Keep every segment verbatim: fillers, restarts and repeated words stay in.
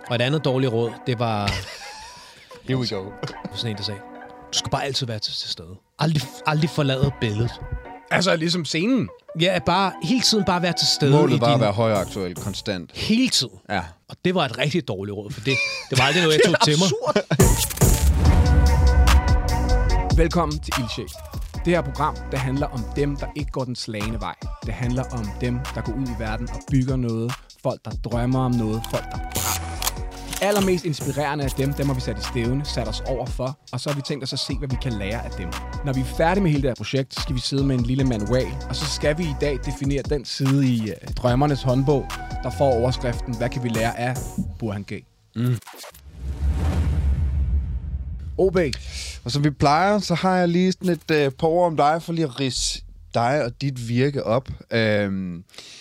Og et andet dårligt råd, det var... Here we go. Sådan en, der sagde, du skal bare altid være til stede. Aldrig, aldrig forlade billedet. Altså ligesom scenen? Ja, bare hele tiden bare være til stede. Målet i var din... at være højaktuel, konstant. Hele tiden. Ja. Og det var et rigtig dårligt råd, for det, det var aldrig noget, jeg tog til mig. Velkommen til Ildsjæl. Det her program, det handler om dem, der ikke går den slagne vej. Det handler om dem, der går ud i verden og bygger noget. Folk, der drømmer om noget. Folk, der brænder. Allermest inspirerende af dem, dem har vi sat i stævne, sat os over for, og så har vi tænkt os at se, hvad vi kan lære af dem. Når vi er færdige med hele det her projekt, så skal vi sidde med en lille manual, og så skal vi i dag definere den side i uh, Drømmernes håndbog, der får overskriften, hvad kan vi lære af Burhan G. Mm. O B. Og som vi plejer, så har jeg lige sådan et uh, par ord om dig, for lige at ridse dig og dit virke op. Um,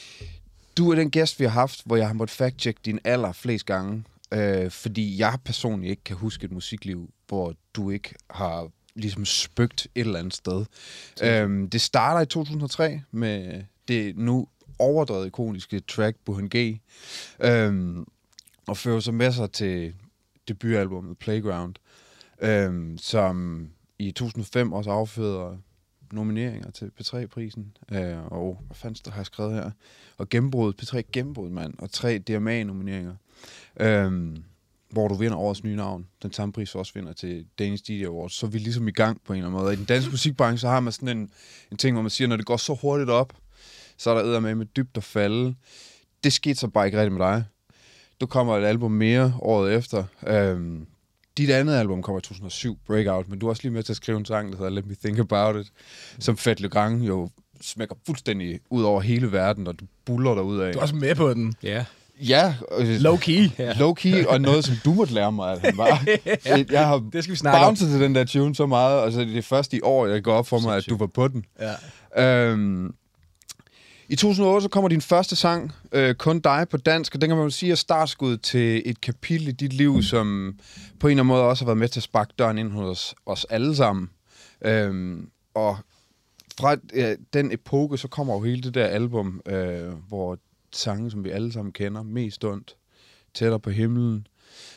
du er den gæst, vi har haft, hvor jeg har måttet fact-check din alder flest gange. Øh, fordi jeg personligt ikke kan huske et musikliv, hvor du ikke har ligesom spøgt et eller andet sted. Øhm, det starter i to tusind og tre med det nu overdrevet ikoniske track Burhan G. Øhm, og fører så med sig til debutalbummet Playground, øhm, som i to tusind og fem også afføder nomineringer til P tre prisen. Øh, og hvad fanden der har jeg skrevet her? Og gennembrud, P tre gennembrud, mand. Og tre D M A-nomineringer. Øhm, hvor du vinder årets nye navn. Den samme pris også vinder til Danish D J Awards. Så er vi ligesom i gang på en eller anden måde. Og i den danske musikbranche, så har man sådan en, en ting, hvor man siger, når det går så hurtigt op, så er der eddermame med dybt at falde. Det skete så bare ikke rigtigt med dig. Du kommer et album mere året efter. Øhm, dit andet album kommer i to tusind og syv, Breakout, men du er også lige med til at skrive en sang, der hedder Let Me Think About It, som Fat Le Grand jo smækker fuldstændig ud over hele verden, og du buller derud af. Du er også med på den. Ja. Yeah. Ja. Øh, low-key. Low-key, og noget, som du måtte lære mig, at han var. Ja, jeg har det skal vi snakke om. bounced til den der tune så meget, og så det er først i år, jeg går op for mig, at du var på den. Ja. Øhm, I to tusind og otte så kommer din første sang, øh, Kun dig, på dansk, og den kan man jo sige er startskud til et kapitel i dit liv, som på en eller anden måde også har været med til at sparke døren ind hos os alle sammen. Øhm, og fra øh, den epoke, så kommer jo hele det der album, øh, hvor sange, som vi alle sammen kender, Mest ondt, Tættere på himlen,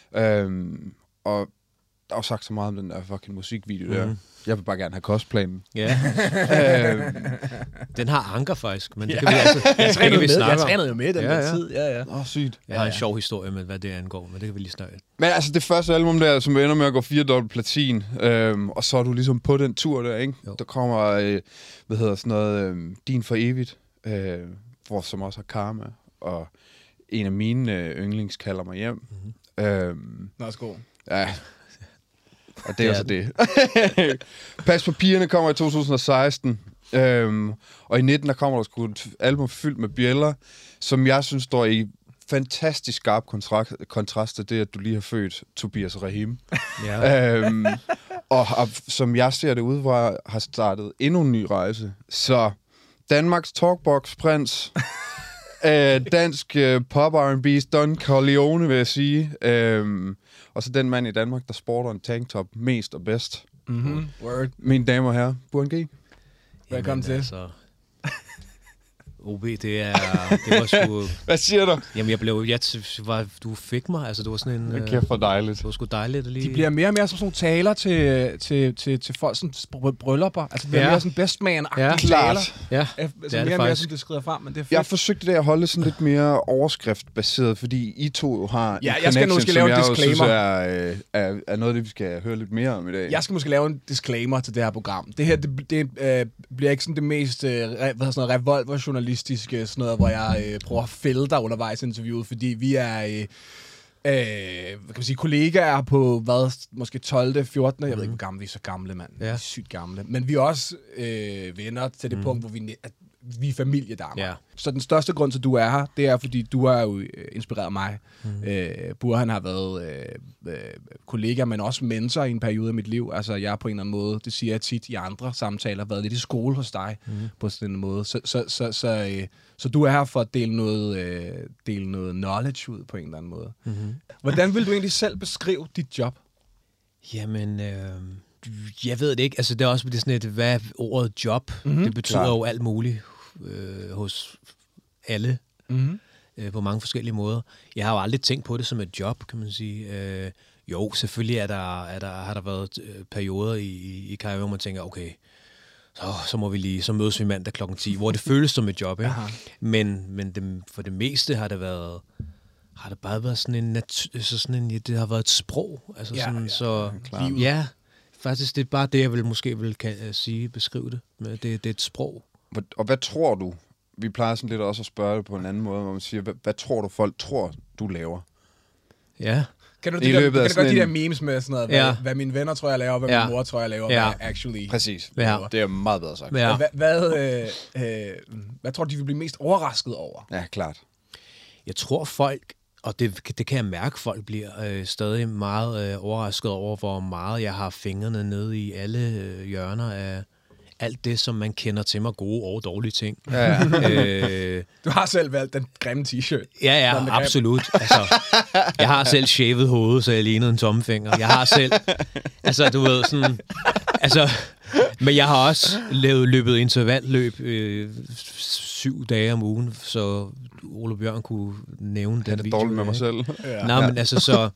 øhm, og der er jo sagt så meget om den der fucking musikvideo mm-hmm. der. Jeg vil bare gerne have kostplanen. Ja. øhm, den har anker faktisk, men det ja. kan vi altså... Jeg trænede, vi jeg trænede jo med den ja, der ja. tid. Ja, ja. Åh, oh, sygt. Jeg har ja, en ja. sjov historie med, hvad det angår, men det kan vi lige snakke. Men altså, det første album der, som ender med at gå fire dobbelt platin, øhm, og så er du ligesom på den tur der, ikke? Jo. Der kommer, øh, hvad hedder sådan noget, øh, Din for evigt, øh, hvor som også har Karma, og en af mine øh, yndlings kalder mig hjem. Mm-hmm. Øhm, Nå, sko. Ja. Og det er jo så det. Pas papirerne kommer i to tusind og seksten, øhm, og i nitten der kommer der sgu et album fyldt med bjæller, som jeg synes står i fantastisk skarp kontrast, kontrast til det, at du lige har født Tobias Rahim. Ja. øhm, og, og som jeg ser det ud, hvor jeg har startet endnu en ny rejse. Så Danmarks Talkbox Prins, øh, dansk øh, pop R and B, Don Corleone vil jeg sige, øhm, og så den mand i Danmark, der sporter en tanktop mest og bedst. Mm-hmm. Word. Mine damer og herrer, Burhan G. Velkommen til. Altså, O B, det er... Det var sgu... Hvad siger du? Jamen, jeg blev... Jeg var, du fik mig, altså, det var sådan en... Det kæft for dejligt. Det var sgu dejligt at lige... De bliver mere og mere som sådan nogle taler til, til, til, til folk, sådan bryllupper. Altså, det bliver ja. mere sådan best man-agtige ja. taler. Ja, det er mere det og mere, som det skrider frem, men det er fedt. Jeg forsøgte det at holde sådan lidt mere overskriftbaseret, fordi I to har ja, en jeg skal måske lave en disclaimer. Synes, er, er, er noget af det, vi skal høre lidt mere om i dag. Jeg skal måske lave en disclaimer til det her program. Det her, det, det øh, bliver ikke sådan det mest øh, hvad sådan noget, revolver-journalistiske, sådan noget, hvor jeg øh, prøver at fælde dig undervejs i interviewet, fordi vi er... Øh, Øh, hvad kan man sige, kollegaer på, hvad, måske tolvte, fjortende Jeg mm. ved ikke, hvor gamle vi er, så gamle, mand. Ja. Vi er sygt gamle. Men vi er også øh, venner til det mm. punkt, hvor vi, at vi er familiedamer. Ja. Så den største grund til, at du er her, det er, fordi du har jo øh, inspireret mig. Mm. Øh, Burhan har været øh, øh, kollega, men også mentor i en periode af mit liv. Altså, jeg er på en eller anden måde, det siger jeg tit i andre samtaler, været lidt i skole hos dig mm. på sådan en måde. Så, så, så, så, øh, så du er her for at dele noget, øh, dele noget knowledge ud på en eller anden måde. Mm-hmm. Hvordan vil du egentlig selv beskrive dit job? Jamen, øh, jeg ved det ikke. Altså, det er også det er sådan et, hvad er ordet job? Mm-hmm. Det betyder Klar. jo alt muligt øh, hos alle. Mm-hmm. øh, på mange forskellige måder. Jeg har jo aldrig tænkt på det som et job, kan man sige. Øh, jo, selvfølgelig er der, er der, har der været øh, perioder i, i, i karrieren, hvor man tænker, okay, så, så må vi lige, så mødes vi mandag klokken ti, hvor det føles som et job, ikke? Men, men det, for det meste har det været, har det bare været sådan en, nat- så sådan en det har været et sprog, altså ja, sådan, ja, så, ja, ja, faktisk det er bare det, jeg vil måske vil kan, sige, beskrive det, men det, det er et sprog. Og hvad tror du, vi plejer sådan lidt også at spørge det på en anden måde, hvor man siger, hvad, hvad tror du folk tror, du laver? Ja. Kan du, de der, kan du godt en... de der memes med sådan noget, hvad, ja. hvad mine venner tror, jeg laver, hvad ja. min mor tror, jeg laver, ja. hvad jeg actually Præcis. Ja. Det er meget bedre sagt. Ja. Hvad, hvad, øh, øh, hvad tror du, de vil blive mest overrasket over? Ja, klart. Jeg tror folk, og det, det kan jeg mærke, folk bliver øh, stadig meget øh, overrasket over, hvor meget jeg har fingrene nede i alle øh, hjørner af alt det, som man kender til mig, gode og dårlige ting. Ja. øh, du har selv valgt den grimme t-shirt. Ja, ja, absolut. Altså, jeg har selv shavet hovedet, så jeg lignede en tommefinger. Jeg har selv, altså du ved, sådan, altså, men jeg har også lavet, løbet intervalløb øh, syv dage om ugen, så Ole Bjørn kunne nævne den video. Det er dårligt med mig selv. Ja. Nej, men altså så...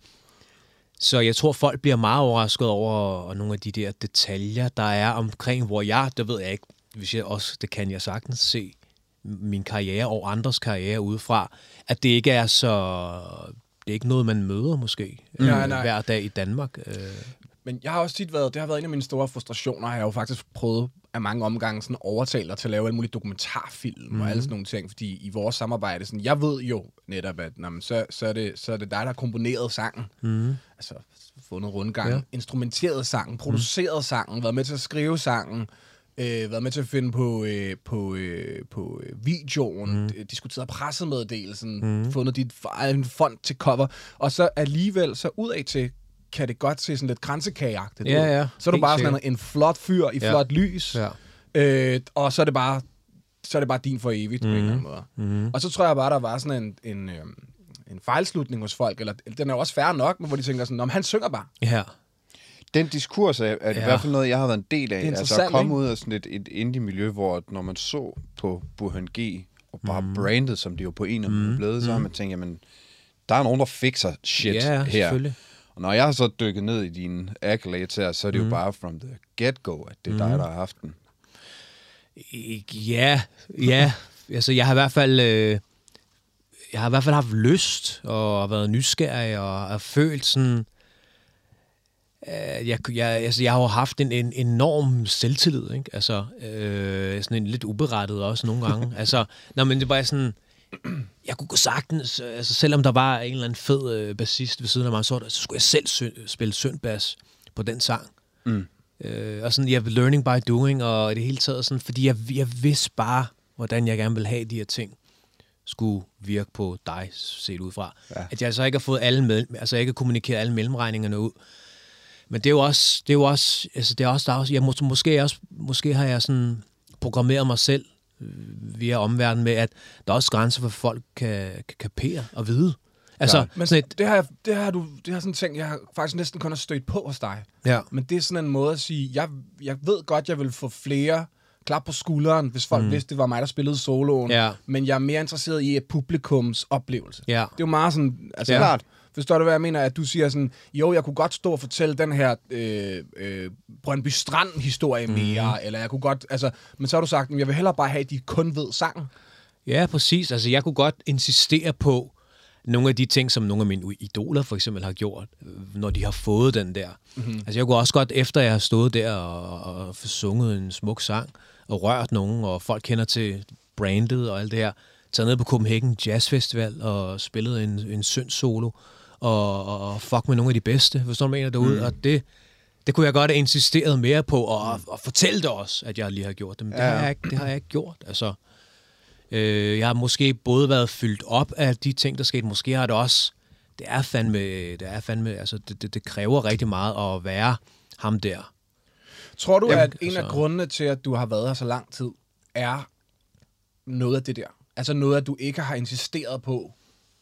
Så jeg tror, folk bliver meget overrasket over nogle af de der detaljer, der er omkring, hvor jeg, det ved jeg ikke, hvis jeg også, det kan jeg sagtens se, min karriere og andres karriere udefra, at det ikke er så, det er ikke noget, man møder måske mm. øh, hver dag i Danmark. Øh. Men jeg har også tit været, det har været en af mine store frustrationer, jeg har jo faktisk prøvet af mange omgange sådan overtalt dig til at lave alle mulige dokumentarfilm mm. og alle sådan nogle ting, fordi i vores samarbejde, sådan, jeg ved jo netop, at når man, så, så, er det, så er det dig, der har komponeret sangen. Mm. Altså fundet rundgang, ja. instrumenteret sangen, produceret mm. sangen, været med til at skrive sangen, øh, været med til at finde på, øh, på, øh, på øh, videoen, mm. diskuteret pressemeddelelsen, mm. fundet dit en fond til cover, og så alligevel så udad til kan det godt se sådan lidt kransekageagtigt ud. Ja, ja. Så er du bare sådan en flot fyr i ja. flot lys, ja. øh, og så er det bare så er det bare din for evigt, mm-hmm. på en eller anden måde. Mm-hmm. Og så tror jeg bare, der var sådan en, en, en fejlslutning hos folk, eller den er jo også fair nok, men hvor de tænker sådan, om han synger bare. Ja. Den diskurs er, er ja. i hvert fald noget, jeg har været en del af. Altså at komme ikke? ud af sådan et, et indie-miljø, hvor når man så på Burhan G, og bare mm. brandet, som de jo på en af dem mm. blevet, så har man tænkt, jamen, der er nogen, der fikser shit ja, her. Og når jeg har så dykket ned i dine accolades her, så er det mm. jo bare from the get-go, at det er mm. dig, der har haft den. Ja, ja. Altså, jeg har i hvert fald... Øh, jeg har i hvert fald haft lyst, og været nysgerrig, og har følt sådan... Øh, jeg, jeg, altså, jeg har jo haft en, en enorm selvtillid, ikke? Altså, øh, sådan en lidt uberettet også nogle gange. altså, når man det bare sådan... Jeg kunne gå sagtens, altså selvom der var en eller anden fed øh, bassist ved siden af mig, så, der, så skulle jeg selv sy- spille syndbass på den sang. Mm. Øh, og sådan, jeg yeah, learning by doing, og i det hele taget sådan, fordi jeg, jeg vidste bare, hvordan jeg gerne ville have de her ting skulle virke på dig, set ud fra. Ja. At jeg så ikke har fået alle med, altså jeg ikke har kommunikeret alle mellemregningerne ud. Men det er jo også, det er jo også, altså det er også, der er også, jeg må, måske også, måske har jeg sådan programmeret mig selv via omverdenen med, at der er også grænser for, folk kan, kan kapere og vide. Altså, ja, men et, det, har, det har du, det har sådan en ting, jeg har faktisk næsten kun har stødt på hos dig. Ja. Men det er sådan en måde at sige, jeg, jeg ved godt, jeg vil få flere klap på skulderen, hvis folk mm. vidste, det var mig, der spillede soloen. Ja. Men jeg er mere interesseret i et publikums oplevelse. Ja. Det er jo meget sådan, altså, ja. Forstår du, hvad jeg mener? At du siger sådan, jo, jeg kunne godt stå og fortælle den her øh, øh, Brøndby Strand-historie mm. mere, eller jeg kunne godt, altså, men så har du sagt, jeg vil hellere bare have, at de kun ved sangen. Ja, præcis. Altså, jeg kunne godt insistere på nogle af de ting, som nogle af mine idoler for eksempel har gjort, når de har fået den der. Mm-hmm. Altså, jeg kunne også godt, efter jeg har stået der og, og sunget en smuk sang, og rørt nogen, og folk kender til brandet og alt det her, taget ned på Copenhagen Jazz Festival og spillet en, en synd solo, og, og fuck med nogle af de bedste, hvis du mener derude, mm. og det, det kunne jeg godt have insisteret mere på, og, og fortælle det også, at jeg lige har gjort det, men det, ja. har, jeg ikke, det har jeg ikke gjort, altså. Øh, jeg har måske både været fyldt op af de ting, der skete, måske har det også, det er fandme, det er fandme, altså det, det, det kræver rigtig meget at være ham der. Tror du, Jamen, at en altså, af grundene til, at du har været her så lang tid, er noget af det der? Altså noget, at du ikke har insisteret på,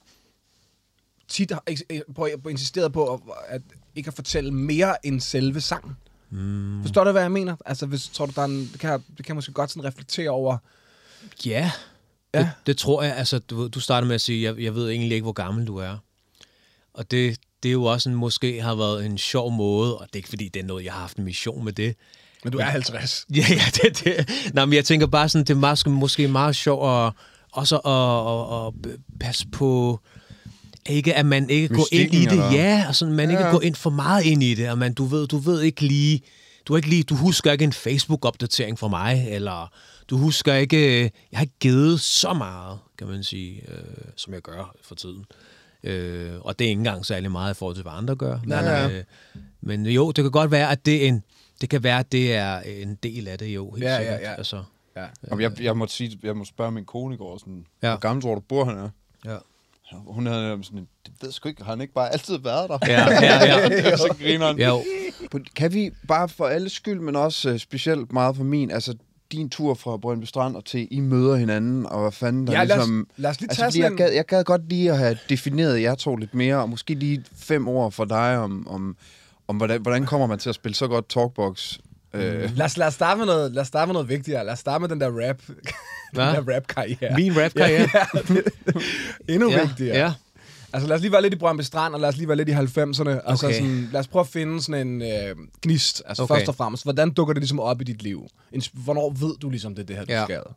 tit har på, på insisteret på, at ikke at fortælle mere end selve sangen. Mm. Forstår du, hvad jeg mener? Altså, hvis tror du, der er en, det, kan, det kan måske godt sådan reflektere over. Ja, Ja. Det, det tror jeg. Altså, du, du starter med at sige, jeg, jeg ved egentlig ikke, hvor gammel du er. Og det, det er jo også en, måske har været en sjov måde, og det er ikke fordi, det er noget, jeg har haft en mission med det. Men du er halvtreds. Ja, ja, det det. Nej, men jeg tænker bare sådan, det er meget, måske meget sjovt at, også at, at, at passe på, ikke at man ikke går ind i det. Eller? Ja, og sådan, man ja. ikke går ind for meget ind i det, og man, du ved, du ved ikke lige, du, ikke lige, du husker ikke en Facebook-opdatering fra mig, eller du husker ikke, jeg har ikke givet så meget, kan man sige, øh, som jeg gør for tiden. Øh, og det er ikke engang særlig meget i forhold til, hvad andre gør. Nej, men, nej. Øh, men jo, det kan godt være, at det er en, det kan være, at det er en del af det, jo. Helt ja, sikkert. ja, ja. Altså, ja. Jamen, jeg, jeg, må sige, jeg må spørge min kone i går, sådan, ja. hvor gammel tror du bor han er? Ja. Hun havde sådan, det ved sgu ikke, har han ikke bare altid været der? Ja, ja, ja. Så griner han. Jo. Kan vi bare for alle skyld, men også uh, specielt meget for min, altså din tur fra Brøndby Strand og til, I møder hinanden, og hvad fanden der ja, ligesom... Lad os lige altså, tage sådan jeg, gad, jeg gad godt lige at have defineret jer to lidt mere, og måske lige fem år for dig om, om, om hvordan, hvordan kommer man til at spille så godt talkbox. Mm. Øh. Lad, os, lad, os starte med noget, lad os starte med noget vigtigere. Lad os starte med den der rap. den der rap-karriere. Min rap-karriere? Ja, ja, det, endnu ja, vigtigere. Ja. Altså lad os lige være lidt i Brøndby Strand, og lad os lige være lidt i halvfemserne. Og okay. så sådan, lad os prøve at finde sådan en øh, gnist. Altså okay. Først og fremmest, hvordan dukker det ligesom op i dit liv? Hvornår ved du ligesom, det er det her, du ja. skal?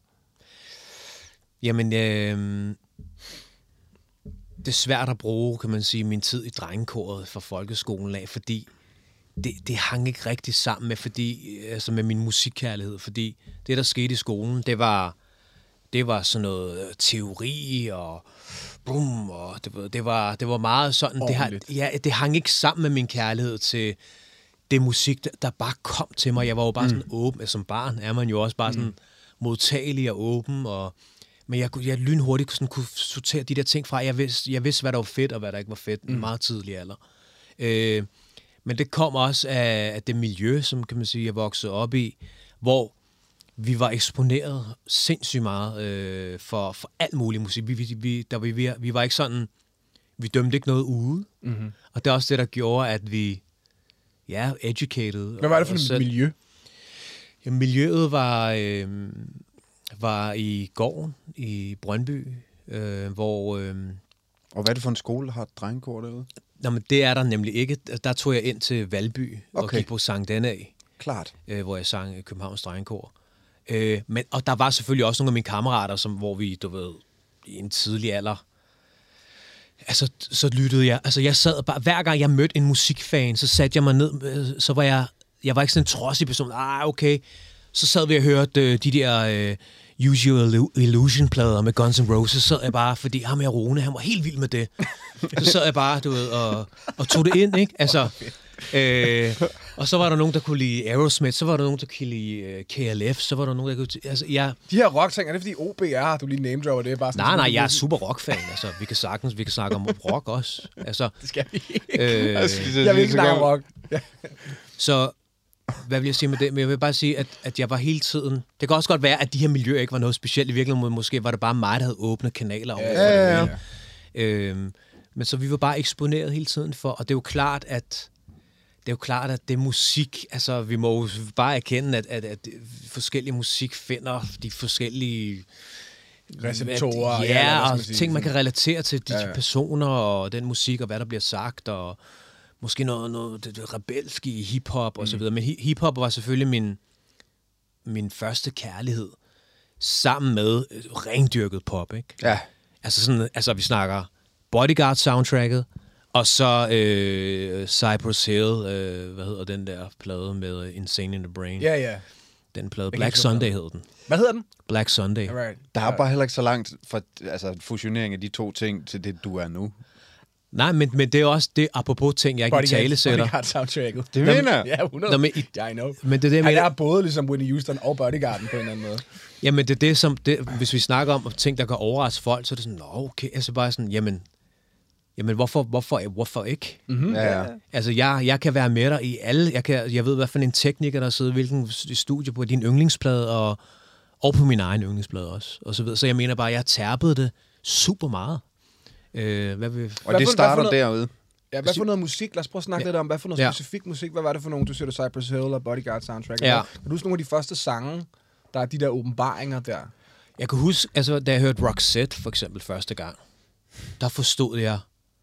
Jamen, øh, det er svært at bruge, kan man sige, min tid i drengekoret fra folkeskolen af, fordi det, det hang ikke rigtig sammen med, fordi, altså med min musikkærlighed, fordi det, der skete i skolen, det var, det var sådan noget teori og brum, og det, det, var, det var meget sådan, det, har, ja, det hang ikke sammen med min kærlighed til det musik, der, der bare kom til mig. Jeg var jo bare mm. sådan åben, som barn er man jo også bare mm. sådan modtagelig og åben, og men jeg, jeg lynhurtigt sådan kunne sortere de der ting fra. Jeg vidste, jeg vidste, hvad der var fedt, og hvad der ikke var fedt, mm. meget tidlig alder. Øh, men det kom også af, af det miljø, som kan man sige, jeg voksede op i, hvor vi var eksponeret sindssygt meget øh, for, for alt mulig musik. Vi, vi, der var, vi, vi var ikke sådan, vi dømte ikke noget ude. Mm-hmm. Og det er også det, der gjorde, at vi, ja, educated. Hvad var det for et selv, miljø? Ja, miljøet var... Øh, var i gården i Brøndby, øh, hvor... Øh, og hvad er det for en skole, der har et drengekor derude? Nå, men det er der nemlig ikke. Der tog jeg ind til Valby okay. og gik på sang den af. Klart. Øh, hvor jeg sang Københavns drengekor. Øh, men, og der var selvfølgelig også nogle af mine kammerater, som, hvor vi, du ved, i en tidlig alder... Altså, så lyttede jeg... Altså, jeg sad bare... Hver gang jeg mødte en musikfan, så satte jeg mig ned... Så var jeg... Jeg var ikke sådan en trodsig person. Ah, okay. Så sad vi og hørte øh, de der... Øh, Use Your Illusion-plader med Guns N' Roses, så sad jeg bare, fordi ham her Rune, han var helt vild med det. Så sad jeg bare, du ved, og, og tog det ind, ikke? Altså, øh, og så var der nogen, der kunne lide Aerosmith, så var der nogen, der kunne lide uh, K L F, så var der nogen, der kunne... Altså, jeg... De her rock-ting, er det fordi O B R, du lige name-dropper, det er bare sådan... Nej, nej, jeg er super rock-fan, altså. Vi kan sagtens, vi kan snakke om rock også. Altså, det skal vi ikke. Øh, jeg vil ikke snakke om rock. Så... Hvad vil jeg sige med det? Men jeg vil bare sige, at, at jeg var hele tiden... Det kan også godt være, at de her miljøer ikke var noget specielt. I virkeligheden måske var det bare mig, der havde åbnet kanaler over ja, ja, ja. det. Øhm, men så vi var bare eksponeret hele tiden for... Og det er jo klart, at det er jo klart, at det musik... Altså, vi må jo bare erkende, at, at, at forskellige musik finder de forskellige... receptorer. At, ja, ja og ting, sige. Man kan relatere til de ja, ja. personer og den musik, og hvad der bliver sagt, og... Måske noget, noget det, det rebelsk i hiphop og så videre. Men hiphop var selvfølgelig min, min første kærlighed, sammen med rendyrket pop, ikke? Ja. Altså, sådan, altså vi snakker Bodyguard-soundtracket, og så øh, Cypress Hill, øh, hvad hedder den der plade med Insane in the Brain? Ja, ja. Den plade, Black Sunday hed den. Hvad hedder den? Black Sunday. Right. Der er bare heller ikke så langt fra altså, fusionering af de to ting til det, du er nu. Nej, men, men det er også det, apropos ting, jeg ikke i tale sætter. Bodyguard soundtracket. Det mener jeg. Ja, hundrede. Nå, men, i, yeah, I know. Men det er det, men jeg er både ligesom Whitney Houston og Bodyguarden på en eller anden måde. Jamen, det er det, som... Det, hvis vi snakker om ting, der kan overraske folk, så er det sådan, nå, okay. Altså bare sådan, jamen... Jamen, hvorfor, hvorfor, hvorfor ikke? Mm-hmm. Ja, ja. Altså, jeg, jeg kan være med dig i alle... Jeg, kan, jeg ved, hvad for en tekniker, der sidder hvilken studie på din yndlingsplade, og, og på min egen yndlingsplade også. Og så, videre. Så jeg mener bare, jeg tærpede det super meget. Øh, hvad vil, og det starter derude. Ja, hvad for noget musik? Lad os prøve at snakke ja. lidt om, hvad for noget ja. specifik musik? Hvad var det for nogle, du siger, du Cypress Hill og Bodyguard soundtrack? Ja. Kan du huske nogle af de første sange, der er de der åbenbaringer der? Jeg kan huske, altså, da jeg hørte Roxette for eksempel første gang, der forstod jeg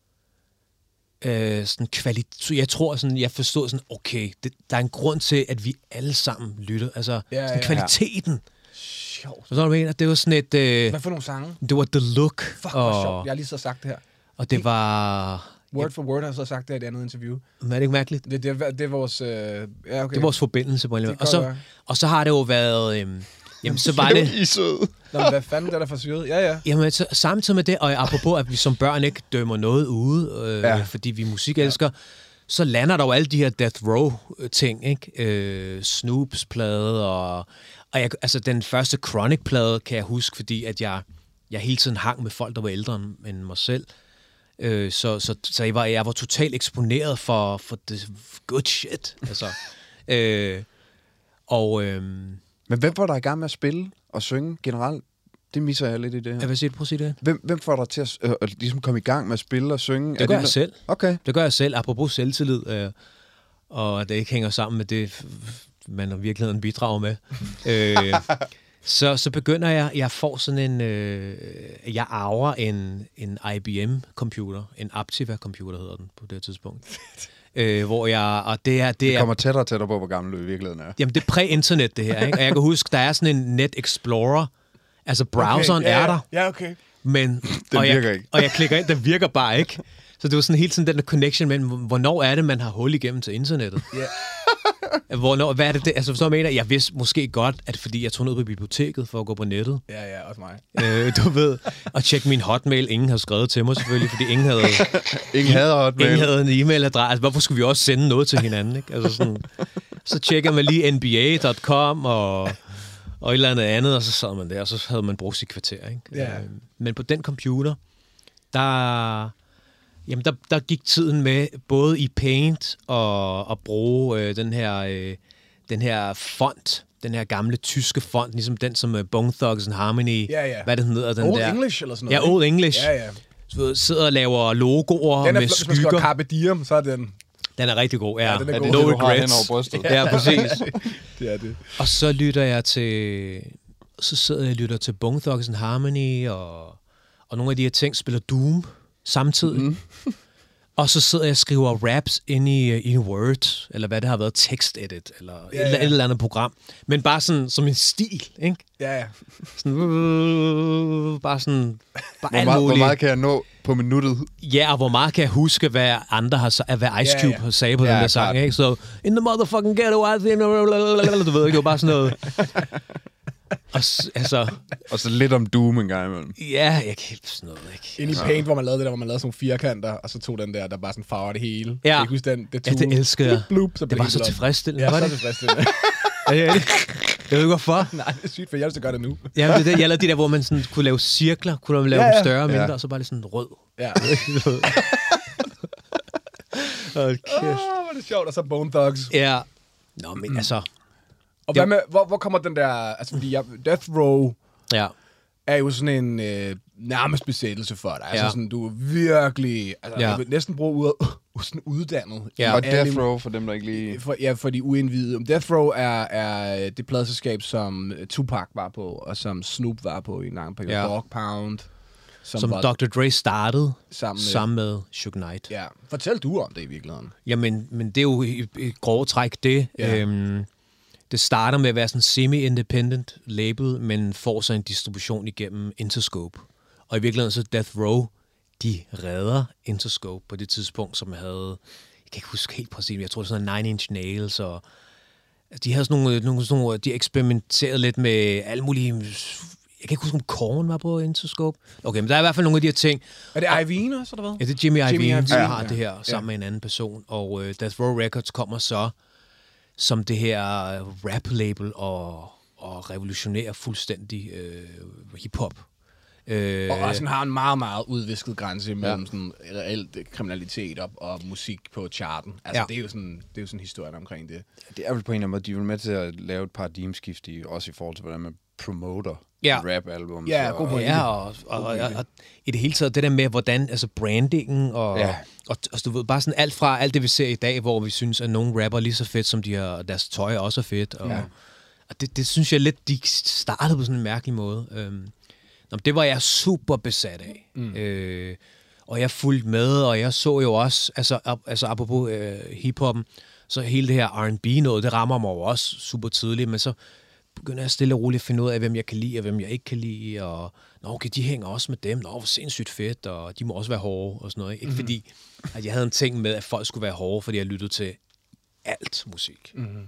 øh, sådan kvalitet. Jeg tror sådan, jeg forstod sådan, okay, det, der er en grund til, at vi alle sammen lytter. Altså, Ja, sådan ja. kvaliteten. Sjovt. Så du mener, det var sådan et... Øh, Hvad for nogle sange? det var The Look. Fuck, hvor og, sjovt. Jeg har lige så sagt det her. og det var... Word for word har jeg så sagt det her i et andet interview. Men er det ikke mærkeligt? Det, det, er, det er vores... Øh, ja, okay. Det er vores forbindelse på en eller anden Det måde. kan Og så, være. og så har det jo været... Øhm, jamen, så var det... I er søde. Nå, men hvad fanden er der for syret? Ja, ja. Jamen, så, samtidig med det, og apropos, at vi som børn ikke dømmer noget ude, øh, Ja. ja. fordi vi musikelsker, ja. så lander der jo alle de her Death Row-ting, ikke? Øh, Snoops plade, og, og jeg, altså den første Chronic-plade kan jeg huske, fordi at jeg, jeg hele tiden hang med folk, der var ældre end mig selv. Øh, så så, så jeg, var, jeg var totalt eksponeret for, for det good shit. Altså, øh, og... Øh, Men hvem får dig i gang med at spille og synge generelt? Det misser jeg lidt i det her. hvad siger du? Prøv at sige det. Hvem, hvem får dig til at, øh, at ligesom komme i gang med at spille og synge? Det gør jeg selv. Okay. Det gør jeg selv, apropos selvtillid, øh, og det ikke hænger sammen med det, man i virkeligheden bidrager med. øh, så, så begynder jeg, jeg får sådan en, øh, jeg arver en, en I B M-computer, en Aptiva-computer hedder den på det tidspunkt. øh, hvor jeg, og det er... Det, Det er, kommer tættere og tættere på, hvor gammel du i virkeligheden er. jamen, det er præ-internet, det her, ikke? Og jeg kan huske, der er sådan en Net Explorer, altså browseren okay, ja, er der, Ja, okay. men... Den og jeg, virker ikke. Og jeg klikker ind, den virker bare ikke. Så det var sådan hele tiden den der connection mellem, hvornår er det, man har hul igennem til internettet? Ja. Hvornår, hvad er det, det? Altså, så mener jeg, jeg vidste måske godt, at fordi jeg tog ned på biblioteket for at gå på nettet, Ja, ja, også mig. øh, du ved, og tjekke min hotmail. Ingen havde skrevet til mig selvfølgelig, fordi ingen havde, Ingen havde hotmail. ingen havde en e-mailadresse. Altså, hvorfor skulle vi også sende noget til hinanden? Ikke? Altså, sådan, så tjekker man lige N B A punktum com og, og et eller andet andet, og så sad man der, og så havde man brugt sit kvarter. Ikke? Ja. Øh, men på den computer, der... Jamen, der, der gik tiden med både i Paint og at bruge øh, den her øh, den her font, den her gamle tyske font, ligesom den som uh, Bone Thugs and Harmony, Ja, ja. hvad det hedder, den Old der. English eller sådan noget. Ja, Old English. Ja, ja. Så sidder og laver logoer Den er, med hvis man skal skygger. Carpe Diem, så er den... Den er rigtig god, ja. Ja, den er Er god. det No det, du har hen regrets. over brystet? Ja, præcis. Det er det. Og så lytter jeg til, så sidder jeg og lytter til Bone Thugs and Harmony og og nogle af de her ting spiller Doom samtidig. Mm. Og så sidder jeg og skriver raps ind i, i Word, eller hvad det har været, tekstedit, eller Ja, et, ja. et eller andet program. Men bare sådan som en stil, ikke? Ja, ja. Sådan, øh, bare sådan, bare Hvor alt meget, hvor muligt. meget kan jeg nå på minuttet? Ja, og hvor meget kan jeg huske, hvad andre har sagt, hvad Ice Ja, Cube ja. har sagt på Ja, den der sang, klart. ikke? Så, in the motherfucking ghetto, I think, du ved ikke, det var bare sådan noget. Og s- altså, Og så lidt om Doom en gang imellem. ja, jeg kan ikke sådan noget, ikke? Inde i Paint, hvor man lavede det der, hvor man lavede sådan nogle firkanter, og så tog den der, der bare sådan farver det hele. Ja. Jeg kan huske den, det Ja, tog... det elsker jeg. Bloop, så Det blev var helt så blåt. tilfredsstillende, Ja, var så det? tilfredsstillende. Ja, ja, det. Jeg ved ikke hvorfor. Nej, det er sygt, for jeg har lyst til at gøre det nu. Jamen, det er det. Jeg lavede de der, hvor man sådan kunne lave cirkler, kunne man lave Ja, ja, ja. ja. større og mindre, Ja. og så bare lidt sådan rød. Ja. Hold Åh, kæft. hvor er det sjovt, og så Bone Thugs. Ja. Nå, men altså, Og hvad med, hvor, hvor kommer den der... Altså, fordi jeg, Death Row ja. er jo sådan en øh, nærmest besættelse for dig. Altså Ja. sådan, du er virkelig... Altså, Ja. jeg vil næsten bruge ud, sådan uddannet. Ja. Og Alle- Death Row, for dem, der ikke lige... For, ja, for de uindvidede. Death Row er, er det pladselskab, som Tupac var på, og som Snoop var på i en lang periode. Ja. Dog Pound. Som, Som var doktor Dre startede sammen med... sammen med Suge Knight. Ja. Fortæl du om det i virkeligheden. Jamen, men det er jo i, i grove træk det. Ja. Øhm, det starter med at være sådan semi-independent label, men får så en distribution igennem Interscope. Og i virkeligheden så Death Row, de redder Interscope på det tidspunkt, som havde, jeg kan ikke huske helt præcis, men jeg tror det er sådan Nine Inch Nails, og de havde sådan nogle, nogle, sådan nogle de eksperimenterede lidt med alle mulige, jeg kan ikke huske, om Korn var på Interscope. Okay, men der er i hvert fald nogle af de her ting. Er det Iovine også, eller hvad? Ja, det er Jimmy Jimmy Iovine, Iovine, som har ja. det her sammen med en anden person. Og uh, Death Row Records kommer så som det her rap-label og, og revolutionerer fuldstændig uh, hip-hop. Uh, Og også sådan har en meget, meget udvisket grænse mellem ja. sådan reelt kriminalitet og, og musik på charten. Altså, Ja. det er jo sådan, det er jo sådan historien omkring det. Det er vel på en eller anden måde, de er vel med til at lave et paradigmeskift i, også i forhold til, hvordan man promoter Ja. rap-album. Ja, så- god pointe. Ja, og, og, og, og, og i det hele taget, det der med, hvordan, altså brandingen, og, Ja. ja. og, og du ved, bare sådan alt fra alt det, vi ser i dag, hvor vi synes, at nogle rapper er lige så fedt, som de har, deres tøj er også fedt, og, Ja. ja. og det, det synes jeg lidt, de startede på sådan en mærkelig måde. Øhm, nå, det var jeg super besat af. Mm. Øh, og jeg fulgte med, og jeg så jo også, altså, altså apropos øh, hiphoppen, så hele det her R and B noget, det rammer mig jo også super tidligt, men så begynder jeg stille og roligt at finde ud af, hvem jeg kan lide, og hvem jeg ikke kan lide, og nå, okay, de hænger også med dem, nå, hvor sindssygt fedt, og de må også være hårde, og sådan noget. Ikke mm-hmm. fordi, at jeg havde en ting med, at folk skulle være hårde, fordi jeg lyttede til alt musik. Mm-hmm.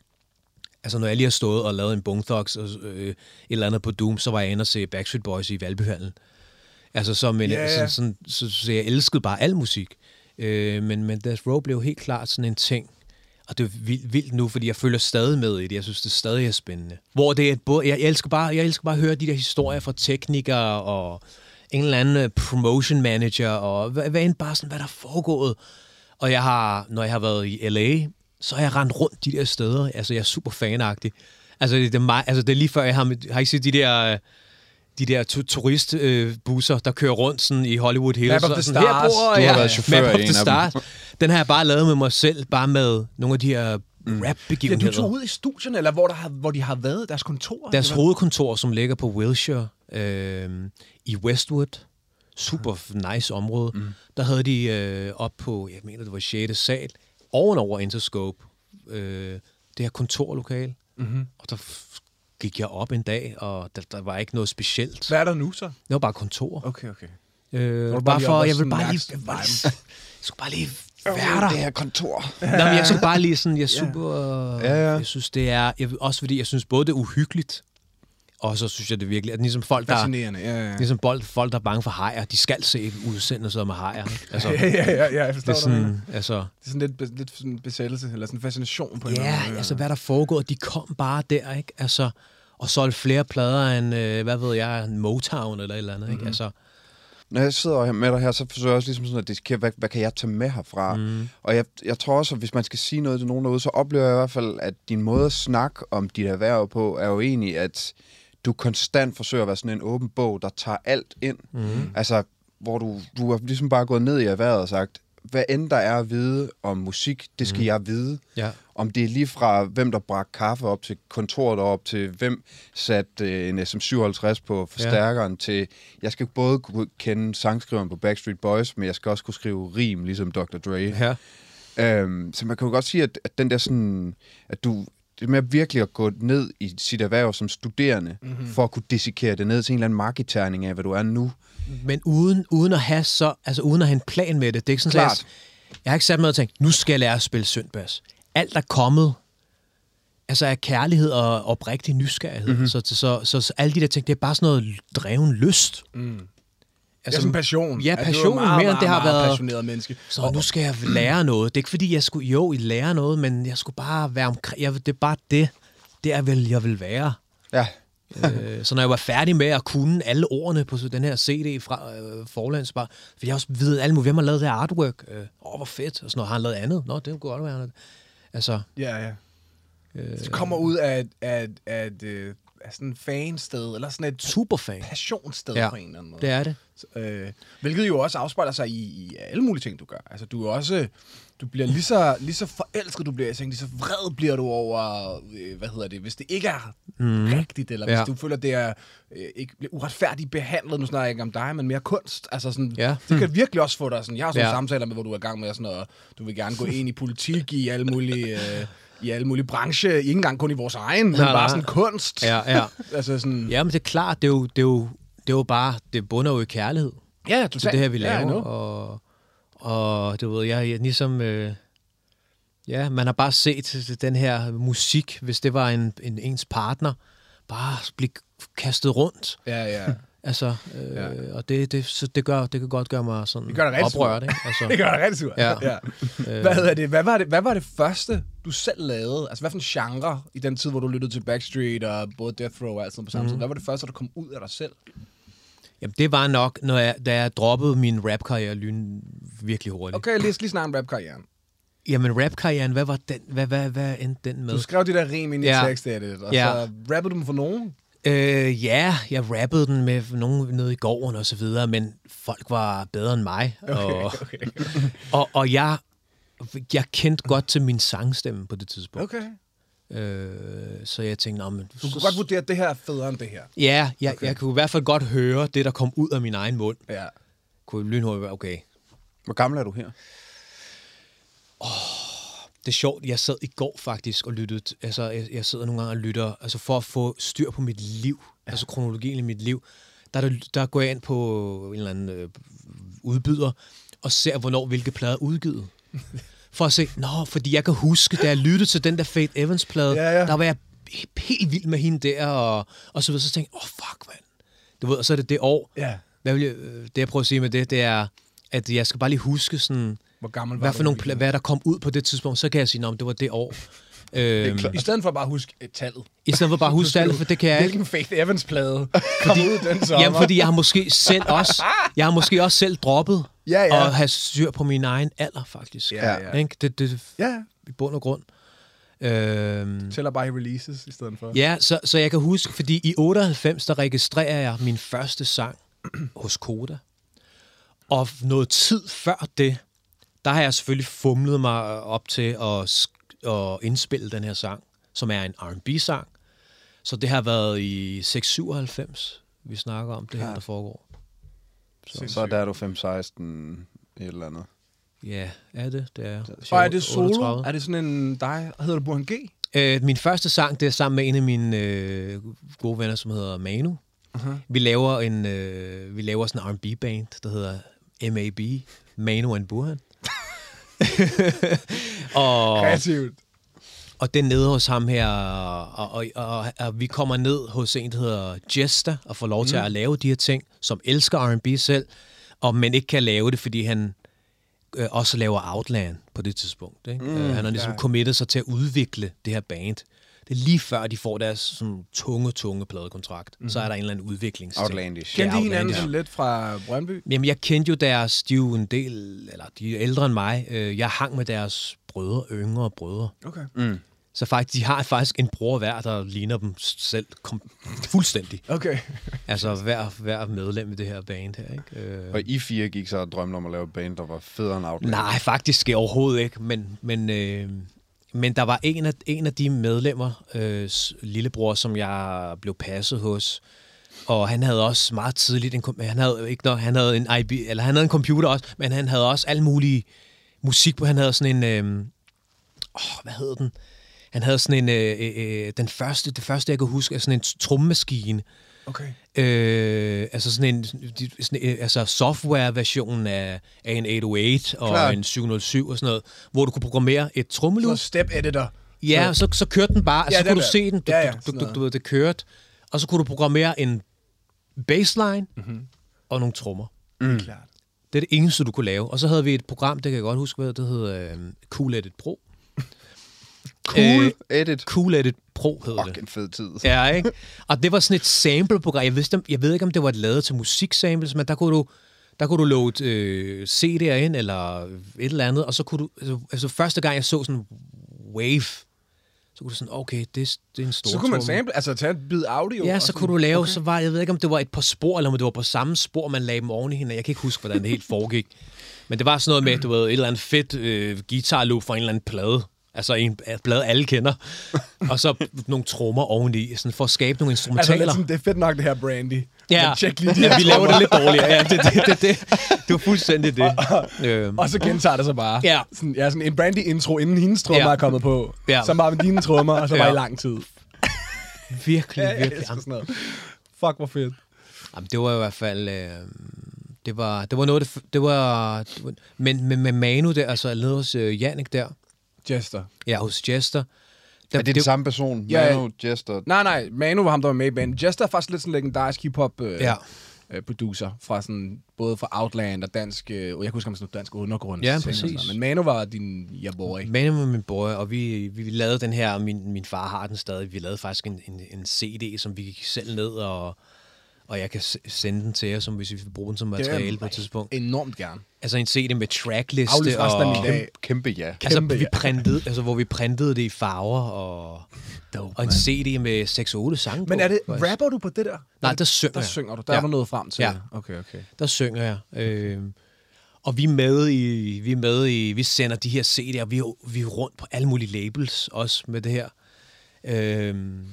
Altså, når jeg lige har stået og lavet en Bone Thugs og øh, et eller andet på Doom, så var jeg inde og se Backstreet Boys i Valbyhallen. Altså, som en, yeah. sådan, sådan, så, så jeg elskede bare al musik. Øh, men, men Death Row blev helt klart sådan en ting, og det er vildt, vildt nu, fordi jeg følger stadig med i det. Jeg synes, det stadig er spændende. Hvor det er et både, jeg, jeg, elsker bare, jeg elsker bare at høre de der historier fra teknikere og en eller anden promotion manager, og hvad, hvad end bare sådan, hvad der er foregået. Og jeg har, når jeg har været i L A, så har jeg rendt rundt de der steder. Altså, jeg er super fanagtig. Altså, det er, mig, altså, det er lige før, jeg har, har ikke set de der... de der to- turistbusser, øh, der kører rundt sådan i Hollywood Hills. Map of the sådan, Stars. Her bor du jeg. har været chauffør Map of i the en af Stars. Den har jeg bare lavet med mig selv, bare med nogle af de her mm. rap-begivenheder. Ja, du tog ud i studierne, eller hvor, der har, hvor de har været, deres kontor? Deres hovedkontor, som ligger på Wilshire øh, i Westwood. Super nice område. Mm. Der havde de øh, op på, jeg mener, det var sjette sal, ovenover Interscope. Øh, det her kontorlokale. Mm-hmm. Og der gik jeg op en dag, og der, der var ikke noget specielt. Hvad er der nu så? Det var bare kontor. Okay, okay. Øh, bare, bare for, jeg vil bare lige... Jeg, bare lige, jeg skulle bare lige være der. Det her kontor. Nå, men jeg skulle bare lige sådan... Jeg, super, ja, ja. jeg synes, det er... Jeg, også fordi, jeg synes både det er uhyggeligt, og så synes jeg det virkelig... At ligesom folk, der, fascinerende, ja, ja. Ligesom folk, folk, der er bange for hajer, de skal se udsendelser med hajer. Altså, ja, ja, ja, ja, jeg forstår det. Er sådan, altså, det er sådan lidt, be, lidt sådan besættelse, eller sådan en fascination på en ja, eller anden måde. altså hvad der foregår, de kom bare der, ikke? Altså... Og solgte flere plader end, øh, hvad ved jeg, en Motown eller et eller andet, ikke? Mm-hmm. Altså. Når jeg sidder med dig her, så forsøger jeg også ligesom sådan, at diskutere, hvad, hvad kan jeg tage med herfra? Mm. Og jeg, jeg tror også, at hvis man skal sige noget til nogen derude, så oplever jeg i hvert fald, at din måde at snakke om dit erhverv på, er jo egentlig, at du konstant forsøger at være sådan en åben bog, der tager alt ind. Mm. Altså, hvor du, du har ligesom bare gået ned i erhvervet og sagt, hvad end der er at vide om musik, det skal mm. jeg vide. Ja. Om det er lige fra, hvem der bragte kaffe op til kontoret op, til hvem satte øh, en S M syvoghalvtreds på forstærkeren, ja. Til jeg skal både kunne kende sangskriveren på Backstreet Boys, men jeg skal også kunne skrive rim, ligesom doktor Dre. Ja. Øhm, så man kan jo godt sige, at, at den der sådan, at du, det med at virkelig at gå ned i sit erhverv som studerende, mm-hmm. for at kunne dissekere det ned til en eller anden markedterning af, hvad du er nu. Men uden, uden at have så, altså uden at have en plan med det. Det er ikke sådan, at jeg, jeg har ikke sat mig og tænkt, nu skal jeg lære at spille syntbass. Alt er kommet, altså af kærlighed og oprigtig nysgerrighed. Mm-hmm. Så, så, så, så, så alle de der ting, det er bare sådan noget dreven lyst. Mm. Altså, sådan en passion. Ja, passion, altså, mere end det har meget været. Passioneret menneske. Så nu skal jeg lære noget. Det er ikke fordi, jeg skulle, jo, I lære noget, men jeg skulle bare være omkring, jeg, det er bare det, det er vel, jeg vil være. Ja. øh, så når jeg var færdig med at kunne alle ordene på den her C D fra øh, Forlands, bare, for jeg også ved alle mulige, hvem har lavet det her artwork. Åh, øh, oh, hvor fedt. Og sådan noget, har han lavet andet? Nå, det kunne godt være andet. Altså. Ja, ja. Øh, det kommer ud af, af, af, af, af sådan et fansted, eller sådan et superfan passionssted ja, på en eller anden måde. Det er det. Så, øh, hvilket jo også afspejler sig i, i alle mulige ting, du gør. Altså, du er også, du bliver lige så, lige så forelsket, du bliver, jeg tænker, lige så vred bliver du over, øh, hvad hedder det, hvis det ikke er mm. rigtigt, eller ja. Hvis du føler, det er øh, ikke bliver uretfærdigt behandlet, nu snakker jeg ikke om dig, men mere kunst. Altså sådan, ja. Det kan virkelig også få dig sådan, jeg har sådan ja. Samtaler med, hvor du er i gang med sådan noget, du vil gerne gå ind i politik, i alle mulige... Øh, i alle mulige brancher, ikke engang kun i vores egen, men nej, bare sådan kunst. Ja, ja. altså sådan... ja, men det er klart, det er jo, det er jo, det er jo bare, det bunder jo i kærlighed. Ja, totalt. Til det her, vi laver. Ja, og, og du ved, jeg, jeg ligesom, øh, ja, man har bare set den her musik, hvis det var en, en ens partner, bare blive kastet rundt. Ja, ja. Altså, øh, ja. Og det, det, så det, gør, det kan godt gøre mig sådan det gør det oprørt, ikke? Altså, det gør det rigtig surt. Ja. Ja. Hvad, hedder det? Hvad, var det, hvad var det første, du selv lavede? Altså, hvad for en genre i den tid, hvor du lyttede til Backstreet og både Death Row og alt sådan på samme mm. tid? Hvad var det første, der kom ud af dig selv? Jamen, det var nok, når jeg, da jeg droppede min rap-karriere lyn virkelig hurtigt. Okay, lige, lige snakke om rap-karrieren. Jamen, rap-karrieren, hvad var den, hvad, hvad, hvad endte den med? Du skrev de der rim ind i ja. Tekstedit, og ja. Så rappede du dem for nogen? Øh, ja, jeg rappede den med nogen nede i gården og så videre, men folk var bedre end mig. Okay, og, okay. og, og jeg, jeg kendte godt til min sangstemme på det tidspunkt. Okay. Øh, så jeg tænkte, nå, men... Du kunne godt vurdere, at det her er federe end det her. Ja, jeg, Okay. jeg kunne i hvert fald godt høre det, der kom ud af min egen mund. Ja. Kunne lynhurtigt være, okay. Hvor gammel er du her? Det er sjovt, jeg sad i går faktisk og lyttede, altså jeg, jeg sidder nogle gange og lytter, altså for at få styr på mit liv, ja. altså kronologien i mit liv, der, der, der går jeg ind på en eller anden øh, udbyder og ser, hvornår hvilke plader er udgivet. For at se, nå, fordi jeg kan huske, da jeg lyttede til den der Faith Evans-plade, Ja, ja. der var jeg helt vild med hende der, og, og så videre, så tænkte jeg, åh, oh, fuck, mand. Du ved, og så er det det år. Ja. Hvad vil jeg, øh, det, jeg prøver at sige med det, det er, at jeg skal bare lige huske sådan, Hvor gammel var hvad, du? for nogle, pla- hvad der kom ud på det tidspunkt, så kan jeg sige, nå, men det var det år. Øhm, I stedet for bare at huske et tallet. I stedet for bare at huske tallet, for det kan jeg ikke. Hvilken Faith Evans-plade kom ud den sommer? Jamen, fordi jeg har måske selv også, jeg har måske også selv droppet Ja, ja. at have styr på min egen alder, faktisk. Ja, ja. Ikke? Det, det, Ja, i bund og grund. Øhm, tæller bare i releases i stedet for. ja, så, så jeg kan huske, fordi i otteoghalvfems, der registrerer jeg min første sang hos Koda. Og noget tid før det, der har jeg selvfølgelig fumlet mig op til at, sk- at indspille den her sang, som er en R and B-sang. Så det har været i seks syvoghalvfems, vi snakker om det her, Ja. der foregår. Så, så der er du fem seksten et eller andet. Ja, er det? Det er. Og er det solo? otteogtredive. Er det sådan en dig? Hedder du Burhan G? Øh, min første sang, det er sammen med en af mine øh, gode venner, som hedder Manu. Uh-huh. Vi laver en, øh, vi laver sådan en R and B-band, der hedder M A B, Manu and Burhan. og, Kreativt. og det er nede hos ham her, og, og, og, og vi kommer ned hos en, der hedder Jester, og får lov til mm. at lave de her ting, som elsker R and B selv, og men ikke kan lave det, fordi han øh, også laver Outland på det tidspunkt. Ikke? Mm, øh, han har ligesom ja. committed sig til at udvikle det her band. Det er lige før, de får deres sådan, tunge, tunge pladekontrakt. Mm. Så er der en eller anden udviklingsting. Outlandish. Kendte I hinanden Outlandish. sådan lidt fra Brøndby? Jamen, jeg kendte jo deres, de er jo en del, eller de er ældre end mig. Øh, Jeg hang med deres brødre, yngre brødre. Okay. Mm. Så faktisk, de har faktisk en bror hver, der ligner dem selv kom, fuldstændig. Okay. Altså hver, hver medlem i det her band her, ikke? Øh, Og I fire gik så og drømte om at lave et band, der var federe end Outlandish. Nej, faktisk overhovedet ikke, men, men, øh, men der var en af, en af de medlemmer, øh, lillebror, som jeg blev passet hos, og han havde også meget tidligt en, kom- han havde ikke nok, han havde en I B, eller han havde en computer også, men han havde også alle mulige musik på. Han havde sådan en, øh, åh, hvad hed den? Han havde sådan en, øh, øh, den første, det første jeg kan huske, er sådan en trommemaskine. Okay. Øh, altså sådan en, sådan en altså software-version af, af en otte otte otte og Klart. en syv nul syv og sådan noget, hvor du kunne programmere et Så trommeloop. step editor. Ja, så, så kørte den bare, Ja, så den kunne du der. se den, du, Ja, ja, du, sådan du, noget. du ved, det kørte, og så kunne du programmere en bassline Mm-hmm. og nogle trommer. Mm. Klart. Det er det eneste, du kunne lave. Og så havde vi et program, det kan jeg godt huske, hvad det hed, øh, Cool Edit Pro. Cool Øh, edit. Cool Edit Pro hed Fuck, det. en fed tid. Ja, ikke? Og det var sådan et sample-program. Jeg, vidste, jeg ved ikke, om det var lavet til musiksamples, men der kunne du, der kunne du loade øh, C D'er ind, eller et eller andet, og så kunne du... Altså, altså første gang, jeg så sådan Wave, så kunne du sådan, okay, det, er- det er en stor Så kunne man tromme. sample, altså tage et bid audio. Ja, og så sådan- kunne du lave, Okay. så var, jeg ved ikke, om det var et par spor, eller om det var på samme spor, man lagde dem oven i hinanden. Jeg kan ikke huske, hvordan det helt foregik. Men det var sådan noget med, du ved, et eller andet fedt øh, guitar-loop fra en eller anden plade. Altså en plade, alle kender. Og så nogle trommer oveni, sådan for at skabe nogle Altså, instrumentaler. lidt sådan, det er fedt nok, det her Brandy. Ja, Men tjek lige de ja her vi laver trommer. det lidt dårligere. Ja, det, det, det, det, det var fuldstændig det. Øhm, Og så gentager det sig bare. Ja. Sådan, ja, sådan en Brandy-intro, inden hendes trommer Ja. er kommet på. Ja. Så bare med dine trommer, og så bare Ja. i lang tid. virkelig, Ja, jeg virkelig. elsker sådan noget. Fuck, hvor fedt. Jamen, det var i hvert fald... Øh, det var, det var noget, det, det var... Det var men med, med Manu der, altså nede hos øh, Jannik der, Jester. ja, hos Jester. Der, Er det den samme person? Ja, Manu, Jester? Nej, nej, Manu var ham, der var med i banen. Jester er faktisk lidt sådan en legendarisk hip-hop øh, Ja. øh, producer, fra sådan, både fra Outland og dansk, øh, jeg kan huske ham sådan dansk undergrund. Ja, ting og præcis. sådan noget. Men Manu var din ja, boy. Manu med min boy, og vi, vi lavede den her, min, min far har den stadig, vi lavede faktisk en, en, en C D, som vi gik selv ned, og, og jeg kan s- sende den til jer, som hvis vi vil bruge den som materiale på et tidspunkt. Enormt gerne. Altså en C D med trackliste, Aflyst resten af og... min dag. Kæmpe, kæmpe ja. Altså, Kæmpe, vi ja. printede, altså, hvor vi printede det i farver, og, Dope, og en C D med seks otte sange Men på, er det, faktisk. rapper du på det der? Nej, der synger Der jeg. synger du. Der Ja. er du nået frem til. Ja. Okay, okay. Der synger jeg. Øh, og vi er med i, vi er med i, vi sender de her C D'er, vi er, vi er rundt på alle mulige labels også med det her. Øhm,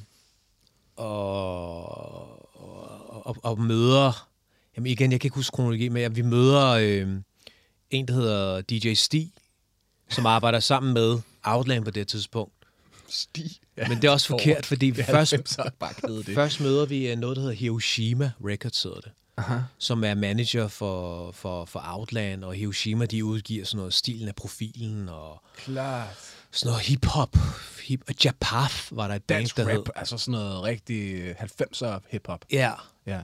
og, og, og, og møder... Jamen igen, jeg kan ikke huske kronologi, men vi møder øh, en, der hedder D J Stig, som arbejder sammen med Outland på det tidspunkt. Stig? Ja, men det er også forkert, fordi det først, bare det. først møder vi noget, der hedder Hiroshima Records, hedder det. Aha. Som er manager for, for, for Outland, og Hiroshima, de udgiver sådan noget stilen af profilen, og Klart. sådan noget hip-hop. Hip, Japath var der et band, Dansk der rap, hed. altså sådan noget rigtig halvfemser hip-hop. Ja, Ja.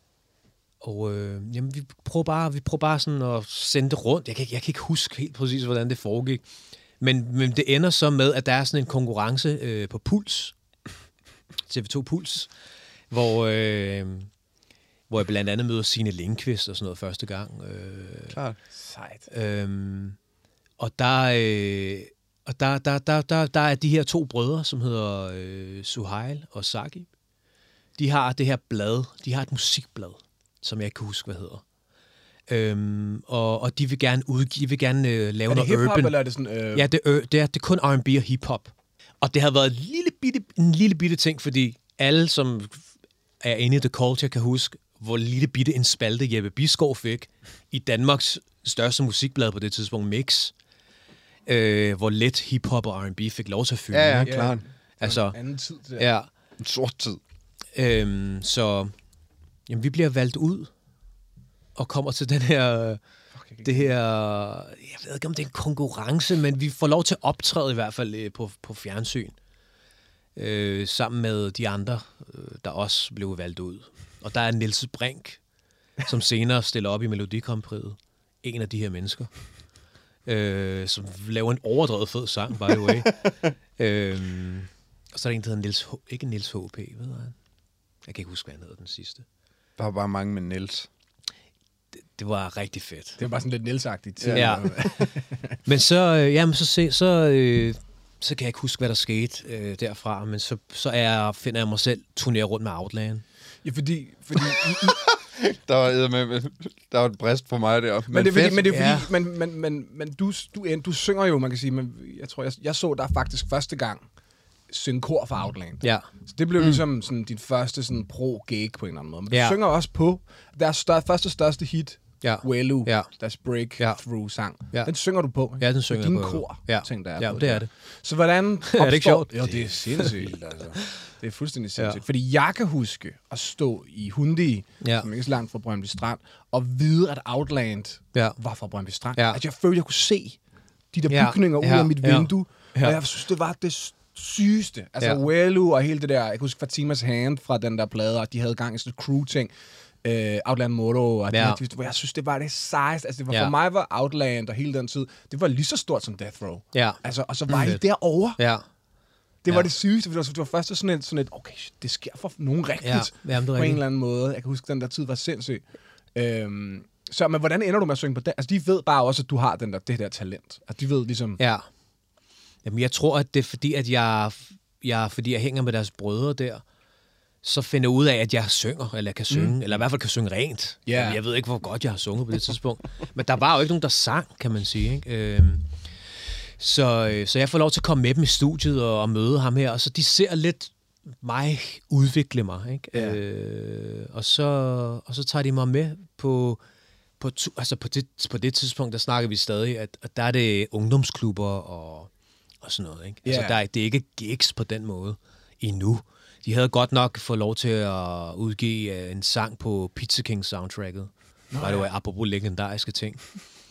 og øh, jamen, vi prøver bare, vi prøver bare sådan at sende det rundt. Jeg kan, ikke- jeg kan ikke huske helt præcis, hvordan det foregik. Men, men det ender så med, at der er sådan en konkurrence øh, på Puls, T V to Puls, hvor, øh, hvor jeg blandt andet møder Signe Lindqvist og sådan noget første gang. Øh, Klart. Sejt. Øhm, og der, øh, og der, der, der, der, der er de her to brødre, som hedder øh, Suhail og Sagi. De har det her blad, de har et musikblad, som jeg ikke kan huske, hvad hedder. Øhm, og, og de vil gerne udgive, de vil gerne øh, lave Er det noget hip-hop, urban. eller er det sådan... Øh... Ja, det, øh, det, er, det er kun R and B og hip-hop. Og det har været en lille bitte, en lille bitte ting, fordi alle, som er inde i The Culture, kan huske, hvor lille bitte en spalte Jeppe Bisgaard fik i Danmarks største musikblad på det tidspunkt, Mix. Øh, hvor let hip-hop og R and B fik lov til at fylde. Ja, ja, ikke? klart. Altså, anden tid, det der. ja. En sort tid. Øhm, så jamen, vi bliver valgt ud og kommer til den her... Det her, jeg ved ikke om det er en konkurrence, men vi får lov til at optræde i hvert fald øh, på, på fjernsyn. Øh, sammen med de andre, øh, der også blev valgt ud. Og der er Niels Brink, som senere stiller op i Melodikompriet. En af de her mennesker. Øh, som laver en overdrevet fed sang, by the way. øh, og så er der en, der hedder Niels H. Ikke Niels H P, ved han? Jeg kan ikke huske, hvad han hedder den sidste. Der var bare mange med Niels. Det, det var rigtig fedt. Det var bare sådan lidt Niels-agtigt. Ja. Men så, øh, jamen, så, se, så, øh, så kan jeg ikke huske, hvad der skete øh, derfra, men så, så er jeg, finder jeg mig selv turnere rundt med Outland. Ja, fordi... fordi Der var, med, der var et brist på mig der. men, men, det er fordi, men, det er Ja. fordi, men, men, men, men du, du, du, du synger jo, man kan sige, men jeg tror, jeg, jeg så dig faktisk første gang synge kor for Outland. Ja. Så det blev mm. ligesom sådan, din første sådan, pro-gig på en eller anden måde. Men Ja. du synger også på deres stør, første største hit, Ja. Welu, Ja. deres breakthrough-sang. Ja. Den synger du på. Ja, den synger din jeg på. kor, Ja. ting, der er Ja, på det er det. Så hvordan opstår... Er det ikke sjovt? Jo, det er sindssygt, altså. Det er fuldstændig sindssygt. Ja. Fordi jeg kan huske at stå i Hundi, Ja. som ikke er så langt fra Brøndby Strand, og vide, at Outland Ja. var fra Brøndby Strand. Ja. At jeg følte, jeg kunne se de der Ja. bygninger ud Ja. af mit Ja. vindue, Ja. og jeg synes, det var det sygeste. Altså, Ja. Welu og hele det der, jeg kan huske Fatimas Hand fra den der plade, og de havde gang i sådan et crew-ting. Uh, Outland Moto, og Ja. det, hvor jeg synes, det var det sejeste. Altså, det var, Ja. for mig var Outland og hele den tid, det var lige så stort som Death Row. Ja. Altså, og så var Mm. I derovre. Ja. Det var Ja. det sygeste, for det var, det var først sådan et, sådan et, okay, shit, det sker for nogen rigtigt, Ja. Jamen, det er på en rigtigt. eller anden måde. Jeg kan huske, den der tid var sindssyg. Øhm, så, men hvordan ender du med at synge på den? Altså, de ved bare også, at du har den der, det der talent. At de ved ligesom... Ja. Jamen, jeg tror, at det er fordi, at jeg, jeg, fordi jeg hænger med deres brødre der, så finder jeg ud af, at jeg synger, eller jeg kan synge, mm. eller i hvert fald kan synge rent. Ja. Jamen, jeg ved ikke, hvor godt jeg har sunget på det tidspunkt. Men der var jo ikke nogen, der sang, kan man sige. Ikke? Øhm, så, så jeg får lov til at komme med dem i studiet og, og møde ham her, og så de ser lidt mig udvikle mig. Ikke? Ja. Øh, og, så, og så tager de mig med på... På, tu- altså på, det, på det tidspunkt, der snakker vi stadig, at, at der er det ungdomsklubber og, og sådan noget. Ikke? Altså, Ja. der er, det er ikke gigs på den måde endnu. De havde godt nok fået lov til at udgive uh, en sang på Pizza King soundtracket. Nå, ja. Det var apropos legendariske ting.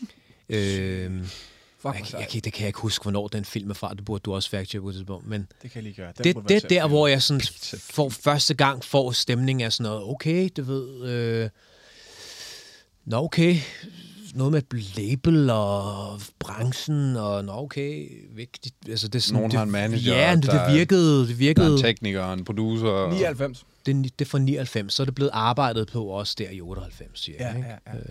øhm, Fuck, jeg, jeg, jeg, det kan jeg ikke huske, hvornår den film er fra. Det burde du også fact-check på det tidspunkt. Men det kan jeg lige gøre. Den det, burde det er være der, selv. hvor jeg sådan for første gang får stemning af sådan noget, okay, du ved... Øh, Nå, okay. Noget med et label og branchen, og nå, okay. Vigtigt. Altså, det er sådan, Nogen det, har en manager, Ja, det, der det virkede... Det Der er virkede en tekniker og en producer. Og... nioghalvfems. det, er- det er fra nioghalvfems, så er det blevet arbejdet på også der i otteoghalvfems, cirka. Ja, ikke? ja, ja.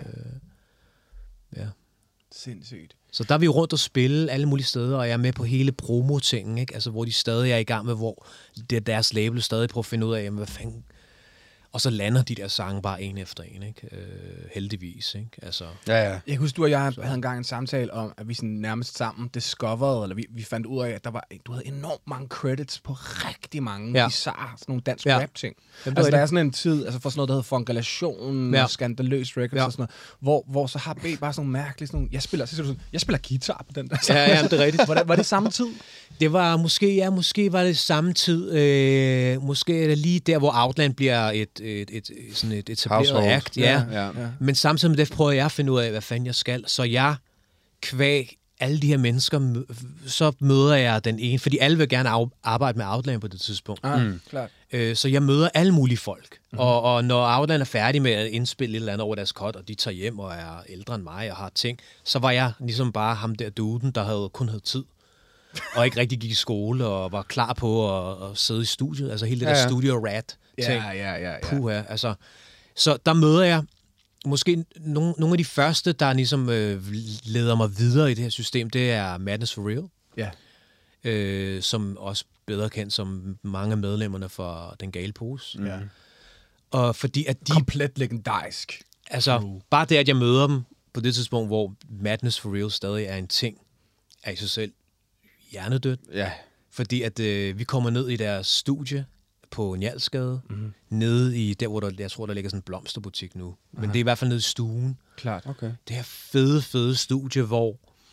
ja. Sindssygt. Så der er vi rundt og spille alle mulige steder, og jeg er med på hele promo-tingen, ikke? Altså, hvor de stadig er i gang med, hvor det er deres label stadig prøver at finde ud af, jamen, hvad fanden... Og så lander de der sange bare en efter en, ikke? Øh, heldigvis, ikke? Altså, Ja, ja. Jeg kan huske, du og jeg havde engang en samtale om, at vi sådan nærmest sammen discoverede, eller vi, vi fandt ud af, at der var, du havde enormt mange credits på rigtig mange Ja. bizarre, sådan nogle dansk Ja. rap-ting. Jamen, det Altså, er der er rigtigt. sådan en tid, altså for sådan noget, der hedder Fongalationen, Ja. og Skandaløs Records Ja. og sådan noget, hvor, hvor så har B bare sådan nogle mærkelige, sådan nogle, jeg spiller, så siger du sådan, jeg spiller guitar på den der. Ja, ja, det er rigtigt. Var det, var det samme tid? Det var måske, ja, måske var det samme tid. Øh, måske er det lige der, hvor Outland bliver et, et, et, sådan et etableret Household. act. Ja. Ja. Ja. Men samtidig med det prøver jeg at finde ud af, hvad fanden jeg skal. Så jeg, kvæg alle de her mennesker, mø- så møder jeg den ene, fordi alle vil gerne af- arbejde med Outland på det tidspunkt. Ah, mm. klart. Øh, så jeg møder alle mulige folk. Mm-hmm. Og, og når Outland er færdig med at indspille et eller andet over deres cut, og de tager hjem og er ældre end mig og har ting, så var jeg ligesom bare ham der duden, der havde kun havde tid. Og ikke rigtig gik i skole og var klar på at, at sidde i studiet. Altså hele det Ja, der ja. studio-rat-ting. Ja, ja, ja, ja. Puha, altså. Så der møder jeg måske nogle, nogle af de første, der ligesom øh, leder mig videre i det her system, det er Madness for Real, Ja. øh, som også bedre kendt som mange af medlemmerne for Den Gale Pose. Ja. Og fordi at de, Komplet legendarisk. altså bare det, at jeg møder dem på det tidspunkt, hvor Madness for Real stadig er en ting, er i sig selv hjernedødt. Ja. Fordi at øh, vi kommer ned i deres studie på Njalsgade, mm-hmm. nede i der, hvor der, jeg tror, der ligger sådan en blomsterbutik nu. Men det er i hvert fald nede i stuen. Klart. Okay. Det her fede, fede studie, hvor,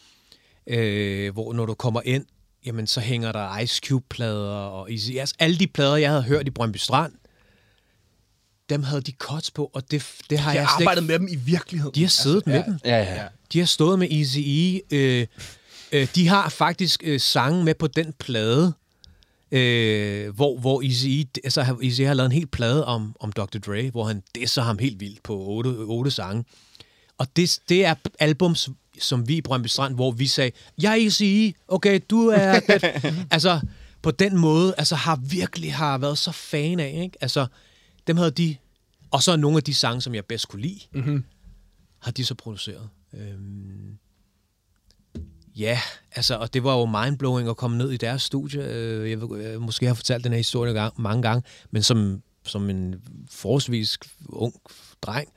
øh, hvor når du kommer ind, jamen så hænger der Ice Cube-plader og Easy. Altså, alle de plader, jeg havde hørt i Brøndby Strand, dem havde de cuts på, og det, det har Jeg jeg har slet arbejdet ikke... med dem i virkeligheden. De har siddet altså, med ja. dem. Ja, ja. Ja. De har stået med Eazy-E. Øh, øh, de har faktisk øh, sange med på den plade, øh, hvor, hvor Eazy-E, altså Eazy har lavet en hel plade om, om doktor Dre, hvor han disser ham helt vildt på otte, otte sange. Og det, det er albums, som vi i Brøndby Strand, hvor vi sagde, jeg er Eazy-E, okay, du er... altså, på den måde, altså har virkelig har været så fan af, ikke? Altså, dem havde de... Og så nogle af de sange, som jeg bedst kunne lide, Mm-hmm. har de så produceret. Øhm, ja, altså, og det var jo mindblowing at komme ned i deres studie. Øh, jeg, ved, jeg måske har fortalt den her historie gang, mange gange, men som, som en forholdsvis ung dreng,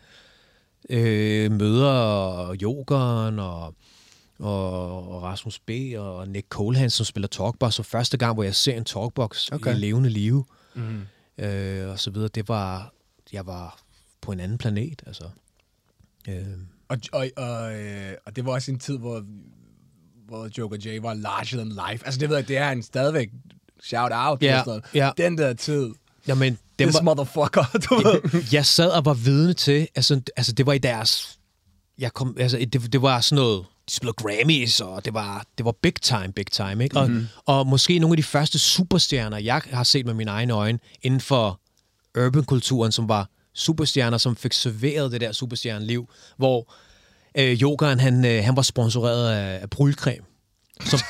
øh, møder Jokeren og, og, og Rasmus B. og Nick Colehans, som spiller talkbox. Så første gang, hvor jeg ser en talkbox okay. i levende live, Mm-hmm. øh, og så videre, det var... Jeg var på en anden planet, altså. Øh. Og, og, og, øh, og det var også en tid, hvor, hvor Joker J var larger than life. Altså det ved jeg, det er en stadigvæk shout out. Ja, og sådan noget. ja. Den der tid. Jamen, dem This var, motherfucker, du ved. jeg sad og var vidne til, altså, altså det var i deres, jeg kom, altså det, det var sådan noget, de spillede Grammys, og det var, det var big time, big time, ikke? Mm-hmm. Og, og måske nogle af de første superstjerner, jeg har set med mine egne øjne, inden for urban-kulturen, som var superstjerner, som fik serveret det der superstjerneliv, hvor øh, Jokeren, han, øh, han var sponsoreret af, af brylcreme. Som,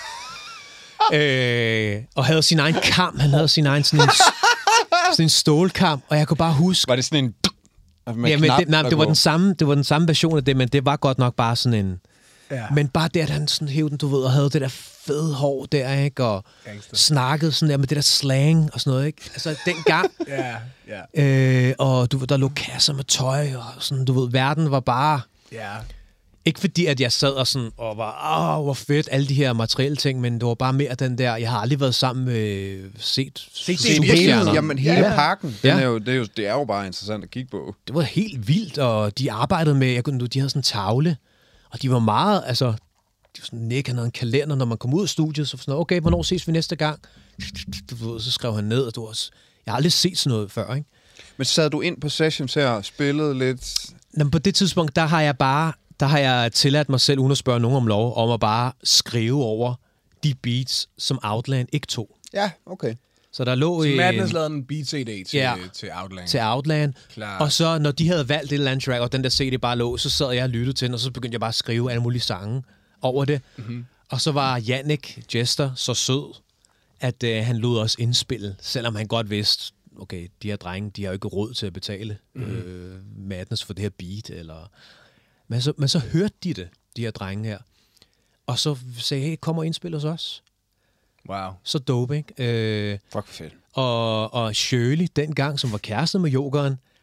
øh, og havde sin egen kam. Han havde sin egen sådan en, sådan en stålkam, og jeg kunne bare huske... Var det sådan en... Med Ja, men knap, det, nej, der det var går? den samme, det var den samme version af det, men det var godt nok bare sådan en... Ja. Men bare det, at han sådan hævde den, du ved, og havde det der fede hår der, ikke? Og Gangster. snakkede sådan der med det der slang og sådan noget, ikke? Altså, dengang... Ja, ja, øh, og du ved, der lå kasser med tøj, og sådan, du ved, verden var bare... ja. Ikke fordi, at jeg sad og, sådan, og var, åh, hvor fedt, alle de her materielle ting, men det var bare mere den der, jeg har aldrig været sammen med set, set Se, hele, jamen, hele Ja. pakken, Ja. den er jo, det, er jo, det er jo bare interessant at kigge på. Det var helt vildt, og de arbejdede med, jeg kunne, de havde sådan en tavle, og de var meget, altså, de var sådan, Nick, han havde en kalender, når man kom ud af studiet, så var sådan, okay, hvornår ses vi næste gang? Du ved, så skrev han ned, og du var, jeg har aldrig set sådan noget før, ikke? Men sad du ind på sessions her og spillede lidt? Men på det tidspunkt, der har jeg bare, der har jeg tilladt mig selv, uden at spørge nogen om lov, om at bare skrive over de beats, som Outland ikke tog. Ja, okay. Så der lå Så en, Madness lavede en beat C D til, Ja. til Outland. til Outland, Klar. og så når de havde valgt et eller andet track, og den der C D bare lå, så sad jeg og lyttede til den, og så begyndte jeg bare at skrive alle mulige sange over det. Mm-hmm. Og så var Jannik Jester så sød, at øh, han lod os indspille, selvom han godt vidste, okay, de her drenge, de har jo ikke råd til at betale mm-hmm. øh, Madness for det her beat, eller... Men så, men så hørte de det, de her drenge her, og så sagde, hey, kom og indspil hos os. Wow. Så dope, ikke? Øh, Fuck fedt. og, og Shirley, dengang, som var kæreste med Jokeren,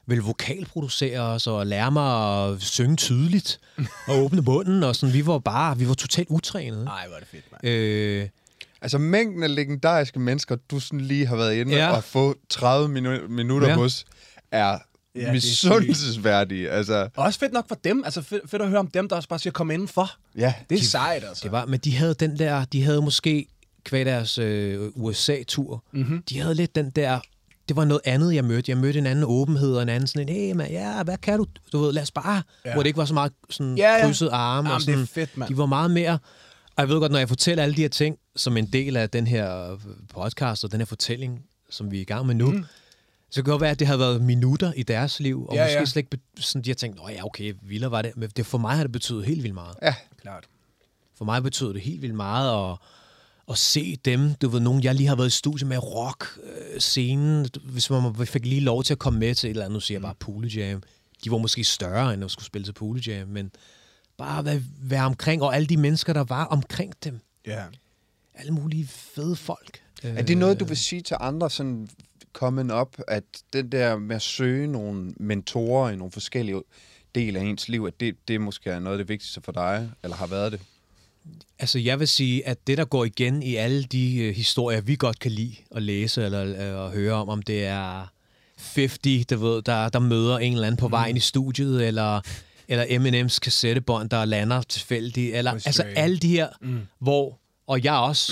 vil vokalproducere os og lære mig at synge tydeligt og åbne munden. Og sådan, vi var bare, vi var totalt utrænede. Nej, hvor er det fedt, mand. Øh, Altså, mængden af legendariske mennesker, du sådan lige har været inde Ja. og få tredive minu- minutter Ja. hos, er Ja, det er misundelsesværdige. Altså, Også fedt nok for dem. Altså fedt, fedt at høre om dem, der også bare siger, kom indenfor. ja. Det er sejt, altså. det var, men de havde den der, de havde måske kvad deres øh, U S A-tur, Mm-hmm. de havde lidt den der, det var noget andet, jeg mødte. Jeg mødte en anden åbenhed og en anden sådan en, hey man, ja, hvad kan du? Du ved, lad os bare, Ja. hvor det ikke var så meget sådan Ja, ja. krydset arme. Jamen, og sådan, det er fedt, mand. de var meget mere, og jeg ved godt, når jeg fortæller alle de her ting, som en del af den her podcast og den her fortælling, som vi er i gang med nu, mm. så kan det godt være, at det har været minutter i deres liv, og Ja, måske ja. slet ikke be- sådan, de har tænkt, åh ja, okay, vildere var det, men det, for mig har det betydet helt vildt meget. Ja. Klart. For mig betød det helt vildt meget at, at se dem. Du ved, nogen, jeg lige har været i studie med rock-scenen. Hvis man fik lige lov til at komme med til et eller andet, nu siger jeg bare Pool Jam. De var måske større, end at skulle spille til Pool Jam, men bare være, være omkring, og alle de mennesker, der var omkring dem. Ja. Alle mulige fede folk. Er det noget, du vil sige til andre, sådan coming up, at den der med at søge nogle mentorer i nogle forskellige dele af ens liv, at det, det måske er noget af det vigtigste for dig, eller har været det? Altså, jeg vil sige, at det, der går igen i alle de øh, historier, vi godt kan lide at læse eller øh, at høre om, om det er halvtreds, der, ved, der, der møder en eller anden på vejen mm. i studiet, eller, eller Eminems kassettebånd, der lander tilfældigt, eller altså alle de her, mm. hvor, og jeg også,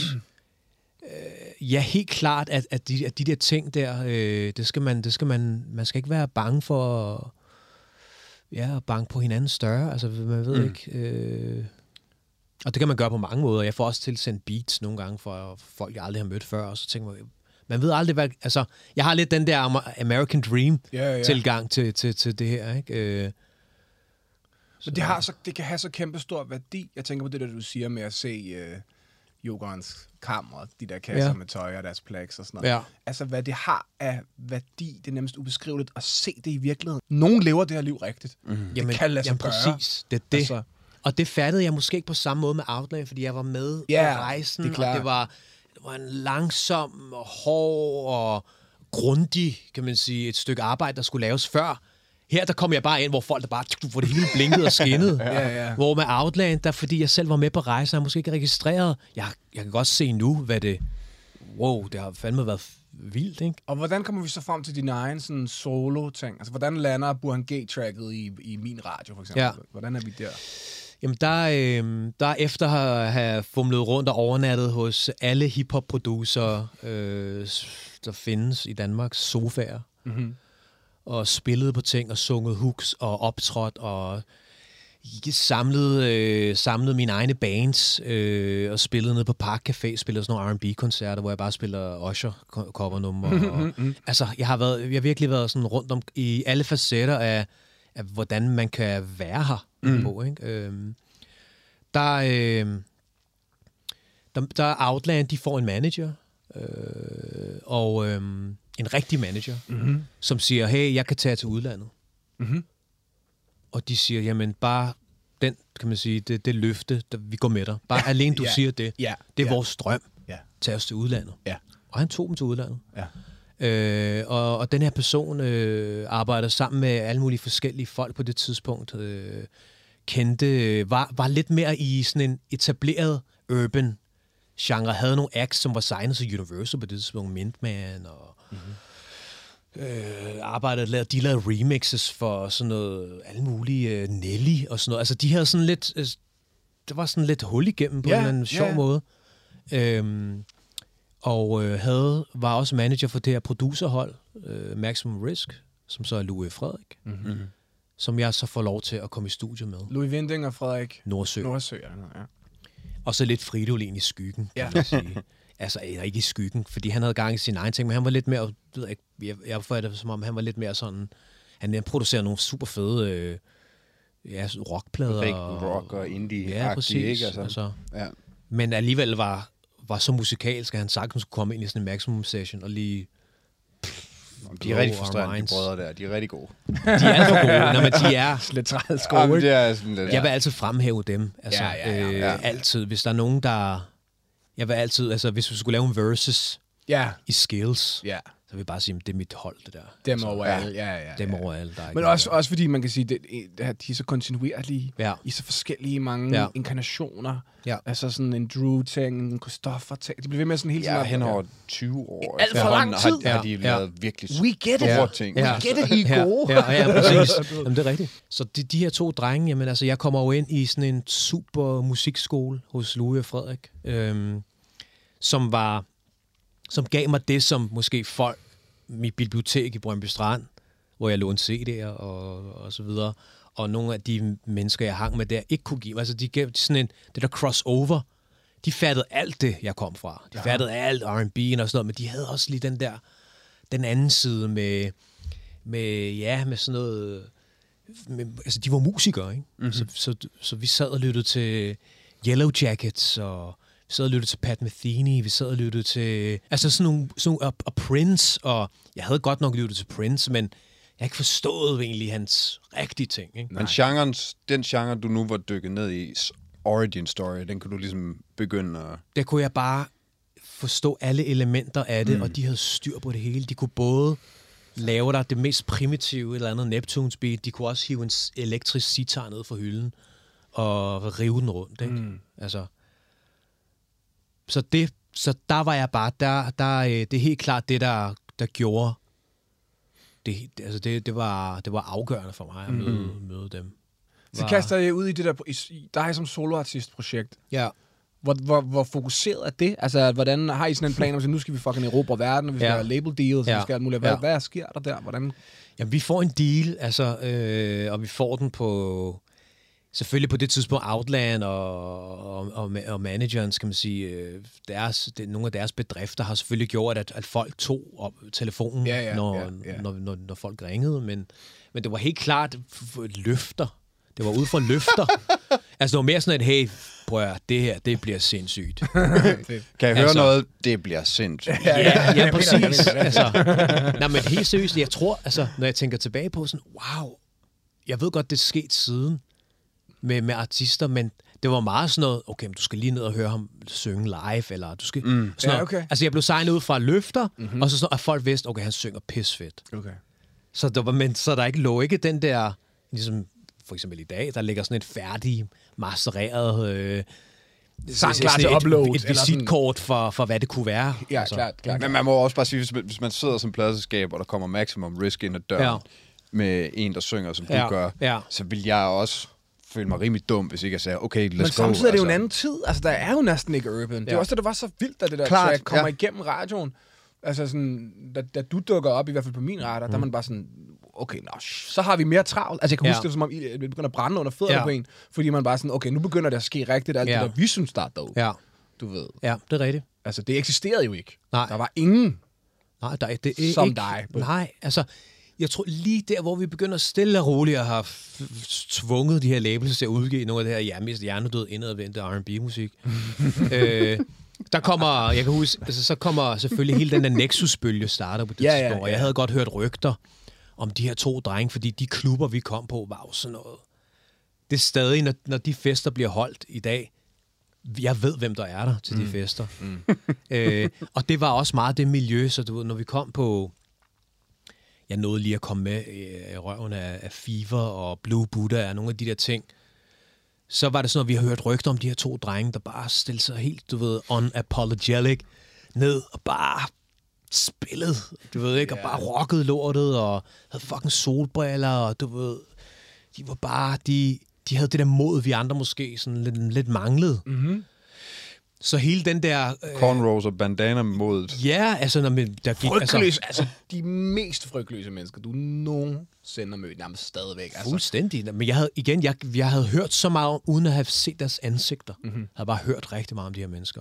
øh, ja, helt klart, at, at, de, at de der ting der, øh, det skal man, det skal man, man skal ikke være bange for, ja, at banke på hinanden større, altså, man ved mm. ikke... Øh, Og det kan man gøre på mange måder. Jeg får også tilsendt beats nogle gange for folk, jeg aldrig har mødt før, og så tænker man, man ved aldrig, hvad... Altså, jeg har lidt den der American Dream-tilgang ja, ja. til, til, til det her, ikke? Øh, Men det, har så, det kan have så kæmpe stor værdi. Jeg tænker på det, der du siger med at se uh, Yogarens kammer, de der kasser Ja. med tøj og deres plags og sådan noget. Ja. Altså, hvad det har af værdi, det er nemmest ubeskriveligt at se det i virkeligheden. Nogen lever det her liv rigtigt. Mm. Det jamen, kan lade sig jamen, gøre. præcis. Det er det. Altså, og det fattede jeg måske ikke på samme måde med Outland, fordi jeg var med Ja, på rejsen, det er klart. og det var, det var en langsom og hård og grundig, kan man sige, et stykke arbejde, der skulle laves før. Her der kom jeg bare ind, hvor folk der bare, du får det hele blinket og skinnet. ja, ja. Hvor med Outland, der fordi jeg selv var med på rejsen, har jeg måske ikke registreret. Jeg, jeg kan godt se nu, hvad det... Wow, det har fandme været vildt, ikke? Og hvordan kommer vi så frem til din egen sådan solo-ting? Altså, hvordan lander Burhan G-tracket i, i min radio, for eksempel? Ja. Hvordan er vi der? Jamen, der, øh, der efter at have fumlet rundt og overnattet hos alle hiphop-producer, øh, der findes i Danmark, sofaer, Mm-hmm. og spillet på ting og sunget hooks og optrådt og samlet, øh, samlet mine egne bands øh, og spillet ned på Park Café, spillet sådan nogle R and B-koncerter, hvor jeg bare spiller Usher-covernummer. Og, altså, jeg har, været, jeg har virkelig været sådan rundt om i alle facetter af, af hvordan man kan være her mm. på, ikke? Øhm, der, øh, der, der er Outland, de får en manager, øh, og øh, en rigtig manager, Mm-hmm. som siger, hey, jeg kan tage til udlandet. Mm-hmm. Og de siger, jamen bare den, kan man sige, det, det løfte, der, vi går med dig. Bare ja, alene du ja, siger det, ja, det er ja. vores drøm. Ja. Tag os til udlandet. Ja. Og han tog dem til udlandet. Ja. Øh, og, og den her person øh, arbejder sammen med alle mulige forskellige folk på det tidspunkt. Øh, kendte, var, var lidt mere i sådan en etableret urban genre. Havde nogle acts, som var signet til Universal på det tidspunkt. Mintman og... Mm-hmm. Øh, arbejdede, de lavede remixes for sådan noget, alle mulige uh, Nelly og sådan noget. Altså, de havde sådan lidt, uh, det var sådan lidt hul igennem på Ja, en eller anden sjov ja. måde. Øhm, og uh, havde, var også manager for det her producerhold, uh, Maximum Risk, som så er Louis Frederik, Mm-hmm. som jeg så får lov til at komme i studiet med. Louis Winding og Frederik Nordsø. Nordsø, ja. Og så lidt Fridolin i skyggen, kan Ja. man sige. Altså, eller ikke i skyggen, fordi han havde gang i sin egen ting, men han var lidt mere, ved jeg, ikke, jeg, jeg opfatter det som om, han var lidt mere sådan, han producerede nogle super fede øh, ja, rockplader. Fake rock og indie-agtige, ja, præcis, ikke? Altså, altså. ja. Men alligevel var, var så musikalsk, at han sagtens skulle komme ind i sådan en maximum session og lige... De er rigtig frustrerende, de brødre der. De er rigtig gode. De er alt for gode, når man de er... Lidt træet Jamen, det er sådan lidt... Jeg vil altid fremhæve dem. Altså, Ja, ja, ja, øh, ja. altid. Hvis der er nogen, der... Jeg vil altid... Altså, hvis vi skulle lave en versus Ja, i skills, ja. så vil jeg bare sige, at det er mit hold, det der. Dem altså, over alle, ja, ja. ja. Dem over alle, der er ikke Men også, også fordi man kan sige, at de er så kontinuerlige ja. i så forskellige mange ja. inkarnationer. Ja. Altså sådan en Drew-ting, en Christopher-ting. De bliver ved med sådan hele tiden. Ja, hen over tyve år. Alt for lang tid. Har, har de lavet ja. virkelig We get store it. ting. Ja. We get it, I er gode. Ja, ja, ja, præcis. Jamen, det er rigtigt. Så de, de her to drenge, jamen altså, jeg kommer jo ind i sådan en super musikskole hos Louis og Frederik, øhm, som var, som gav mig det, som måske folk, mit bibliotek i Brøndby Strand, hvor jeg lånte C D'er og, og så videre, og nogle af de mennesker, jeg hang med der, ikke kunne give mig. Altså, de gav sådan en, det der crossover, de fattede alt det, jeg kom fra. De ja. fattede alt R and B og sådan noget, men de havde også lige den der, den anden side med, med ja, med sådan noget, med, altså, de var musikere, ikke? Mm-hmm. Så, så, så vi sad og lyttede til Yellow Jackets, og vi sad og lyttede til Pat Metheny, vi sad og lyttede til, altså sådan nogle, sådan nogle og, og Prince, og jeg havde godt nok lyttet til Prince, men jeg har ikke forstået egentlig hans rigtige ting, ikke? Men genren, den genre, du nu var dykket ned i, origin story, den kunne du ligesom begynde at... Der kunne jeg bare forstå alle elementer af det, mm. og de havde styr på det hele. De kunne både lave dig det mest primitive, et eller andet Neptunes beat, de kunne også hive en elektrisk sitar ned fra hylden og rive den rundt, ikke? Mm. Altså, så, det, så der var jeg bare, der, der, det er helt klart det, der, der gjorde, det, altså det, det, var, det var afgørende for mig at møde, mm. møde dem. Så kaster jeg ud i det der, der er som soloartist-projekt. Ja. Hvor, hvor, hvor fokuseret er det? Altså, hvordan har I sådan en plan om, at nu skal vi fucking erobre verden, og vi skal ja. have label deals, ja. vi skal alt muligt. Hvad, ja. hvad sker der der? Hvordan? Jamen, vi får en deal, altså, øh, og vi får den på, selvfølgelig på det tidspunkt, Outland og, og, og, og manageren, skal man sige, øh, deres, det, nogle af deres bedrifter har selvfølgelig gjort, at, at folk tog op telefonen, ja, ja, når, ja, ja. Når, når, når folk ringede, men, men det var helt klart løfter. Det var ud fra løfter. Altså, det var mere sådan et, hey, prøv at det her, det bliver sindssygt. Kan jeg høre altså, noget? Det bliver sindssygt. Ja, ja, ja præcis. Altså, nej, men helt seriøst, jeg tror, altså, når jeg tænker tilbage på sådan, wow, jeg ved godt, det er sket siden med, med artister, men det var meget sådan noget, okay, men du skal lige ned og høre ham synge live, eller du skal... Mm. Sådan ja, okay. Altså, jeg blev signet ud fra løfter, mm-hmm. og så sådan, at folk vidste, okay, han synger pisfedt. Okay. Så der var, men så der ikke lå ikke den der, ligesom... For eksempel i dag, der ligger sådan et færdigt, mastereret øh, sang klar til upload. Et, et visitkort for, for, hvad det kunne være. Ja, altså. klart, klart. Men man må også bare sige, hvis man, hvis man sidder som pladselskab, og der kommer maximum risk ind ad døren, ja. med en, der synger, som ja. du gør, ja. så vil jeg også føle mig rimelig dum, hvis ikke jeg sagde, okay, let's go. Men samtidig er det jo altså. en anden tid. Altså, der er jo næsten ikke urban. Ja. Det er også det, der var så vildt, at det der Klart, track kommer ja. igennem radioen. Altså sådan, da, da du dukker op, i hvert fald på min radar, mm. der er man bare sådan, okay, nå, så har vi mere travlt. Altså, jeg kan ja. huske det, som om det begynder at brænde under fødderne ja. på en, fordi man bare sådan, okay, nu begynder det at ske rigtigt, alt ja. det der, vi synes, der er dope. Ja. Du ved. Ja, det er rigtigt. Altså, det eksisterede jo ikke. Nej. Der var ingen, Nej, der, det er som ikke, dig. Nej, altså, jeg tror lige der, hvor vi begynder stille og roligt at have tvunget de her labels til at udgive nogle af det her ja, mest hjernedød indadvendte R and B-musik. øh, Der kommer, jeg kan huske, altså, så kommer selvfølgelig hele den der Nexus-bølge starter på det ja, tidspunkt, ja, ja. og jeg havde godt hørt rygter om de her to drenge, fordi de klubber, vi kom på, var jo sådan noget. Det er stadig, når, når de fester bliver holdt i dag, jeg ved, hvem der er der til mm. de fester. Mm. øh, og det var også meget det miljø, så du ved, når vi kom på, jeg nåede lige at komme med i røven af, af Fever og Blue Buddha og nogle af de der ting, så var det sådan, at vi har hørt rygter om de her to drenge, der bare stillede sig helt, du ved, unapologetic ned og bare spillede, du ved ikke, yeah. og bare rockede lortet og havde fucking solbriller, og du ved, de var bare, de, de havde det der mod, vi andre måske sådan lidt, lidt manglede. Mm-hmm. Så hele den der... Øh, Cornrows og bandana-modet. Ja, altså... Når man, der gik, frygtløs, altså, altså de mest frygtløse mennesker, du nogensinde har mødt, nærmest stadigvæk. Altså. Fuldstændig. Men jeg havde, igen, jeg, jeg havde hørt så meget om, uden at have set deres ansigter. Mm-hmm. Jeg havde bare hørt rigtig meget om de her mennesker.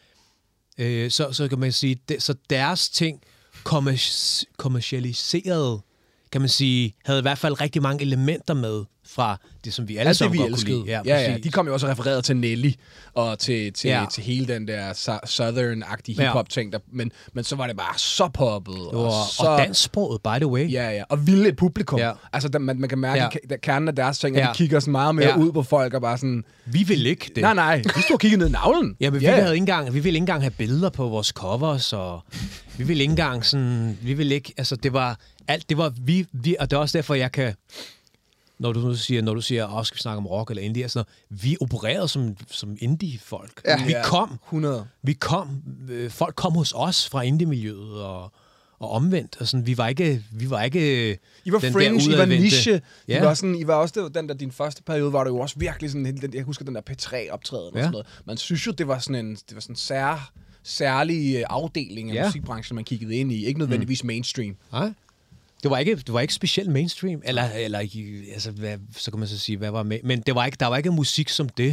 Øh, så, så kan man sige, det, så deres ting kommercialiseret, kan man sige, havde i hvert fald rigtig mange elementer med fra det, som vi alle Alt det, sammen vi godt elskede. kunne lide. Ja, ja, ja, de kom jo også refereret til Nelly, og til, til, ja. til hele den der southern-agtige hiphop-ting, der, men, men så var det bare så poppet. Og, og, så, og dansksproget, by the way. Ja, ja, og vildt et publikum. Ja. Altså, der, man, man kan mærke, Ja. at kernen af deres ting, at Ja. de kigger sådan meget mere Ja. ud på folk, og bare sådan, Vi vil ikke det. nej, nej, vi stod og kiggede ned i navlen. Ja, men vi, Ja. havde ikke engang, vi ville ikke engang have billeder på vores covers, og vi ville ikke engang sådan, vi ville ikke, altså det var, alt det var, vi, vi og det er også derfor, jeg kan, når du nu siger, når du siger, åh, skal vi snakke om rock eller indie, og sådan noget, vi opererede som, som indie-folk. Ja. Vi Ja, kom, hundrede. vi kom, øh, folk kom hos os fra indie-miljøet, og, og omvendt, og sådan, vi var ikke, vi var ikke I var den fringe, der I var udadvendte- niche. I Ja. var sådan, I var også det, var den der din første periode var det jo også virkelig sådan hele den, jeg husker den der P tre optræden Ja. og sådan noget. Man synes jo det var sådan en det var sådan en sær særlig øh, afdeling af Ja. musikbranchen man kiggede ind i, ikke nødvendigvis mainstream. Nej. Det var ikke, det var ikke specielt mainstream, eller, eller altså, hvad, så kan man så sige, hvad var med, men det var ikke, der var ikke musik som det,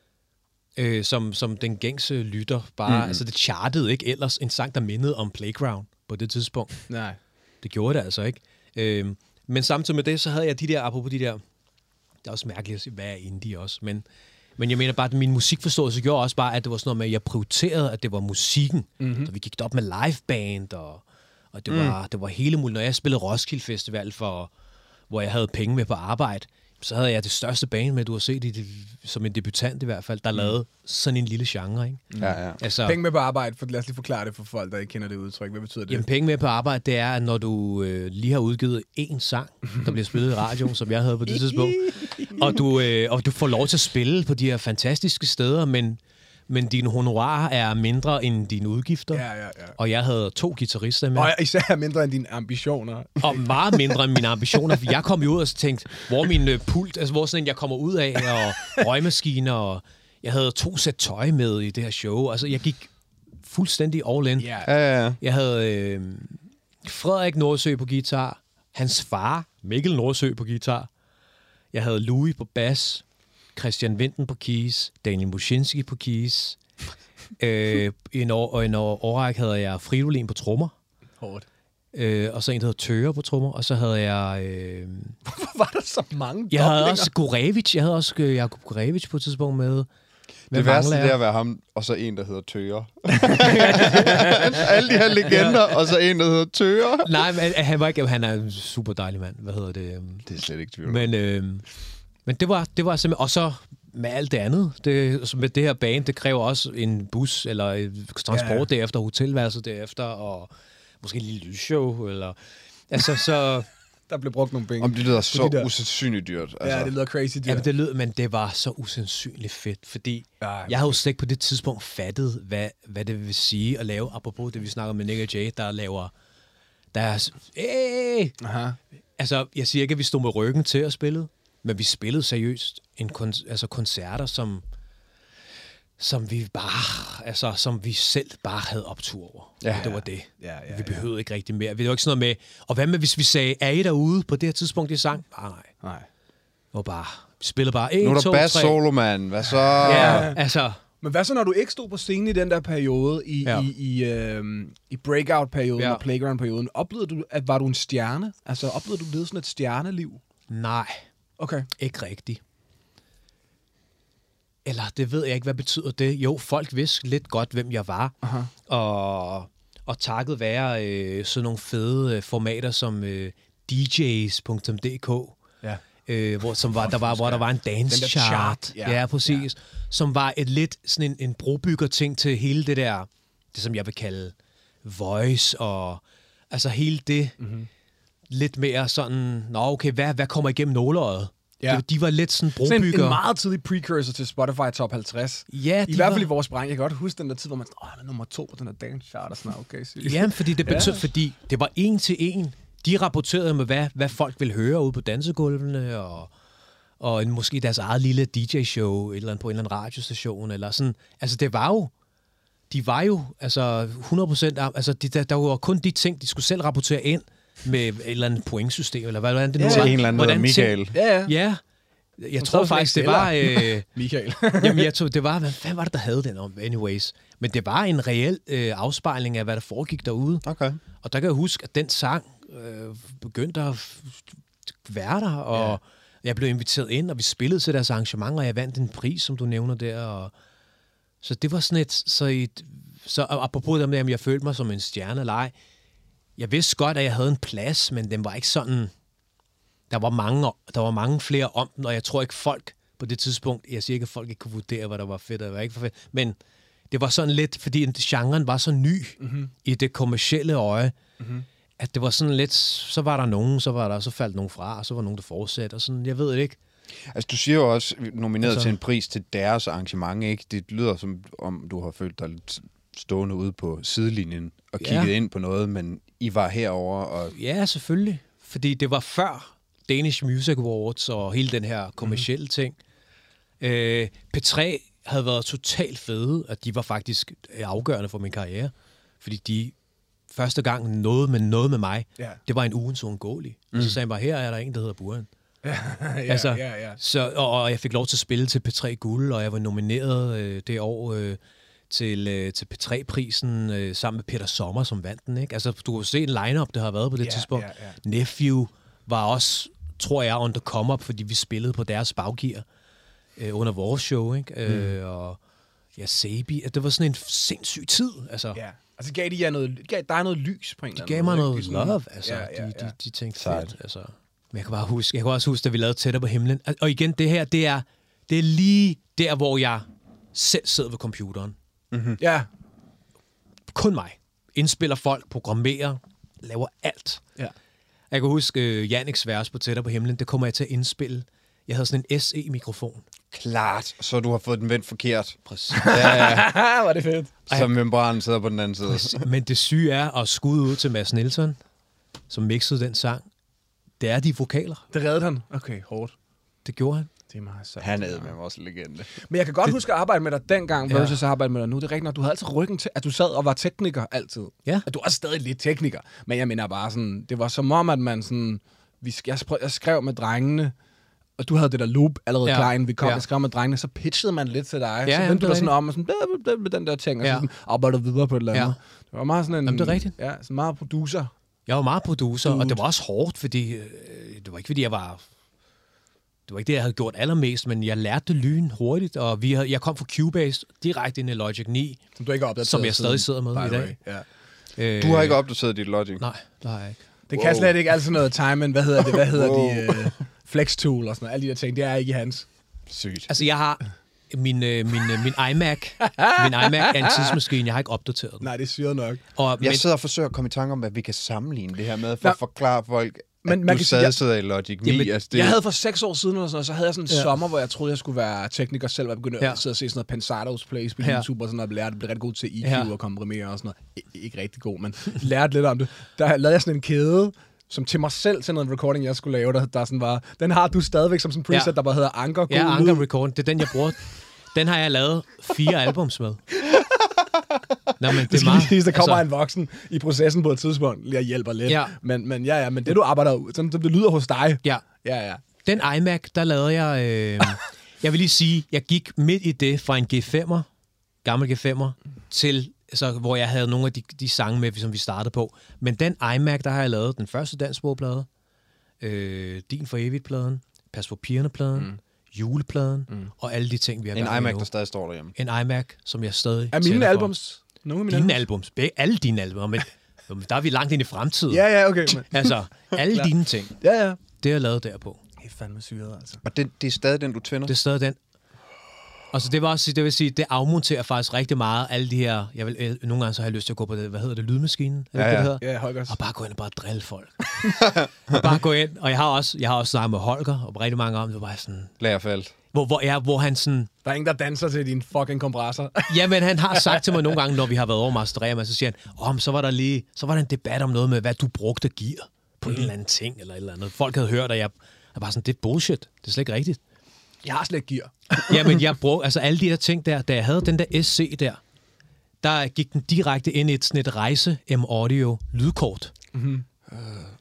øh, som, som den gængse lytter bare, mm. altså det chartede ikke ellers en sang, der mindede om Playground på det tidspunkt. Nej. Det gjorde det altså ikke. Øh, men samtidig med det, så havde jeg de der, apropos de der, det er også mærkeligt at sige, hvad er indie også, men, men jeg mener bare, at min musikforståelse gjorde også bare, at det var sådan noget med, at jeg prioriterede, at det var musikken, mm-hmm. så vi gik op med liveband, og Og det var, mm. det var hele muligt. Når jeg spillede Roskilde Festival, for, hvor jeg havde penge med på arbejde, så havde jeg det største band med, du har set det, som en debutant i hvert fald, der mm. lavede sådan en lille genre. Ikke? Mm. Ja, ja. Altså, Penge med på arbejde, for lad os lige forklare det for folk, der ikke kender det udtryk. Hvad betyder det? Jamen, penge med på arbejde, det er, at når du øh, lige har udgivet én sang, der bliver spillet i radioen, som jeg havde på det tidspunkt, og du, øh, og du får lov til at spille på de her fantastiske steder, men men dine honorarer er mindre end dine udgifter. Ja, ja, ja. Og jeg havde to guitarister med. Og især mindre end dine ambitioner. Og meget mindre end mine ambitioner. For jeg kom jo ud og tænkte, hvor min øh, pult, altså hvor sådan en, jeg kommer ud af, og røgmaskiner, og jeg havde to sæt tøj med i det her show. Altså, jeg gik fuldstændig all in. Ja. Ja, ja. Jeg havde øh, Frederik Nordsø på guitar, hans far, Mikkel Nordsø på guitar. Jeg havde Louis på bas, Christian Vinden på keys, Daniel Muschinski på keys. øh, en år, og en år, årrække havde jeg Fridolin på trommer. Hårdt. Øh, og så en, der hedder Tøre på trommer. Og så havde jeg... Øh, Hvorfor var der så mange jeg havde doblinger? også Gorevic. Jeg havde også øh, Jakub Gorevic på et tidspunkt med. Det værste det er at være ham, og så en, der hedder Tøre. Alle de her legender, og så en, der hedder Tøre. Nej, men han var ikke... Han er en super dejlig mand. Hvad hedder det? Det er slet ikke tvivl. Men, øh, men det var, det var simpelthen... Og så med alt det andet. Det, med det her band, det kræver også en bus, eller et transport ja. derefter, hotelværelset derefter, og måske et lille lysshow, eller... Altså, så... Der blev brugt nogle penge. Om det lyder så de der- usandsynligt dyrt. Altså. Ja, det lyder crazy dyrt. Ja, men det lød, men det var så usandsynligt fedt, fordi Ja, jeg havde jo slet ikke på det tidspunkt fattet, hvad, hvad det vil sige at lave, apropos det, vi snakker med Nick og Jay, der laver, der er, hey! Aha. Altså, jeg siger ikke, at vi stod med ryggen til at spille, men vi spillede seriøst en kon- altså koncerter, som, som vi bare, altså, som vi selv bare havde optur over. Ja, Og det var det. Ja, ja, Vi behøvede ikke rigtig mere. Det var ikke sådan noget med, og hvad med, hvis vi sagde, er I derude på det her tidspunkt, det sang? Nej, nej. Nej. Det var bare, vi spillede bare en, Nu er der to, bass tre. solo, mand. Hvad så? Ja, altså... Men hvad så, når du ikke stod på scenen i den der periode, i, Ja. i, i, øhm, i breakout-perioden Ja. og playground-perioden, oplevede du, at var du en stjerne? Altså, oplevede du levede sådan et stjerneliv? Nej, Okay. ikke rigtigt. Eller det ved jeg ikke, hvad betyder det. Jo, folk vidste lidt godt, hvem jeg var. Aha. Og, og takket være øh, sådan nogle fede øh, formater som øh, D Js punktum d k, Ja. øh, hvor, som var, der var, hvor der var en dance Den der chart. chart, ja. Ja, præcis. Ja. Som var et lidt sådan en, en brobygger-ting til hele det der, det som jeg vil kalde voice, og altså hele det, mm-hmm. lidt mere sådan, nå okay, hvad, hvad kommer igennem nåleøjet? Ja. De, de var lidt sådan Sådan en, brobygger. en meget tidlig precursor til Spotify Top halvtreds. Ja, I de hvert var- fald i vores branche. Jeg kan godt huske den der tid, hvor man sådan, åh, han er nummer to på den der dance chart og sådan noget. Okay, sygt. Ja, fordi det betød, ja. fordi det var en til en. De rapporterede med, hvad, hvad folk ville høre ude på dansegulvene, og, og en, måske deres eget lille D J-show et eller andet, på en eller anden radiostation, eller sådan. Altså, det var jo, de var jo, altså, hundrede procent, altså, de, der, der var kun de ting, de skulle selv rapportere ind med et eller andet pointsystem, eller hvad, hvordan det nu Ja. var. Til en eller anden, der Hvordan hedder ting- Michael. Ja, ja. Ja, jeg Som tror så faktisk, det slet var... ikke Øh, Michael. Jamen, jeg tror, det var... Hvad fanden var det, der havde den om? Anyways. Men det var en reel øh, afspejling af, hvad der foregik derude. Okay. Og der kan jeg huske, at den sang øh, begyndte at f- være der, og, Jeg blev inviteret ind, og vi spillede til deres arrangementer, og jeg vandt en pris, som du nævner der. Og så det var sådan et... Så, et, så apropos det med, om jeg følte mig som en stjerne eller ej, jeg vidste godt, at jeg havde en plads, men den var ikke sådan... Der var mange, der var mange flere om den, og jeg tror ikke folk på det tidspunkt... Jeg siger ikke, at folk ikke kunne vurdere, hvad der var fedt og hvad ikke var fedt, men det var sådan lidt, fordi genren var så ny mm-hmm. i det kommercielle øje, mm-hmm. at det var sådan lidt... Så var der nogen, så var der, så faldt nogen fra, og så var nogen, der fortsatte, og sådan, jeg ved det ikke. Altså, du siger jo også nomineret altså, til en pris til deres arrangement, ikke? Det lyder som om, du har følt dig lidt stående ude på sidelinjen og kigget ja. ind på noget, men I var herover og... Ja, selvfølgelig. Fordi det var før Danish Music Awards og hele den her kommercielle mm. ting. Øh, P tre havde været totalt fede, at de var faktisk afgørende for min karriere. Fordi de første gang nåede med noget med mig, ja. det var en ugens uundgåelig. Mm. Og så sagde jeg bare, her er der en, der hedder Buren. ja, altså, ja, ja. Så, og, og jeg fik lov til at spille til P tre Guld, og jeg var nomineret øh, det år øh, til, øh, til P tre-prisen øh, sammen med Peter Sommer, som vandt den. Ikke? Altså, du kan se en line-up, det har været på det ja, tidspunkt. Ja, ja. Nephew var også, tror jeg, on the come-up, fordi vi spillede på deres baggear øh, under vores show. Ikke? Mm. Øh, og ja, Sebi, det var sådan en sindssyg tid. Altså, ja. Altså gav de jer noget, gav dig noget lys på en eller anden måde? De gav mig noget love, altså. Ja, ja, ja. De, de, de tænkte fedt, altså. Men jeg kan bare huske, jeg kan også huske, da vi lavede Tættere på himlen. Og igen, det her, det er, det er lige der, hvor jeg selv sidder ved computeren. Mm-hmm. Ja. Kun mig. Indspiller folk, programmerer, laver alt. Ja. Jeg kan huske uh, Janniks vers på Tættere på himlen, det kommer jeg til at indspille. Jeg havde sådan en S E-mikrofon. Klart, så du har fået den vendt forkert. Præcis. Ja, ja. Var det fedt. Så membranen sidder på den anden side. Præcis. Men det syge er at skudde ud til Mads Nielsen, som mixede den sang. Det er de vokaler. Det reddede han? Okay, hårdt. Det gjorde han. Det er meget sejt. Han er med også legende. Men jeg kan godt det... huske at arbejde med dig dengang, versus ja. at arbejde med dig nu. Det er rigtigt nok, du havde altid ryggen til, at du sad og var tekniker altid. Ja. At du er stadig lidt tekniker. Men jeg mener bare sådan, det var som om, at man sådan... Vi, jeg, jeg skrev med drengene, og du havde det der loop allerede ja. klar, inden vi kom. Ja. Jeg skrev med drengene, så pitchede man lidt til dig. Ja, så ja, vendte du dig sådan om, og sådan, med den der ting, og så ja. sådan, arbejdede videre på et eller andet. Ja. Det var meget sådan en... Jamen, det er rigtigt. Ja, sådan meget producer. Jeg var meget producer, Dude. og det var også hårdt, fordi øh, det var ikke, fordi jeg var... Det var ikke det, jeg havde gjort allermest, men jeg lærte det lyn hurtigt, og vi havde, jeg kom fra Cubase direkte ind i Logic ni, som, du ikke har som jeg stadig sidder med i dag. Ja. Øh, du har ikke opdateret dit Logic? Nej, det har jeg ikke. Det wow. kan slet ikke altid noget time, men hvad hedder det? Hvad hedder wow. de? Uh, Flex Tool og sådan noget. Alle de der ting, det er ikke i hans. Sygt. Altså, jeg har... Min, øh, min, øh, min iMac min iMac er en tidsmaskine, jeg har ikke opdateret den. Nej, det er syret nok. Og, jeg men, sidder og forsøger at komme i tanke om, hvad vi kan sammenligne det her med, for Nå, at forklare folk, men, at man du stadig jeg, sidder i Logic ni. Jamen, altså, det... Jeg havde for seks år siden, eller sådan, så havde jeg sådan en ja. sommer, hvor jeg troede, jeg skulle være tekniker selv, og jeg begyndte ja. at sidde og se sådan noget Pensados Plays på ja. YouTube, og sådan noget, lærte, blev rigtig god til E Q ja. og komprimere og sådan noget. I, ikke rigtig god, men lærte lidt om det. Der lavede jeg sådan en kæde, som til mig selv til noget recording, jeg skulle lave, der, der sådan var, den har du stadigvæk som sådan en preset, ja. der bare hedder Anker. Ja, Anker Recording, det er den, jeg bruger. Den har jeg lavet fire albums med. Nå, men det, det er meget... Sige, der kommer altså... en voksen i processen på et tidspunkt, lige og hjælper lidt. Ja. Men, men ja, ja, men det du arbejder, sådan det lyder hos dig. Ja. Ja, ja. Den iMac, der lavede jeg... Øh... jeg vil lige sige, jeg gik midt i det fra en G fem'er, gammel G fem'er, til... Så, hvor jeg havde nogle af de, de sange med, som vi startede på. Men den iMac, der har jeg lavet den første dansbogplade, øh, Din for evigt-pladen, Pas på pigerne-pladen, mm. julepladen, mm. og alle de ting, vi har en gang iMac, der stadig står derhjemme. En iMac, som jeg stadig er mine albums? Nogle af mine dine albums? albums. Begge, alle dine albums. Men der er vi langt ind i fremtiden. Ja, ja, okay. Men. Altså, alle dine ting. Ja, ja. Det er jeg lavet derpå. Det er fandme syret, altså. Og det, det er stadig den, du tvinder? Det er stadig den. Og så det, var også, det vil sige, det afmonterer faktisk rigtig meget alle de her... Jeg vil, nogle gange så har jeg lyst til at gå på det, hvad hedder det, lydmaskinen? Ja, ja. Det, det hedder? Ja, Holger. Og bare gå ind og bare drille folk. Bare gå ind, og jeg har også, jeg har også snakket med Holger, og rigtig mange om det, var bare sådan... Lærerfelt. Hvor, hvor, ja, hvor han sådan... Der er ingen, der danser til din fucking kompressor. Ja, men han har sagt til mig nogle gange, når vi har været over masterere, så siger han, åh, oh, så var der lige... Så var der en debat om noget med, hvad du brugte gear på mm. en eller anden ting, eller et eller andet. Folk havde hørt, og jeg er bare sådan, det er bullshit. Det er slet ikke rigtigt. Jeg har slet ikke gear. Ja, men jeg brugte, altså alle de her ting der, da jeg havde den der S C der, der gik den direkte ind i et sådan et Rejse M-Audio lydkort. Mm-hmm. Uh.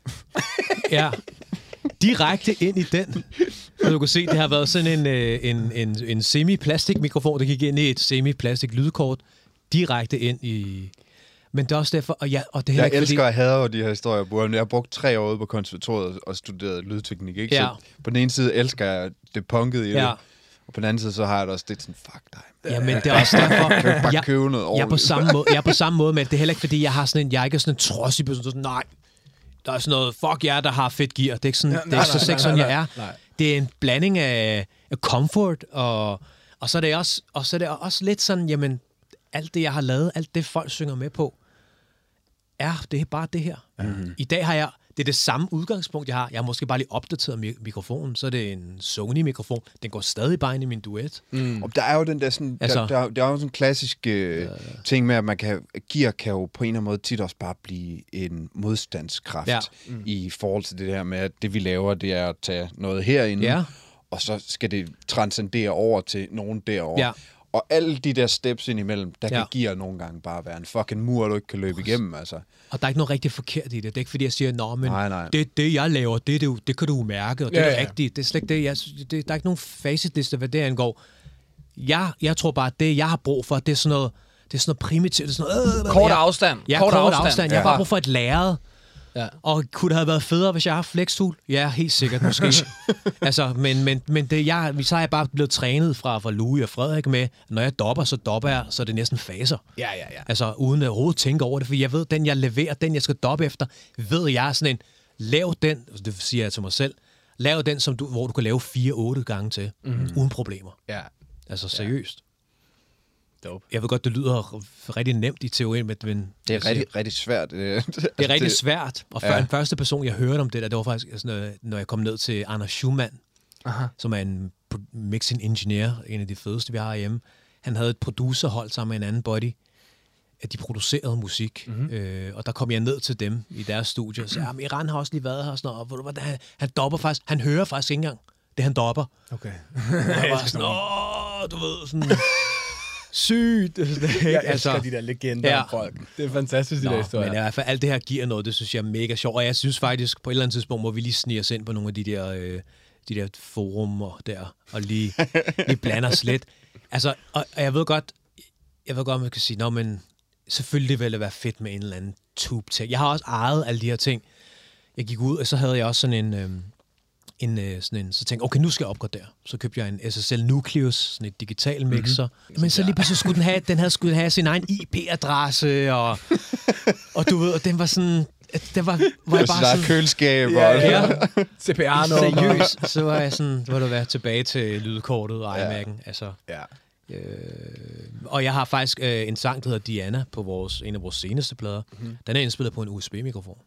Ja, direkte ind i den. Så du kan se, det har været sådan en, en, en, en semi-plastik mikrofon, der gik ind i et semi-plastik lydkort, direkte ind i... Men det er også derfor, og, ja, og det er Jeg ikke, elsker fordi... at have de her historier, Burhan. Jeg har brugt tre år ude på konservatoriet og studeret lydteknik, ikke? Ja. Så på den ene side elsker jeg det punkede i Ja. det, og på den anden side, så har jeg det også lidt sådan, fuck dig. Ja, men det er også derfor, Kan du bare jeg, købe noget jeg, er på ordentligt? samme måde, jeg er på samme måde med, det er heller ikke, fordi jeg har sådan en, jeg er ikke sådan en trodsig person, sådan, nej, der er sådan noget, fuck jer, der har fedt gear. Det er ikke sådan, Ja, det er ikke så sådan, jeg er. nej. Det er en blanding af, af comfort, og, og, så er det også, og så er det også lidt sådan, jamen, alt det, jeg har lavet, alt det, folk synger med på, er det er bare det her. Mm-hmm. I dag har jeg, det er det samme udgangspunkt, jeg har. Jeg har måske bare lige opdateret mik- mikrofonen, så er det en Sony-mikrofon. Den går stadig bare ind i min duet. Mm. Og der er jo den der sådan, Altså- der, der, der er jo sådan en klassisk øh, ja. ting med, at man kan, gear kan jo på en eller anden måde tit også bare blive en modstandskraft Ja. mm. i forhold til det her med, at det vi laver, det er at tage noget herinde, Ja. og så skal det transcendere over til nogen derovre. Ja. Og alle de der steps indimellem, der Ja. kan gear nogle gange bare være en fucking mur, du ikke kan løbe igennem, altså. Og der er ikke noget rigtig forkert i det. Det er ikke, fordi jeg siger, nå, men Nej, nej. Det, det, jeg laver, det, det, det kan du mærke, og det Ja, er det ja. rigtige. Det er slet ikke det. Jeg, det. Der er ikke nogen facitliste, hvad det angår. Jeg, jeg tror bare, at det, jeg har brug for, det er sådan noget, det er sådan noget primitivt. Det er sådan noget, øh, Kort jeg, afstand. Ja, Kort kort, kort afstand. afstand. Jeg har Ja. bare brug for et lærred. Ja. Og kunne det have været federe, hvis jeg har flextool? Ja, helt sikkert måske. altså, men, men, men det, jeg, så er jeg bare blevet trænet fra, fra Louis og Frederik med, at når jeg dopper, så dopper jeg, så er det næsten faser. Ja, ja, ja. Altså, uden at overhovedet tænke over det, for jeg ved, den jeg leverer, den jeg skal doppe efter, ved jeg er sådan en, lav den, det siger jeg til mig selv, lav den, som du, hvor du kan lave fire otte gange til, mm-hmm. uden problemer. Ja. Altså, seriøst. Dope. Jeg ved godt, det lyder rigtig nemt i teorien, men men Det er jeg siger- rigtig, rigtig svært. øh, Det er rigtig svært, og før Ja. den første person, jeg hørte om det der, det var faktisk, sådan, øh, når jeg kom ned til Anders Schumann, Aha. som er en pro- mixing engineer, en af de fedeste, vi har hjemme. Han havde et producerhold sammen med en anden buddy, at de producerede musik, mm-hmm. øh, og der kom jeg ned til dem i deres studie, og sagde, at Iran har også lige været her, og sådan noget, og ved du hvad, han, han dopper faktisk, han hører faktisk ikke engang, det han dopper. Okay. Og jeg var sådan, åh, du ved, sådan sygt. Det, det, ikke? Jeg elsker altså, de der legender ja. om folk. Det er fantastisk, de Nå, der men historier. i hvert fald alt det her giver noget, det synes jeg er mega sjovt, og jeg synes faktisk, på et eller andet tidspunkt, må vi lige snige os ind på nogle af de der, øh, de der forumer der, og lige, lige blande os lidt. Altså, og, og jeg ved godt, jeg ved godt, man kan sige, nå, men selvfølgelig ville det være fedt med en eller anden tube-ting. Jeg har også ejet alle de her ting. Jeg gik ud, og så havde jeg også sådan en, øh, en, øh, sådan en, så tænkte jeg, okay, nu skal jeg opgradere. Så købte jeg en S S L Nucleus, sådan et digital mixer. Mm-hmm. Men så lige pludselig skulle den have, den havde skulle have sin egen I P-adresse, og, og du ved, og den var sådan, den var, var jeg Og så bare der er sådan, køleskab. Ja, og, ja, C P R-nummer. seriøst, så var jeg sådan, hvor du være tilbage til lydkortet og Ja. iMac'en. Altså, Ja. øh, og jeg har faktisk øh, en sang, der hedder Diana, på vores, en af vores seneste plader. Mm-hmm. Den er indspillet på en U S B-mikrofon.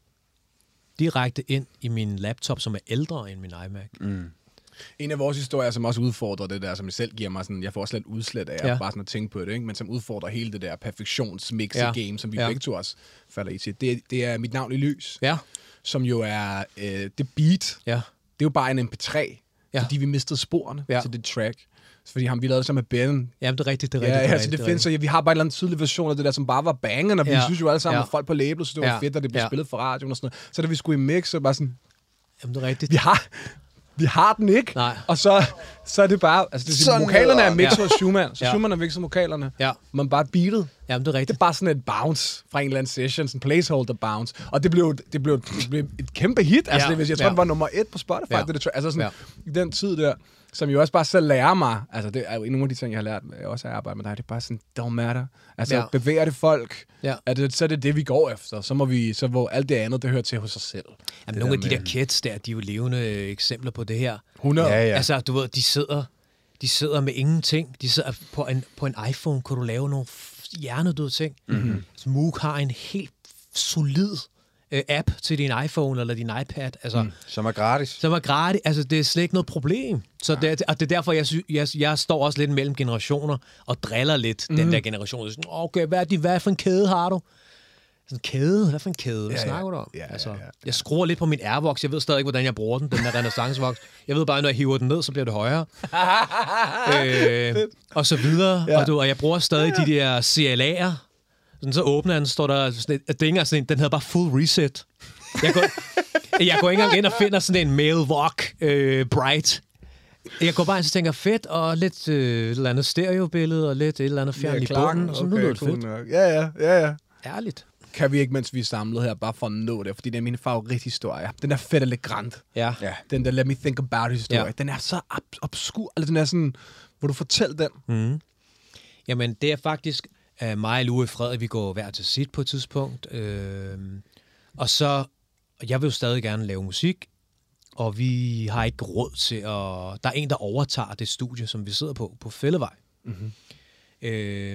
Direkte ind i min laptop, som er ældre end min iMac. Mm. En af vores historier, som også udfordrer det der, som jeg selv giver mig sådan, jeg får også lidt udslæt af, Ja. bare sådan at tænke på det, ikke? Men som udfordrer hele det der perfektionsmix-game, Ja. som vi Ja. begge to også falder i til. Det, det er Mit Navn i Lys, Ja, som jo er øh, det beat. ja, Det er jo bare en M P tre, Ja. fordi vi mistede sporene Ja. til det track. Fordi ham, vi lavede det sammen med Ben. jamen det er rigtigt, det er Ja, rigtigt. ja, er så rigtigt, det er findes, så ja, vi har bare en eller anden tydelig version af det der, som bare var banger, og vi Ja. synes jo alle sammen, Ja. at folk på label, så det var Ja. fedt, at det blev Ja. spillet for radioen og sådan noget. Så da vi skulle i mix, så bare sådan, Jamen det er rigtigt. vi har, vi har den ikke. Nej. Og så, så er det bare, altså det er Sådan vokalerne er hedder- mixet Ja. hos Schumann, så Ja. Schumann har mixet vokalerne, Ja. men bare beatet. Jamen det er Det rigtigt. er bare sådan et bounce fra en eller anden session, sådan en placeholder bounce. Og det blev, det blev, det blev et kæmpe hit. Altså, Ja. det vil sige, jeg tror, Ja. det var nummer et på Spotify. Ja. Det, det, altså sådan, Ja. i den tid der, som jo også bare selv lærer mig. Altså, det er jo nogle af de ting, jeg har lært, jeg også har arbejdet med dig. Det er bare sådan, don't matter. Altså, Ja. ja. bevæger det folk, Ja. er det, så er det det, vi går efter. Så må vi, så hvor alt det andet, det hører til hos sig selv. Jamen, Det nogle af der de der med- kids der, de er jo levende øh, eksempler på det her. hundrede. Ja, ja. Altså, du ved, de sidder, de sidder med ingenting. De sidder på en, på en iPhone, kunne du lave nogle f- hjernedøde ting. Mm-hmm. Altså, Moog har en helt solid øh, app til din iPhone eller din iPad, altså, mm. Som er gratis. som er gratis. Altså, det er slet ikke noget problem. Så det, og det er derfor, jeg, sy- jeg, jeg står også lidt mellem generationer og driller lidt mm. den der generation. Sådan, okay, hvad, er de, hvad for en kæde har du? Sådan en kæde? Hvad for en kæde? Hvad Ja, ja. snakker du om? Ja, ja, altså, ja, ja. Jeg skruer lidt på min Airvox. Jeg ved stadig ikke, hvordan jeg bruger den, den der Renaissance-vox. Jeg ved bare, når jeg hiver den ned, så bliver det højere. øh, og så videre. Ja. Og, du, og jeg bruger stadig de der C L A'er. Sådan, så åbner den, står der sådan et, det er ikke engang sådan en, den hedder bare full reset. Jeg går, jeg går ikke engang ind og finder sådan en male rock øh, bright. Jeg går bare ind og tænker fedt, og lidt øh, et eller andet stereobillede, og lidt et eller andet fjern i bunden, og så nu lyder det fedt. Nok. Ja, ja, ja, ja. Ærligt. kan vi ikke, mens vi er samlet her, bare for at nå det, fordi det er min favorithistorie. Den der Fedde Legrand. Ja. Ja. Den der Let Me Think About historie. Ja. Den er så ob- obskur. Altså, den er sådan, hvor du fortæller den. Mm. Jamen, det er faktisk uh, mig og Louis Frederik, vi går hver til sit på et tidspunkt. Øh, og så, jeg vil jo stadig gerne lave musik, og vi har ikke råd til at... Der er en, der overtager det studie, som vi sidder på, på Fællevej. Mm-hmm. Øh,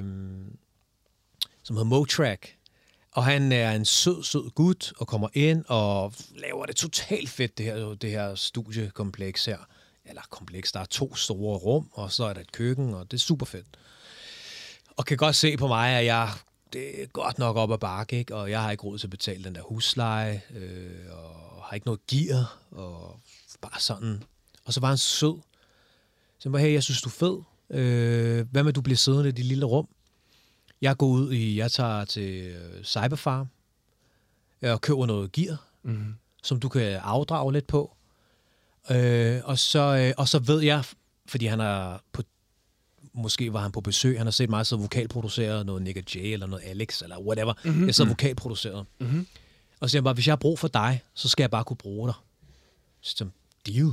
som hedder Motrack. Og han er en sød, sød gut, og kommer ind og laver det totalt fedt, det her, det her studiekompleks her. Eller kompleks, der er to store rum, og så er der et køkken, og det er super fedt. Og kan godt se på mig, at jeg, det er godt nok op ad bakke, ikke? Og jeg har ikke råd til at betale den der husleje, øh, og har ikke noget gear, og bare sådan. Og så var han sød. Så jeg var, hey, jeg synes, du er fed. Øh, hvad med, du bliver siddende i det lille rum? Jeg går ud i, jeg tager til Cyberfarm, og køber noget gear, mm. som du kan afdrage lidt på. Øh, og, så, øh, og så ved jeg, fordi han er på, måske var han på besøg, han har set mig sidde vokalproduceret, noget Nick og Jay, eller noget Alex, eller whatever. Mm-hmm. Jeg sidder vokalproduceret. Mm-hmm. Og så siger jeg bare, hvis jeg har brug for dig, så skal jeg bare kunne bruge dig. Så deal.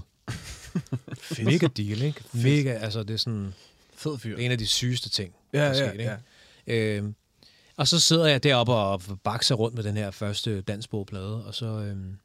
Mega deal, ikke? Mega, altså det er sådan... Fed fyr. Det er en af de sygeste ting. Ja, måske, ja, ikke? ja. Øhm, og så sidder jeg deroppe og bakser rundt med den her første dansbogplade, og så... Øhm,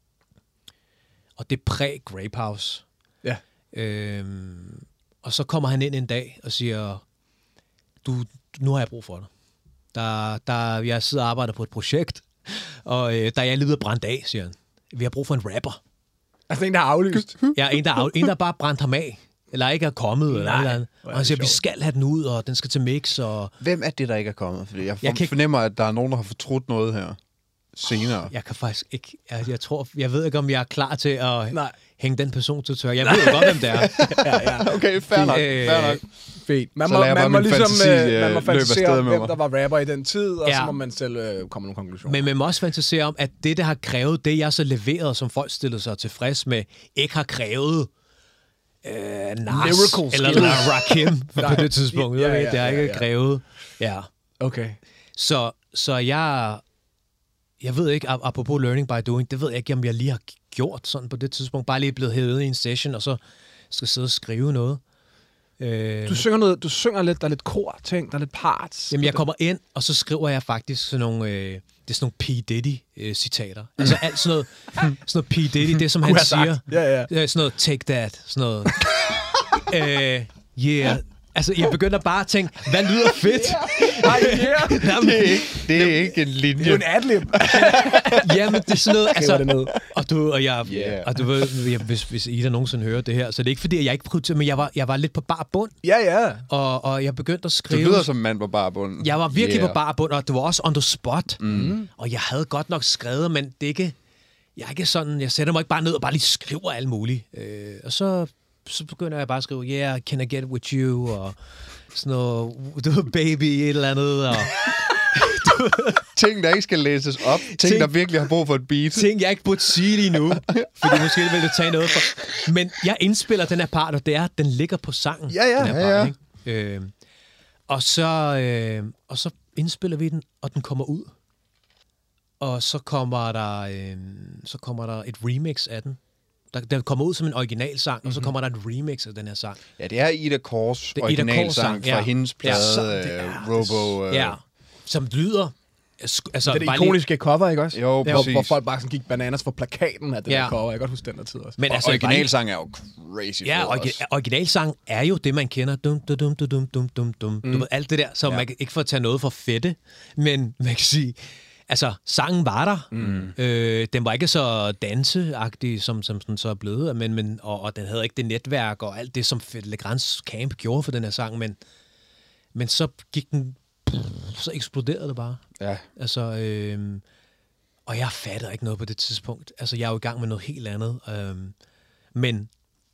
og det er præ-Grape House. Ja. Øhm, og så kommer han ind en dag og siger, du, nu har jeg brug for dig. Der, der, jeg sidder og arbejder på et projekt, og øh, der er jeg lige ved at brænde af, siger han. Vi har brug for en rapper. Altså en, der har aflyst. Ja, en, der, af, en, der bare brændt ham af. Eller ikke er kommet, eller Nej, eller andet. Og han siger, vi skal have den ud, og den skal til mix, og... Hvem er det, der ikke er kommet? Fordi jeg, Jeg kan fornemmer, at der er nogen, der har fortrudt noget her senere. Jeg kan faktisk ikke... Jeg, jeg tror... Jeg ved ikke, om jeg er klar til at Nej. hænge den person til tør. Jeg ved jo godt, hvem det er. ja, ja. Okay, fair nok. Øh, Fair nok. Fint. Man Så må, lader jeg man bare må min ligesom fantasi, øh, man må øh, løbe afsted fantasere om, med hvem mig. der var rapper i den tid, og Ja. så må man selv øh, komme med nogle konklusioner. Men man må også fantasere om, at det, der har krævet, det jeg så leveret, som folk stillede sig tilfreds med, ikke har krævet øh, Nas Lyrical eller skills. Rakim på Nej. det tidspunkt. Ja, Ja, ja, ja, det har ja, ikke ja. krævet... Ja. Okay. Så, så jeg... Jeg ved ikke, apropos learning by doing, det ved jeg ikke, om jeg lige har gjort sådan på det tidspunkt. Bare lige blevet hævet i en session, og så skal sidde og skrive noget. Øh, Du synger noget, du synger lidt, der er lidt kor-ting, der er lidt parts. Jamen, jeg kommer ind, og så skriver jeg faktisk sådan nogle... Øh, det er sådan nogle P. Diddy-citater. Øh, altså alt sådan noget, sådan noget P. Diddy, det som han siger. Ja, ja. Øh, sådan noget, take that, sådan noget. øh, yeah. Altså, jeg begynder bare at tænke, hvad lyder fedt? Nej, yeah. Jamen, Det er ikke, det er ikke en linje. Det er jo en adlib. Jamen, det er sådan noget... Skriver det ned. Altså, og du, og jeg, Yeah. og du ved, jeg, hvis, hvis Ida nogensinde hører det her, så det er ikke fordi, at jeg ikke prioriterer, men jeg var, jeg var lidt på bar bund, Ja, ja. og, og jeg begyndte at Du skrive... lyder som en mand på barbunden. Jeg var virkelig Yeah. på bar bund, og det var også on the spot. Mm. Og jeg havde godt nok skrevet, men det er ikke... Jeg er ikke sådan... Jeg sætter mig ikke bare ned og bare lige skriver alt muligt. Øh, og så, så begynder jeg bare at skrive, yeah, can I get with you? Og sådan noget, du ved, baby, et eller andet. Og Ting, der ikke skal læses op. Ting, Ting- der virkelig har brug for et beat. ting, jeg ikke burde sige lige nu. Fordi måske vil det tage noget for... Men jeg indspiller den her part, og det er, at den ligger på sangen. Ja, ja. Den her Ja, part, ja. ikke? Øh, og, så, øh, og så indspiller vi den, og den kommer ud. Og så kommer der, øh, så kommer der et remix af den. Der, den kommer ud som en originalsang, mm-hmm. og så kommer der et remix af den her sang. Ja, det er Ida Kors Det er Ida Kors originalsang sang, fra ja. hendes Ja, plade, så- ja, det er- Robo. Øh, Ja, som lyder... Altså, Det er det bare lige- ikoniske cover, ikke også? Jo, Hvor, præcis. hvor folk bare sådan gik bananas for plakaten af det Ja. der cover. Jeg kan godt huske den der tid også. Men Og altså, bare lige- originalsang er jo crazy Ja, fed orgi- også. originalsang er jo det, man kender. Dum, dum, dum, dum, dum, dum, dum, dum. Mm. Du ved, alt det der, så Ja. man kan ikke få tage noget for fedte, men man kan sige, altså, sangen var der. Mm. Øh, den var ikke så danseagtig, som, som den så er blevet, men, men, og, og den havde ikke det netværk og alt det, som Fedde Legrand's Camp gjorde for den her sang, men, men så gik den, så eksploderede det bare. Ja. Altså, øh, og jeg fatter ikke noget på det tidspunkt. Altså, jeg er jo i gang med noget helt andet. Øh, men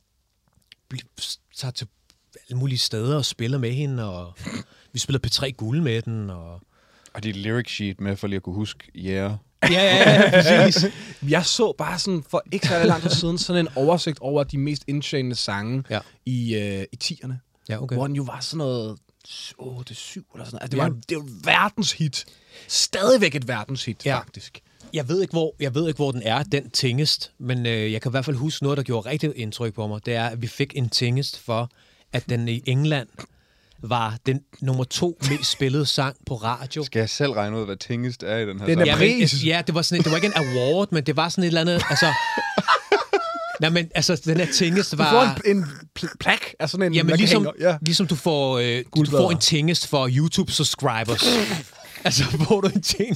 bl- tager til alle mulige steder og spiller med hende, og vi spiller P tre Guld med den, og... Og dit lyric sheet med, for lige at kunne huske, yeah. Ja, ja, ja, præcis. Jeg så bare sådan for ikke så lang tid siden sådan en oversigt over de mest indtjenende sange Ja. i, øh, i tierne. Ja, okay. Hvor den jo var sådan noget otte syv eller sådan noget. Altså, det, var, ja. det er jo et verdenshit. Stadigvæk et verdenshit, ja. faktisk. Jeg ved ikke, hvor, jeg ved ikke, hvor den er, den tingest, men øh, jeg kan i hvert fald huske noget, der gjorde rigtig indtryk på mig. Det er, at vi fik en tingest for, at den i England var den nummer to mest spillede sang på radio. Skal jeg selv regne ud, hvad tingest er i den her den sang? Er pris. Ja, det var sådan et, det var ikke en award, men det var sådan et eller andet, altså... Nej, men altså, den her tingest var... Du får en, en pl- plak af sådan en... Jamen, ligesom, ja. ligesom du får, øh, du får en tingest for YouTube-subscribers. Altså, får du en ting.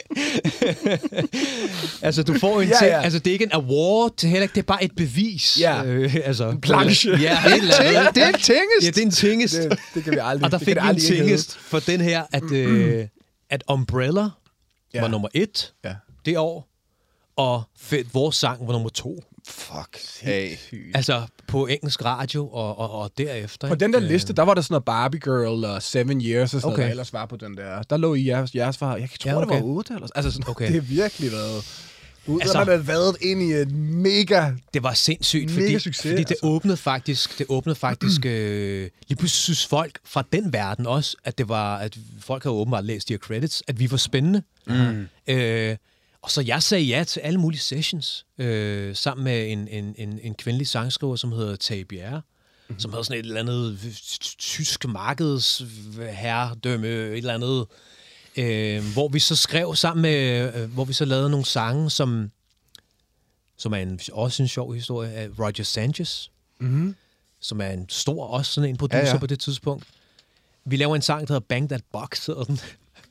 Altså, du får en ja, ting. ja. Altså, det er ikke en award, det er heller ikke, det er bare et bevis. Ja. Øh, altså, en planche. Ja, det, er, det er en tingest. Ja, det er en tingest. Det, det kan vi aldrig. Og der det fik vi en tingest hedde. for den her, at, øh, at Umbrella ja. var nummer et ja. det år, og fedt, vores sang var nummer to. Fuck. Hey. Altså, på engelsk radio og, og, og derefter. På ikke? den der liste, der var der sådan noget Barbie Girl og Seven Years og sådan Okay. noget, der ellers var på den der. Der lå I jeres, jeres var, jeg tror, Ja, okay. det var otte eller sådan. Altså, sådan, Okay. det har virkelig været... Ud, Altså- altså, man har været ind i et mega... Det var sindssygt, Mega fordi, succes, fordi det altså. åbnede faktisk, det åbnede faktisk øh, lige pludselig synes folk fra den verden også, at det var, at folk havde åbenbart læst de her credits, at vi var spændende. Mm. Øh, og så jeg sagde ja til alle mulige sessions, øh, sammen med en, en, en, en kvindelig sangskriver, som hedder Tage Bjerre, mm-hmm. som havde sådan et eller andet tysk markedsherredømme, et eller andet, øh, hvor vi så skrev sammen med, øh, hvor vi så lavede nogle sange, som som er en, også en sjov historie, af Roger Sanchez, Mm-hmm. som er en stor, også sådan en producer Ja, ja. på det tidspunkt. Vi laver en sang, der hedder Bang That Box, hedder den.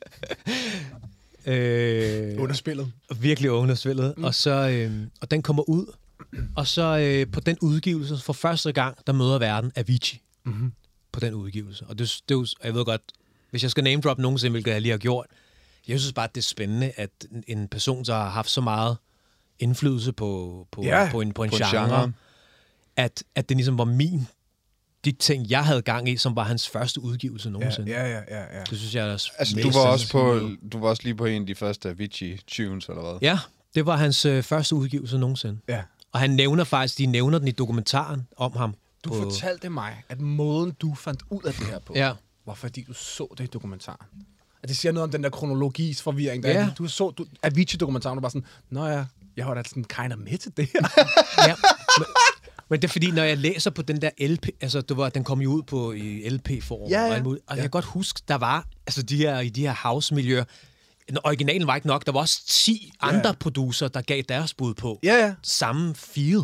øh, Underspillet. virkelig underspillet. Mm. Og, så, øh, og den kommer ud, og så øh, på den udgivelse, for første gang, der møder verden Avicii. Mm-hmm. På den udgivelse. Og det, det er jo, jeg ved godt, hvis jeg skal name drop nogensinde, hvilket jeg lige har gjort, jeg synes bare, at det er spændende, at en person, der har haft så meget indflydelse på, på, Ja, på en, på en på en genre, genre. At, at det ligesom var min, de ting, jeg havde gang i, som var hans første udgivelse nogensinde. Ja, ja, ja, ja. Det synes jeg er Altså, mest du var, også sensationelt. på, du var også lige på en af de første Avicii-tunes, eller hvad? Ja, det var hans øh, første udgivelse nogensinde. ja. Og han nævner faktisk, de nævner den i dokumentaren om ham. Du på, fortalte mig, at måden, du fandt ud af det her på, Ja. var fordi du så det i dokumentaren. At det siger noget om den der kronologis forvirring. Der. Ja. Du så du, Avicii-dokumentaren, og du var sådan, nå ja, jeg var da sådan kind of med til det her. Ja. Men, men det er fordi, når jeg læser på den der L P, altså det var, den kom jo ud på i L P-form, Ja, ja. og, alt muligt, og Ja. jeg kan godt huske, der var altså de her, i de her house-miljøer, originalen var ikke nok, der var også ti Ja. andre producer, der gav deres bud på ja, ja. samme feel.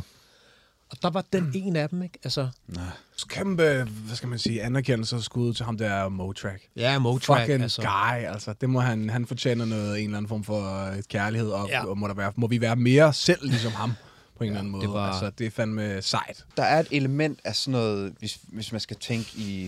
Og der var den en af dem, ikke? Altså, Så kæmpe, hvad skal man sige, anerkendelse og skud til ham der Motrack. ja, Motrack, Fucking altså. guy, altså. Det må han, han fortjener noget, en eller anden form for øh, kærlighed, og, Ja. og må, der være, må vi være mere selv ligesom ham, på en eller anden måde. det var- Altså, det er fandme sejt. Der er et element af sådan noget, hvis, hvis man skal tænke i,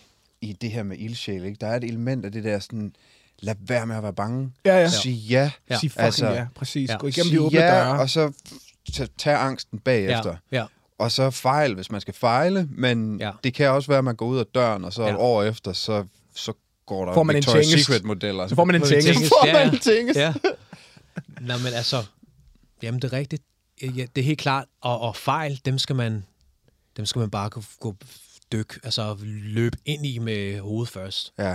i det her med ildsjæl, ikke? Der er et element af det der sådan, lad være med at være bange. Ja, ja. Sig ja. Ja. Sig fucking Altså, ja, præcis. ja. Gå igennem Sig de åbne ja, døre. og så t- tag angsten bagefter. Ja, ja. Og så fejl, hvis man skal fejle, men Ja. det kan også være, at man går ud af døren, og så Ja. et år efter, så, så går der Får man en Victoria's tingest. Secret-modeller. Så får man en tingest. tingest. Så får Ja, man ja. en tingest. Ja. Nå, men altså, jamen det er rigtigt. Ja, det er helt klart, og, og fejl, dem skal man, dem skal man bare gå, gå dyk, altså løbe ind i med hovedet først. Ja.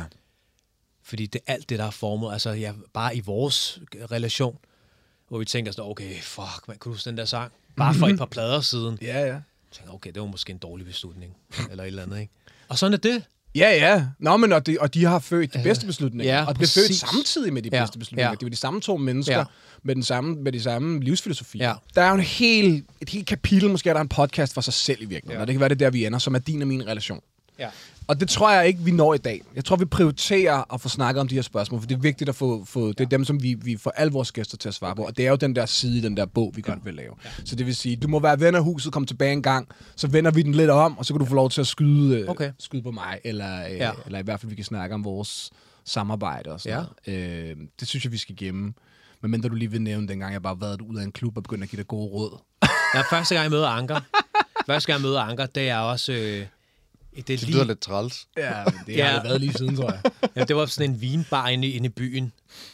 Fordi det er alt det, der er formet, altså ja, bare i vores relation, hvor vi tænker sådan, okay, fuck, man kunne huske den der sang? Bare for et par plader siden. Ja, ja. Jeg tænker, okay, det var måske en dårlig beslutning, eller et eller andet, ikke? Og sådan er det. Ja, ja. Nå, men og de, og de har født de bedste beslutninger. ja, og det blev født præcis. samtidig med de Ja, bedste beslutninger. ja. Det var de samme to mennesker Ja. med, den samme, med de samme livsfilosofi. Ja. Der er jo en hel, et helt kapitel, måske er der en podcast for sig selv i virkeligheden. Ja. Og det kan være det der, vi ender, som er din og min relation. Ja. Og det tror jeg ikke, vi når i dag. Jeg tror, vi prioriterer at få snakket om de her spørgsmål, for det er vigtigt at få... få det er dem, som vi, vi får alle vores gæster til at svare på. Og det er jo den der side, den der bog, vi godt vil lave. Så det vil sige, du må være ven af huset, komme tilbage en gang, så vender vi den lidt om, og så kan du få lov til at skyde, øh, Okay. skyde på mig, eller, øh, Ja. eller i hvert fald, vi kan snakke om vores samarbejde og sådan Ja. noget. Øh, det synes jeg, vi skal gemme. Men mindre du lige vil nævne, dengang jeg bare været ud af en klub og begyndte at give dig gode råd. Ja, første gang jeg møder Anker, første gang jeg møder Anker, det er også... Øh, det, er Det lige, lyder lidt træls. Ja, men det har Ja. det været lige siden, tror jeg. ja, det var sådan en vinbar inde, i- inde i byen.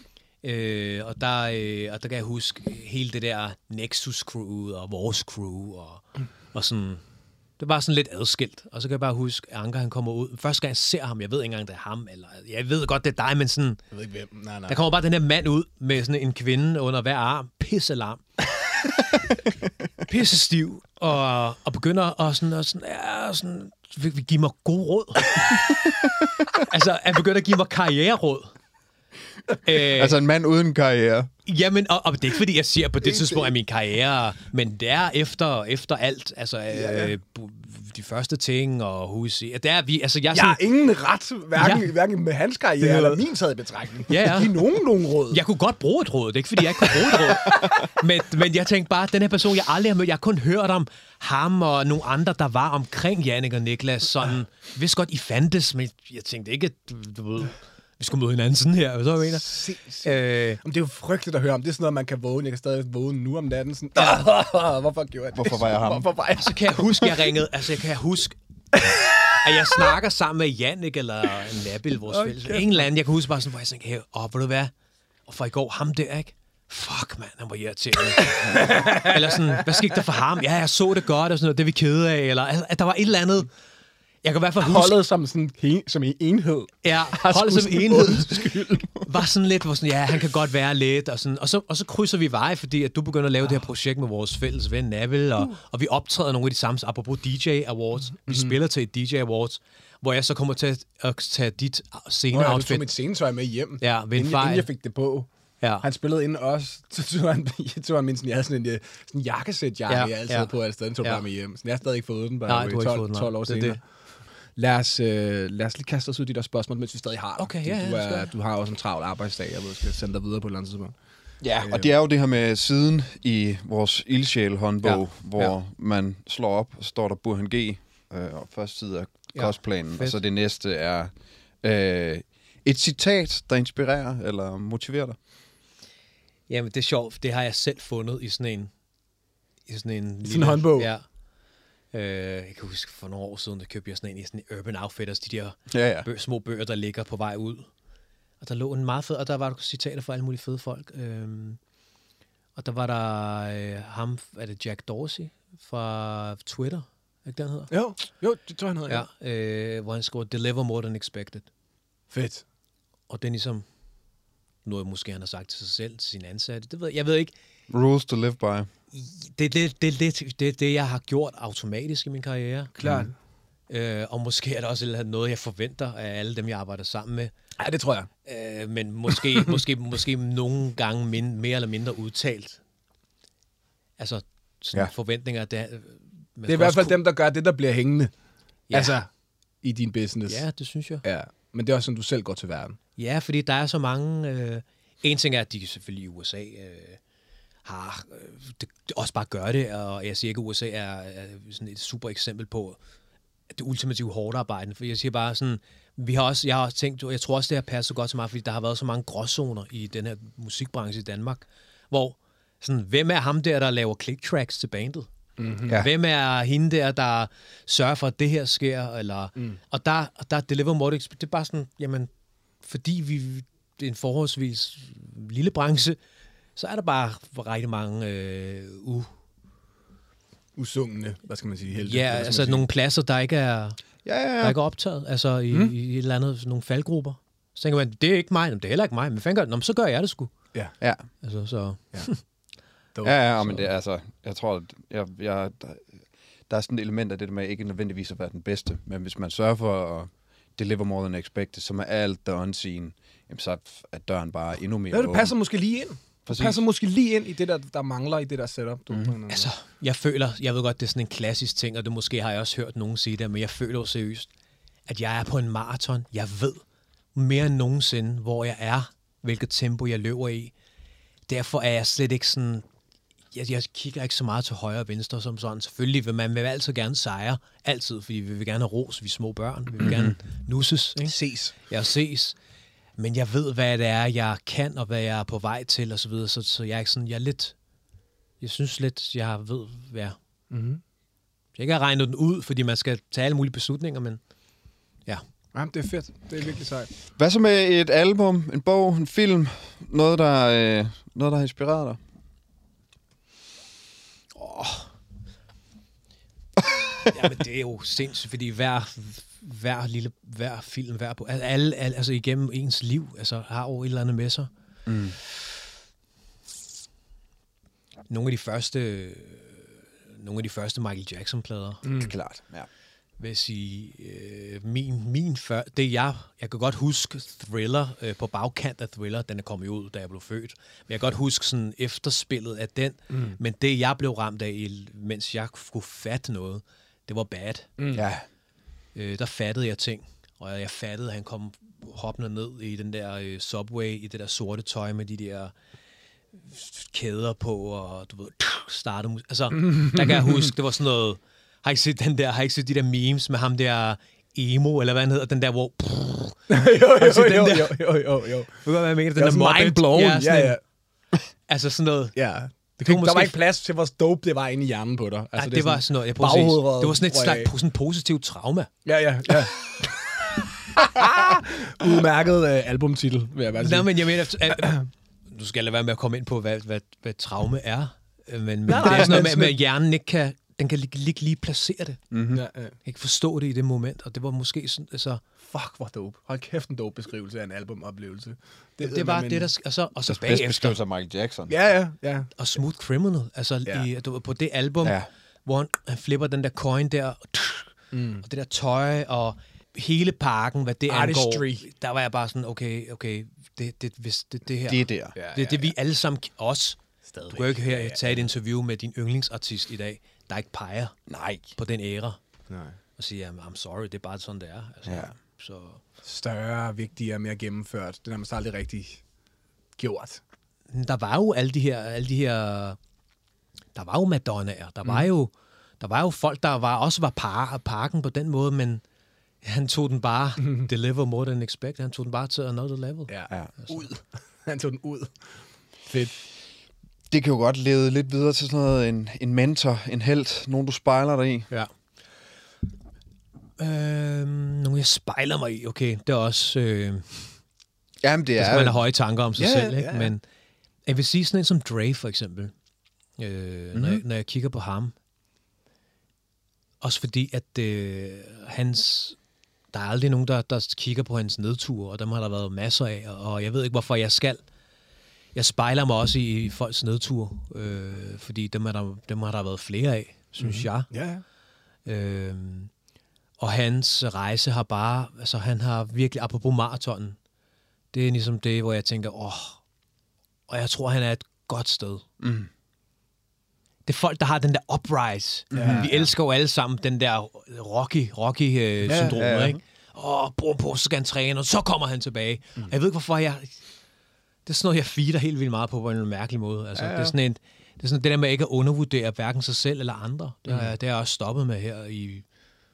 Øh, og, der, øh, og der kan jeg huske hele det der Nexus crew og vores crew og, og sådan, Det var sådan lidt adskilt. Og så kan jeg bare huske, at Anker han kommer ud. Første gang jeg ser ham, jeg ved ikke engang, det er ham. Eller, jeg ved godt, det er dig, men sådan... Jeg ved ikke, hvem. Nej, nej. Der kommer bare den her mand ud med sådan en kvinde under hver arm. Pisselam. Pisse stiv. Og, og begynder at sådan... Og sådan, ja, sådan vil, vil give mig god råd. altså, han begynder at give mig karriereråd. Øh, altså en mand uden karriere. Jamen, og, og det er ikke fordi, jeg siger på det tidspunkt af min karriere, men det er efter, efter alt. Altså, ja, ja. Øh, de første ting og hus. Det er vi, altså, jeg, jeg sådan, har ingen ret, hverken, ja. hverken med hans karriere eller min taget i betragtning. Ja, ja. Giv nogen nogen råd. Jeg kunne godt bruge et råd. Det er ikke fordi, jeg ikke kunne bruge et råd. men, men jeg tænkte bare, den her person, jeg aldrig har mødt, jeg har kun hørt om ham og nogle andre, der var omkring Jannik og Niklas. Sådan, vidste godt, I fandtes, men jeg tænkte ikke, at du ved... Vi skulle møde hinanden sådan her, så mener se, se. Øh, det er jo frygteligt at høre om. Det er sådan noget, man kan vågne. Jeg kan stadig vågne nu om natten. Sådan, hvorfor gjorde jeg det? Hvorfor var jeg ham? Hvorfor var jeg? Så kan jeg huske, jeg ringede. Altså, jeg kan huske, at jeg snakker sammen med Jannik eller Nabil, vores okay. fælles. En eller anden, jeg kan huske bare sådan, hvor jeg tænkte, hey, åh, ved du hvad? Og for i går, ham der, ikke? Fuck, mand, han var irriterende. Eller sådan, hvad skete der for ham? Ja, jeg så det godt, og sådan noget, det vi kede af. Eller at der var et eller andet... Jeg kan i hvert fald huske... Holdet som, sådan, som en enhed. Ja, holdet som enhed. Var sådan lidt, hvor sådan, ja, han kan godt være lidt. Og, sådan, og, så, og så krydser vi veje, fordi at du begynder at lave oh. det her projekt med vores fælles ven, Nabil. Og, uh. og vi optræder nogle af de samme, apropos D J Awards. Mm-hmm. Vi spiller til et D J Awards, hvor jeg så kommer til at tage dit sceneoutfit. Du tog mit scenetøj med hjem, ja, ved en inden, inden jeg fik det på. Ja. Han spillede inden os, så tog han, tog han min sådan, jeg havde sådan en, sådan en jakkesæt-jakke, ja, jeg altid ja. på, at jeg tog ja. bare med hjem. Så jeg har stadig ikke fået den, bare Nej, tolv, fået den, tolv år senere. Det. Lad os, øh, lad os lige kaste os ud i de der spørgsmål, mens vi stadig har det. Okay, ja, ja, du, er, du har også en travl arbejdsdag, jeg ved, skal sende dig videre på et eller andet tidspunkt. Ja, og det er jo det her med siden i vores ildsjæl-håndbog, ja. hvor ja. man slår op, og står der Burhan G, øh, og første side af kostplanen, ja, og så det næste er øh, et citat, der inspirerer eller motiverer dig. Jamen, det er sjovt, det har jeg selv fundet i sådan en... I sådan en, lille, sådan en håndbog? Ja. Uh, jeg kan huske, for nogle år siden, der købte jeg sådan en i sådan en Urban Outfitters, de der ja, ja. Bø- små bøger, der ligger på vej ud. Og der lå en meget fed, og der var der citater for alle mulige fede folk. Um, og der var der uh, ham, er det Jack Dorsey fra Twitter, ikke den hedder? Jo, jo, det tror jeg, han hedder. Ja, uh, hvor han skriver, deliver more than expected. Fedt. Og det er ligesom, noget måske han har sagt til sig selv, til sine ansatte, det ved jeg, jeg ved ikke. Rules to live by. Det er det, det, det, det, det, jeg har gjort automatisk i min karriere. Klart. Mm. Øh, og måske er det også noget, jeg forventer af alle dem, jeg arbejder sammen med. Ja, det tror jeg. Øh, men måske, måske, måske nogle gange min, mere eller mindre udtalt. Altså, sådan ja. forventninger. Det er, det er i hvert fald dem, der gør det, der bliver hængende. Ja. Altså, i din business. Ja, det synes jeg. Ja, men det er også sådan, du selv går til verden. Ja, fordi der er så mange... Øh, en ting er, at de selvfølgelig i U S A... Øh, har det, det også bare gør det, og jeg siger ikke, at U S A er, er sådan et super eksempel på det ultimative hårdt arbejde, for jeg siger bare sådan, vi har også, jeg har også tænkt, og jeg tror også, det har passet så godt til mig, fordi der har været så mange gråzoner i den her musikbranche i Danmark, hvor sådan, hvem er ham der, der laver click tracks til bandet? Mm-hmm. Ja. Hvem er hende der, der sørger for, at det her sker? Eller, mm. Og der, der deliver more, det er bare sådan, jamen, fordi vi, det er en forholdsvis lille branche, så er der bare rigtig mange øh, u... usungne, hvad skal man sige? Helte, ja, altså nogle pladser, der ikke er, ja, ja, ja. Der ikke er optaget, altså i, mm. i et eller andet, nogle faldgrupper. Så tænker man, det er ikke mig, det er heller ikke mig, men fanden gør det? Nå, så gør jeg det sgu. Ja. Ja. Altså, så... Ja, ja, ja, men det er altså, jeg tror, at jeg, jeg, der, der er sådan et element af det der med ikke nødvendigvis at være den bedste, men hvis man sørger for at deliver more than expected, som er alt der unseen, jamen så er døren bare endnu mere ja, det passer åben. Måske lige ind. Præcis. Det passer måske lige ind i det, der, der mangler i det der setup. Du mm. Altså, jeg føler, jeg ved godt, det er sådan en klassisk ting, og det måske har jeg også hørt nogen sige det, men jeg føler jo seriøst, at jeg er på en maraton. Jeg ved mere end nogensinde, hvor jeg er, hvilket tempo jeg løber i. Derfor er jeg slet ikke sådan... Jeg, jeg kigger ikke så meget til højre og venstre som sådan. Selvfølgelig vil man vil altid gerne sejre. Altid, fordi vi vil gerne have ros. Vi er små børn. Vi vil gerne nusses. Ikke? Ses. Ja, ses. Men jeg ved, hvad det er, jeg kan, og hvad jeg er på vej til, og så videre. Så, så jeg er ikke sådan, jeg er lidt... Jeg synes lidt, jeg ved, hvad... Mm-hmm. Jeg ikke har regnet den ud, fordi man skal tage alle mulige beslutninger, men... Ja. Jamen, det er fedt. Det er virkelig sejt. Hvad så med et album, en bog, en film? Noget, der, øh, noget, der har inspireret dig? Åh... Jamen, det er jo sindssygt, fordi hver, hver lille, hver film, hver på, alle, alle, altså igennem ens liv, altså har jo et eller andet med sig. Mm. Nogle af de første, nogle af de første Michael Jackson-plader, Mm. Klart, ja. vil jeg sige, øh, min, min før, det jeg, jeg kan godt huske Thriller, øh, på bagkant af Thriller, den er kommet ud, da jeg blev født, men jeg kan godt huske sådan efterspillet af den, mm. men det jeg blev ramt af, mens jeg skulle fatte noget, det var Bad. Mm. Ja. Øh, der fattede jeg ting, og jeg fattede, at han kom hoppende ned i den der øh, subway, i det der sorte tøj med de der kæder på, og du ved, starte musik. Altså, der kan jeg huske, det var sådan noget, har I set den der, har I ikke set de der memes med ham der emo, eller hvad han hedder, den der, hvor... jo, jo, jo, jo, jo, jo, jo. Ved du, hvad jeg mener? Den det der mind blown. Ja, ja, ja. Altså sådan noget... Ja. Det fik, der var ikke plads til, hvor dope det var inde i hjernen på dig. Altså, ja, det, det var sådan noget, jeg prøver at se. Det var sådan et slags sådan positivt trauma. Ja, ja, ja. Udmærket uh, albumtitel, vil jeg bare sige. Nej, men jeg mener... At, du skal lade være med at komme ind på, hvad, hvad, hvad traume er. Men, men nej, det er sådan noget nej, med, at hjernen ikke kan... Den kan ikke lige, lige placere det. Mm-hmm. Ja, ja. Ikke forstå det i det moment, og det var måske sådan, altså... Fuck, hvor dope. Hold kæft, en dope beskrivelse af en albumoplevelse. Det, det var det, der... Altså, og så bagefter... beskrivelse af Michael Jackson. Ja, ja, ja. Og Smooth Criminal, altså ja. i, du, på det album, ja. hvor han, han flipper den der coin der, og, mm. og det der tøj, og hele parken, hvad det Artistry. angår, der var jeg bare sådan, okay, okay, det, det, hvis det, det her... Det er der. Ja, det er ja, det, vi ja. alle sammen, os, stadig. Du kan jo ikke her tage et interview med din yndlingsartist i dag, der ikke peger Nej. på den æra. Nej. Og siger, I'm sorry, det er bare sådan, det er. Altså, ja. så... Større, vigtigere, mere gennemført. Det er nærmest aldrig rigtig gjort. Der var jo alle de her, alle de her, der var jo Madonnaer, der var mm. jo, der var jo folk, der var også var par, parken på den måde, men han tog den bare, deliver more than expected, han tog den bare til another level. Ja, ja. Altså. Ud. Han tog den ud. Fedt. Det kan jo godt lede lidt videre til sådan noget, en, en mentor, en helt, nogen du spejler dig i. Ja. Øhm, nogen jeg spejler mig i, okay, det er også... Øh, Jamen, det er... Altså, man har høje tanker om sig ja, selv, ikke? Ja, ja. Men jeg vil sige sådan en som Dre, for eksempel. Øh, mm-hmm. når, jeg, når jeg kigger på ham. Også fordi, at øh, hans... Der er aldrig nogen, der, der kigger på hans nedture, og dem har der været masser af, og jeg ved ikke, hvorfor jeg skal. Jeg spejler mig også i, i folks nedture, øh, fordi dem, er der, dem har der været flere af, synes mm-hmm. jeg. Ja, ja. Øh, og hans rejse har bare... Altså, han har virkelig... Apropos maratonen, det er ligesom det, hvor jeg tænker, åh, og jeg tror, han er et godt sted. Mm. Det er folk, der har den der uprise. Ja, vi ja. elsker jo alle sammen den der Rocky, Rocky-syndrom, øh, ja, ja. ikke? Åh, bror på, så skal han træne, og så kommer han tilbage. Mm. Og jeg ved ikke, hvorfor jeg... Det er sådan noget, jeg feeder helt vildt meget på, på en mærkelig måde. Altså, ja, ja. Det er sådan en, det er sådan det der med ikke at undervurdere hverken sig selv eller andre. Det har, mm. det har jeg også stoppet med her i...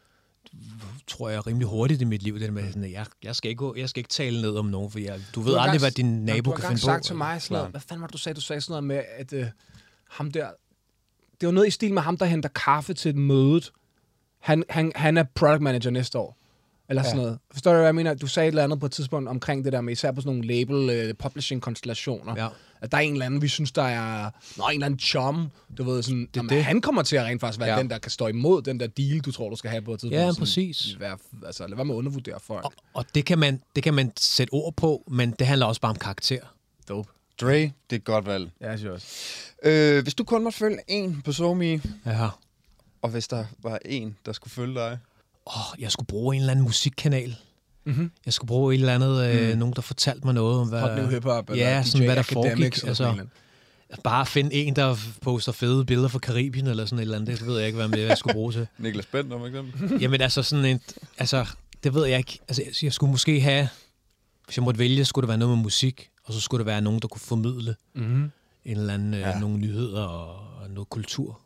tror jeg, rimelig hurtigt i mit liv, det med, sådan, jeg, jeg, skal ikke, jeg skal ikke tale ned om nogen, for jeg, du ved du aldrig, gang, hvad din nabo kan finde på. Du har sagt til mig sådan noget, hvad fanden var det, du sagde? Du sagde sådan noget med, at øh, ham der, det var noget i stil med ham, der henter kaffe til et mødet. Han, han, han er product manager næste år. Eller sådan ja. noget. Forstår du, hvad jeg mener? Du sagde et eller andet på et tidspunkt omkring det der med, især på sådan nogle label, uh, publishing-konstellationer. Ja. At der er en eller anden, vi synes, der er... Nå, en eller anden chum. Du ved, sådan... Det, jamen, det. Han kommer til at rent faktisk være ja. den, der kan stå imod den der deal, du tror, du skal have på et tidspunkt. Ja, sådan, præcis. Være, altså, lad være med at undervurdere folk. Og, og det, kan man, det kan man sætte ord på, men det handler også bare om karakter. Dope. Dre, det er et godt valg. Ja, jeg synes også. Øh, hvis du kun måtte følge en på SoMe, ja. og hvis der var en, der skulle følge dig... Åh, oh, jeg skulle bruge en eller anden musikkanal. Mm-hmm. Jeg skulle bruge et eller andet, øh, mm. nogen, der fortalte mig noget om, hvad... Hot New Hip-Hop, eller ja, D J sådan, hvad der Academics, foregik. Altså, bare finde en, der poster fede billeder fra Karibien, eller sådan et eller andet. Det ved jeg ikke, hvad jeg skulle bruge til. Niklas Bent, om eksempel. Jamen, altså sådan et... Altså, det ved jeg ikke. Altså, jeg skulle måske have... Hvis jeg måtte vælge, skulle det være noget med musik, og så skulle det være nogen, der kunne formidle mm-hmm. en eller anden, ja. øh, nogle nyheder og, og noget kultur.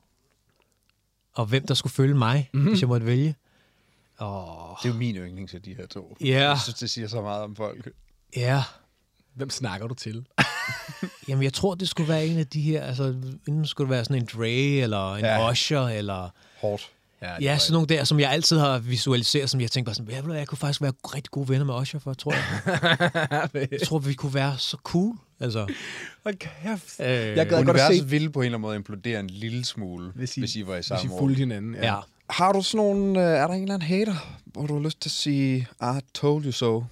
Og hvem der skulle følge mig, mm-hmm. hvis jeg måtte vælge. Oh. Det er jo min yndling til de her to. Yeah. Jeg synes, det siger så meget om folk. Ja. Yeah. Hvem snakker du til? Jamen, jeg tror, det skulle være en af de her... Altså, enten skulle det være sådan en Dre, eller en ja. Usher, eller... Hårdt. Ja, ja sådan nogle der, som jeg altid har visualiseret, som jeg tænker bare sådan, jeg, jeg kunne faktisk være rigtig gode venner med Usher for, tror jeg. Jeg tror, vi kunne være så cool. Altså. Hold kæft. Øh, jeg gad godt at se... ville på en eller anden måde implodere en lille smule, hvis I, hvis I var i samme Hvis I fulgte hinanden. Ja. ja. Har du sådan nogle... Øh, er der en eller anden hater, hvor du har lyst til at sige, I told you so?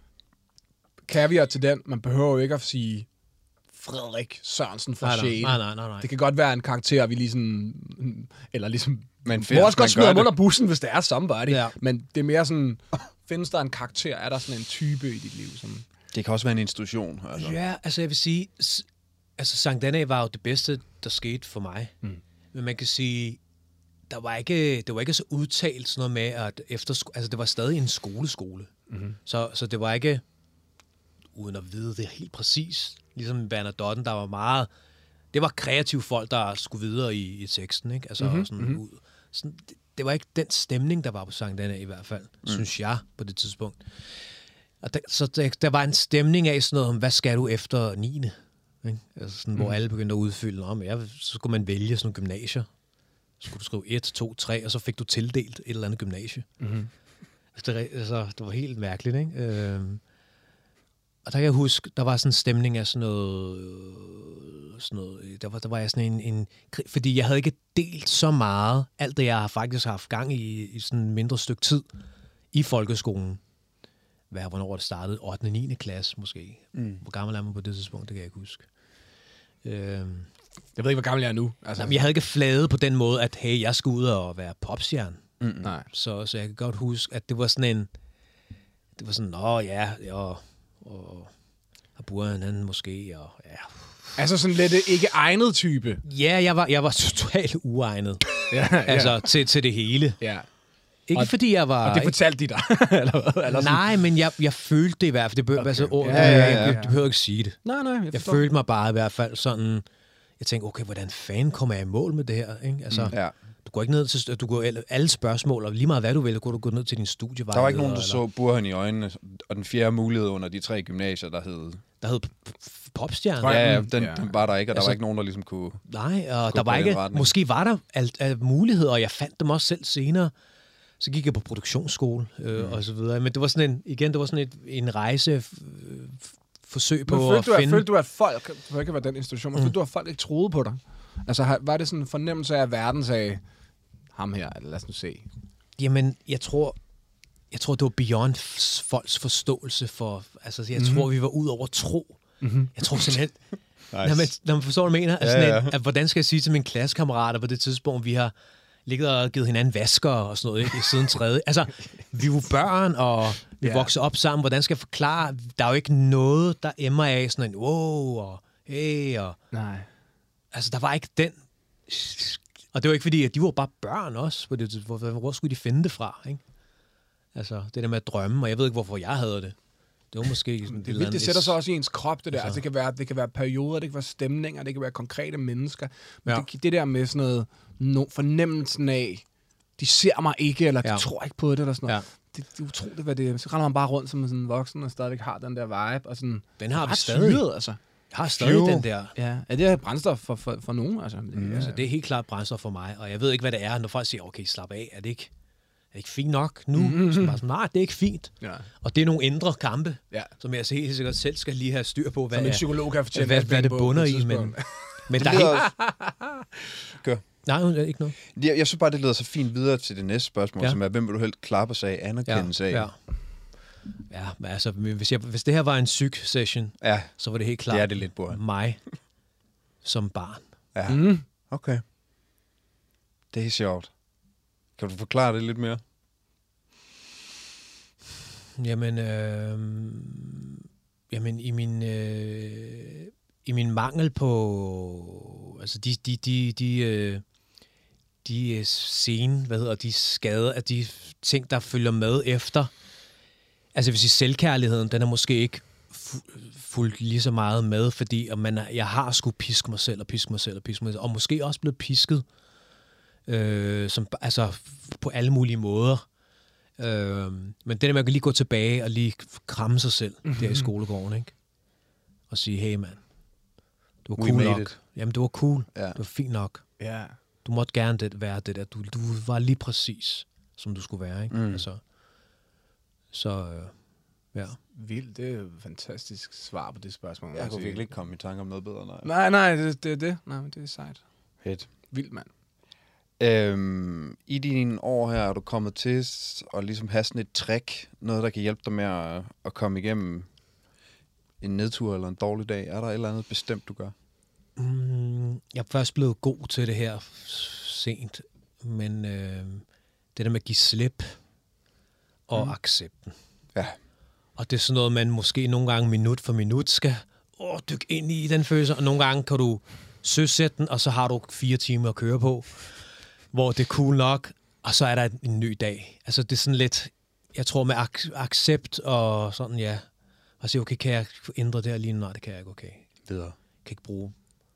Caveat til den. Man behøver jo ikke at sige Frederik Sørensen fra Shade. Nej, nej, nej, nej. Det kan godt være en karakter, vi ligesom... Eller ligesom... Men Må også godt smide ham det. under bussen, hvis det er somebody. Ja. Men det er mere sådan... Findes der en karakter? Er der sådan en type i dit liv? Som... Det kan også være en institution. Altså. Ja, altså jeg vil sige... S- altså Sankt Anna var jo det bedste, der skete for mig. Mm. Men man kan sige... Der var ikke, det var ikke så udtalt sådan noget med, at efter... Altså det var stadig en skoleskole. Mm-hmm. Så, så det var ikke... Uden at vide det helt præcis. Ligesom Bernadotten, der var meget... Det var kreative folk, der skulle videre i, i teksten, ikke? Altså mm-hmm. sådan mm-hmm. ud. Sådan, det, det var ikke den stemning, der var på Sankt Anna i hvert fald, mm. synes jeg, på det tidspunkt. Og der, så der, der var en stemning af sådan noget om, hvad skal du efter niende? Ikke? Altså sådan, mm. hvor alle begyndte at udfylde. Om, ja, så skulle man vælge sådan nogle gymnasier. Så skulle du skrive et, to, tre, og så fik du tildelt et eller andet gymnasie. Mm-hmm. Altså, det, altså, det var helt mærkeligt, ikke? Øhm, og der kan jeg huske, der var sådan en stemning af sådan noget... Øh, sådan noget der, var, der var jeg sådan en, en... Fordi jeg havde ikke delt så meget, alt det jeg har faktisk haft gang i, i sådan en mindre stykke tid i folkeskolen. Hvad, hvornår det startede? ottende og niende klasse måske. Mm. Hvor gammel er man på det tidspunkt? Det kan jeg ikke huske. Øhm, jeg ved ikke, hvor gammel jeg er nu. Altså. Jamen, jeg havde ikke fladet på den måde, at hey, jeg skulle ud og være popstjerne. Mm, nej. Så, så jeg kan godt huske, at det var sådan en... Det var sådan, åh ja, og... og og burde han måske, og ja... Altså sådan lidt ikke egnet type? Ja, jeg var, jeg var totalt uegnet. ja, altså, ja. Til, til det hele. Ja. Ikke og, fordi jeg var... Og det fortalte de dig? eller, eller nej, men jeg, jeg følte det i hvert fald. Det, bør, okay. altså, oh, ja, ja, ja, ja. Jeg, jeg behøver ikke sige det. Nej, nej, jeg, jeg følte mig bare i hvert fald sådan... Jeg tænkte, okay, hvordan fanden kommer jeg i mål med det her? Ikke? Altså, mm, ja. Du går ikke ned til... Du går alle spørgsmål, og lige meget hvad du vil, går du gå ned til din studievejleder. Der var ikke nogen, der eller... så Burhan i øjnene, og den fjerde mulighed under de tre gymnasier, der hed... Der hed popstjerne. Ja, ja, den, ja. den var der ikke, og der altså, var ikke nogen, der ligesom kunne... Nej, og der var ikke... Måske var der alt, alt muligheder, og jeg fandt dem også selv senere. Så gik jeg på produktionsskole øh, mm. og så videre. Men det var sådan en... Igen, det var sådan et, en rejse... Øh, forsøg på at at finde... finde... Følte du, at folk... Det kan ikke være den institution, men mm. følte du, at folk ikke troede på dig? Altså, var det sådan en fornemmelse af, at verden sagde... Ham her, lad os nu se. Jamen, jeg tror... Jeg tror, det var beyond folks forståelse for... Altså, jeg mm-hmm. tror, vi var ud over tro. Mm-hmm. Jeg tror simpelthen... nice. når, man, når man forstår, hvad jeg mener, altså, ja, ja. At, at, hvordan skal jeg sige til mine klassekammerater på det tidspunkt, vi har ligget og givet hinanden vasker og sådan noget, ikke? Siden tredje. Altså, vi var børn, og vi yeah. voksede op sammen. Hvordan skal jeg forklare? Der er jo ikke noget, der emmer af sådan en wow, og hey, og... Nej. Altså, der var ikke den... Og det var ikke fordi, at de var bare børn også. Hvor, hvor, hvor skulle de finde det fra, ikke? Altså, det der med at drømme, og jeg ved ikke, hvorfor jeg havde det. Det var måske sådan det, det, det sætter sig også i ens krop, det der. Altså, altså, det, kan være, det kan være perioder, det kan være stemninger, det kan være konkrete mennesker. Men ja. det, det der med sådan noget no, fornemmelsen af, de ser mig ikke, eller de ja. tror ikke på det, eller sådan noget. Ja. Det, det er utroligt, hvad det er. Så render man bare rundt som sådan en voksen, og stadigvæk har den der vibe. Og sådan, den har vi stadig. Syret, altså. Jeg har stadig jo. Den der. Ja, er det brændstof for, for, for nogen? Altså, mm. ja. altså, det er helt klart brændstof for mig, og jeg ved ikke, hvad det er, når folk siger, okay, slap af, er det ikke... Er det ikke fint nok nu? Mm-hmm. Så bare sådan, nej, det er ikke fint. Ja. Og det er nogle indre kampe, ja. Som jeg helt sikkert selv skal lige have styr på, hvad, som en psykolog kan fortælle, hvad, hvad det bunder i. Men, men der er Gør. Nej, ikke noget. Jeg, jeg synes bare, det leder så fint videre til det næste spørgsmål, ja. Som er, hvem vil du helt klappe sig af, anerkendelse ja. af? Ja. Ja, men altså, hvis, jeg, hvis det her var en psyk-session, ja. Så var det helt klart det er det lidt, Burhan. Mig som barn. Ja, mm. Okay. Det er sjovt. Kan du forklare det lidt mere? Jamen, øh, jamen i min øh, i min mangel på altså de de de de øh, de scene, hvad hedder de skader, at de ting der følger med efter. Altså hvis i selvkærligheden, den er måske ikke fu- fulgt lige så meget med, fordi at man jeg har skulle piske mig selv og piske mig selv og piske mig selv, og måske også blevet pisket øh, som altså på alle mulige måder. Øh, men det der med at lige gå tilbage og lige kramme sig selv mm-hmm. der i skolegården, ikke? Og sige, hey mand, du var cool nok. It. Jamen, du var cool. Ja. Du var fint nok. Ja. Du måtte gerne det, være det der. Du, du var lige præcis, som du skulle være, ikke? Mm. Altså, så, øh, ja. Vildt, det er et fantastisk svar på det spørgsmål. Jeg kunne virkelig ikke komme i tanke om noget bedre, nej. Nej, nej, det er det, det. Nej, men det er sejt. Fedt. Vildt, mand. Øhm, I dine år her er du kommet til at ligesom have sådan et trick, noget der kan hjælpe dig med at, at komme igennem en nedtur eller en dårlig dag. Er der et eller andet bestemt, du gør? Mm, jeg er først blevet god til det her sent, men øh, det der med at give slip og mm. accepten. Ja. Og det er sådan noget, man måske nogle gange minut for minut skal åh, dykke ind i den følelse, og nogle gange kan du søsætte den, og så har du fire timer at køre på, hvor det er cool nok, og så er der en ny dag. Altså det er sådan lidt, jeg tror med ac- accept og sådan, ja, og sige, okay, kan jeg ændre det her lige? Nej, det kan jeg ikke, okay. Videre. Kan ikke bruge.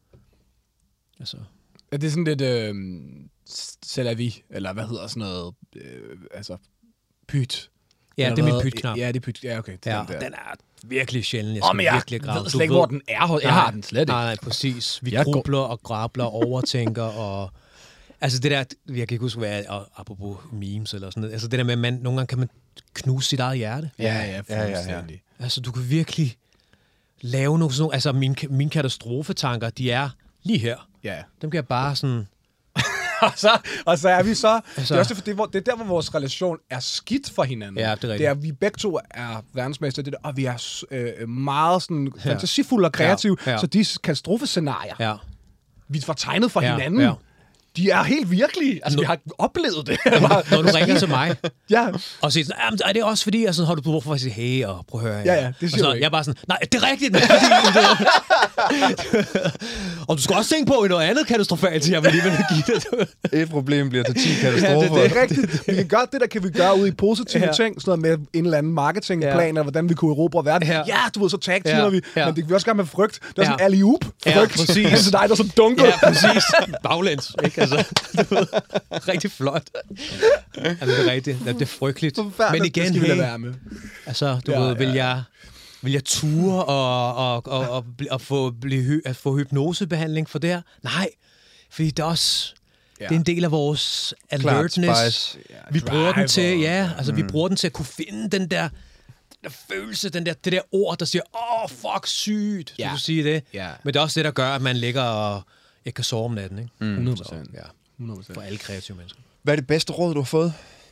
Altså. Ja, det er sådan lidt øh, c'est la vie, eller hvad hedder sådan noget, øh, altså pyt. Ja, eller det er min hvad? pytknap. Ja, det er pyt. Ja, okay. Det Ja, den, der. den er virkelig sjældent. Jeg Åh, skal men jeg virkelig grave. ved slet ikke, hvor den er. Jeg har den slet ikke. Nej, nej, præcis. Vi Jeg går- grubler og grabler, overtænker og... Altså det der, jeg kan ikke huske, hvad jeg er, apropos memes eller sådan noget. Altså det der med, at man, nogle gange kan man knuse sit eget hjerte. Ja, ja, ja, ja. fuldstændig. Altså du kan virkelig lave nogle sådan nogle... Altså mine, mine katastrofetanker, de er lige her. Ja. Dem kan jeg bare sådan... og, så, og så er vi så... Altså- Det er også det, det, er, hvor- det er der, hvor vores relation er skidt for hinanden. Ja, det er rigtigt. Det er, at vi begge to er verdensmester, det der, og vi er øh, meget sådan fantasifulde og kreative, Ja, ja. så de katastrofescenarier, Ja. vi får tegnet for Ja, hinanden, ja. de er helt virkelige. Altså, Nå- vi har oplevet det. Når du ringer til mig, ja, og siger sådan, jamen, er det også fordi, og så har du brug for at sige, hey, og prøv at høre. Ja, ja, det og siger så du ikke. jeg er bare sådan, nej, det er rigtigt, men det er fordi... og du skal også tænke på noget andet katastrofalt, jeg vil lige vil give det. Et problem bliver til ti ja, katastrofer. det, det er rigtigt. Vi kan gøre det, der kan vi gøre ud i positive Ja. ting, sådan noget med en eller anden marketingplan, Ja. eller hvordan vi kunne erobre verden. Ja. Ja, du ved, så tag-teamer Ja. vi, Ja. men det kan vi også gøre med frygt. Det er sådan Ja. en alley-oop Ja, frygt. præcis. Det er så dig, der så dunker. Ja, præcis. Baglæns, ikke? Altså, du ved, rigtig flot. Altså, det er rigtigt. Det er frygteligt. Men igen, det skal vi lade hey, være med. altså, du Ja, ved, ja, vil jeg... Vil jeg ture og, og, og, og, bli- og få, blive, hy- at få hypnosebehandling for det her? Nej, fordi det er også... Ja. Det er en del af vores Klart alertness. spice. Ja, Vi bruger den til, driver. ja, altså mm. vi bruger den til at kunne finde den der, den der følelse, den der, det der ord, der siger, åh, oh, fuck, sygt, Ja. du kan sige det. Ja. Men det er også det, der gør, at man ligger og ikke kan sove om natten, ikke? Mm. hundrede Så, procent. ja, hundrede procent. for alle kreative mennesker. Hvad er det bedste råd, du har fået?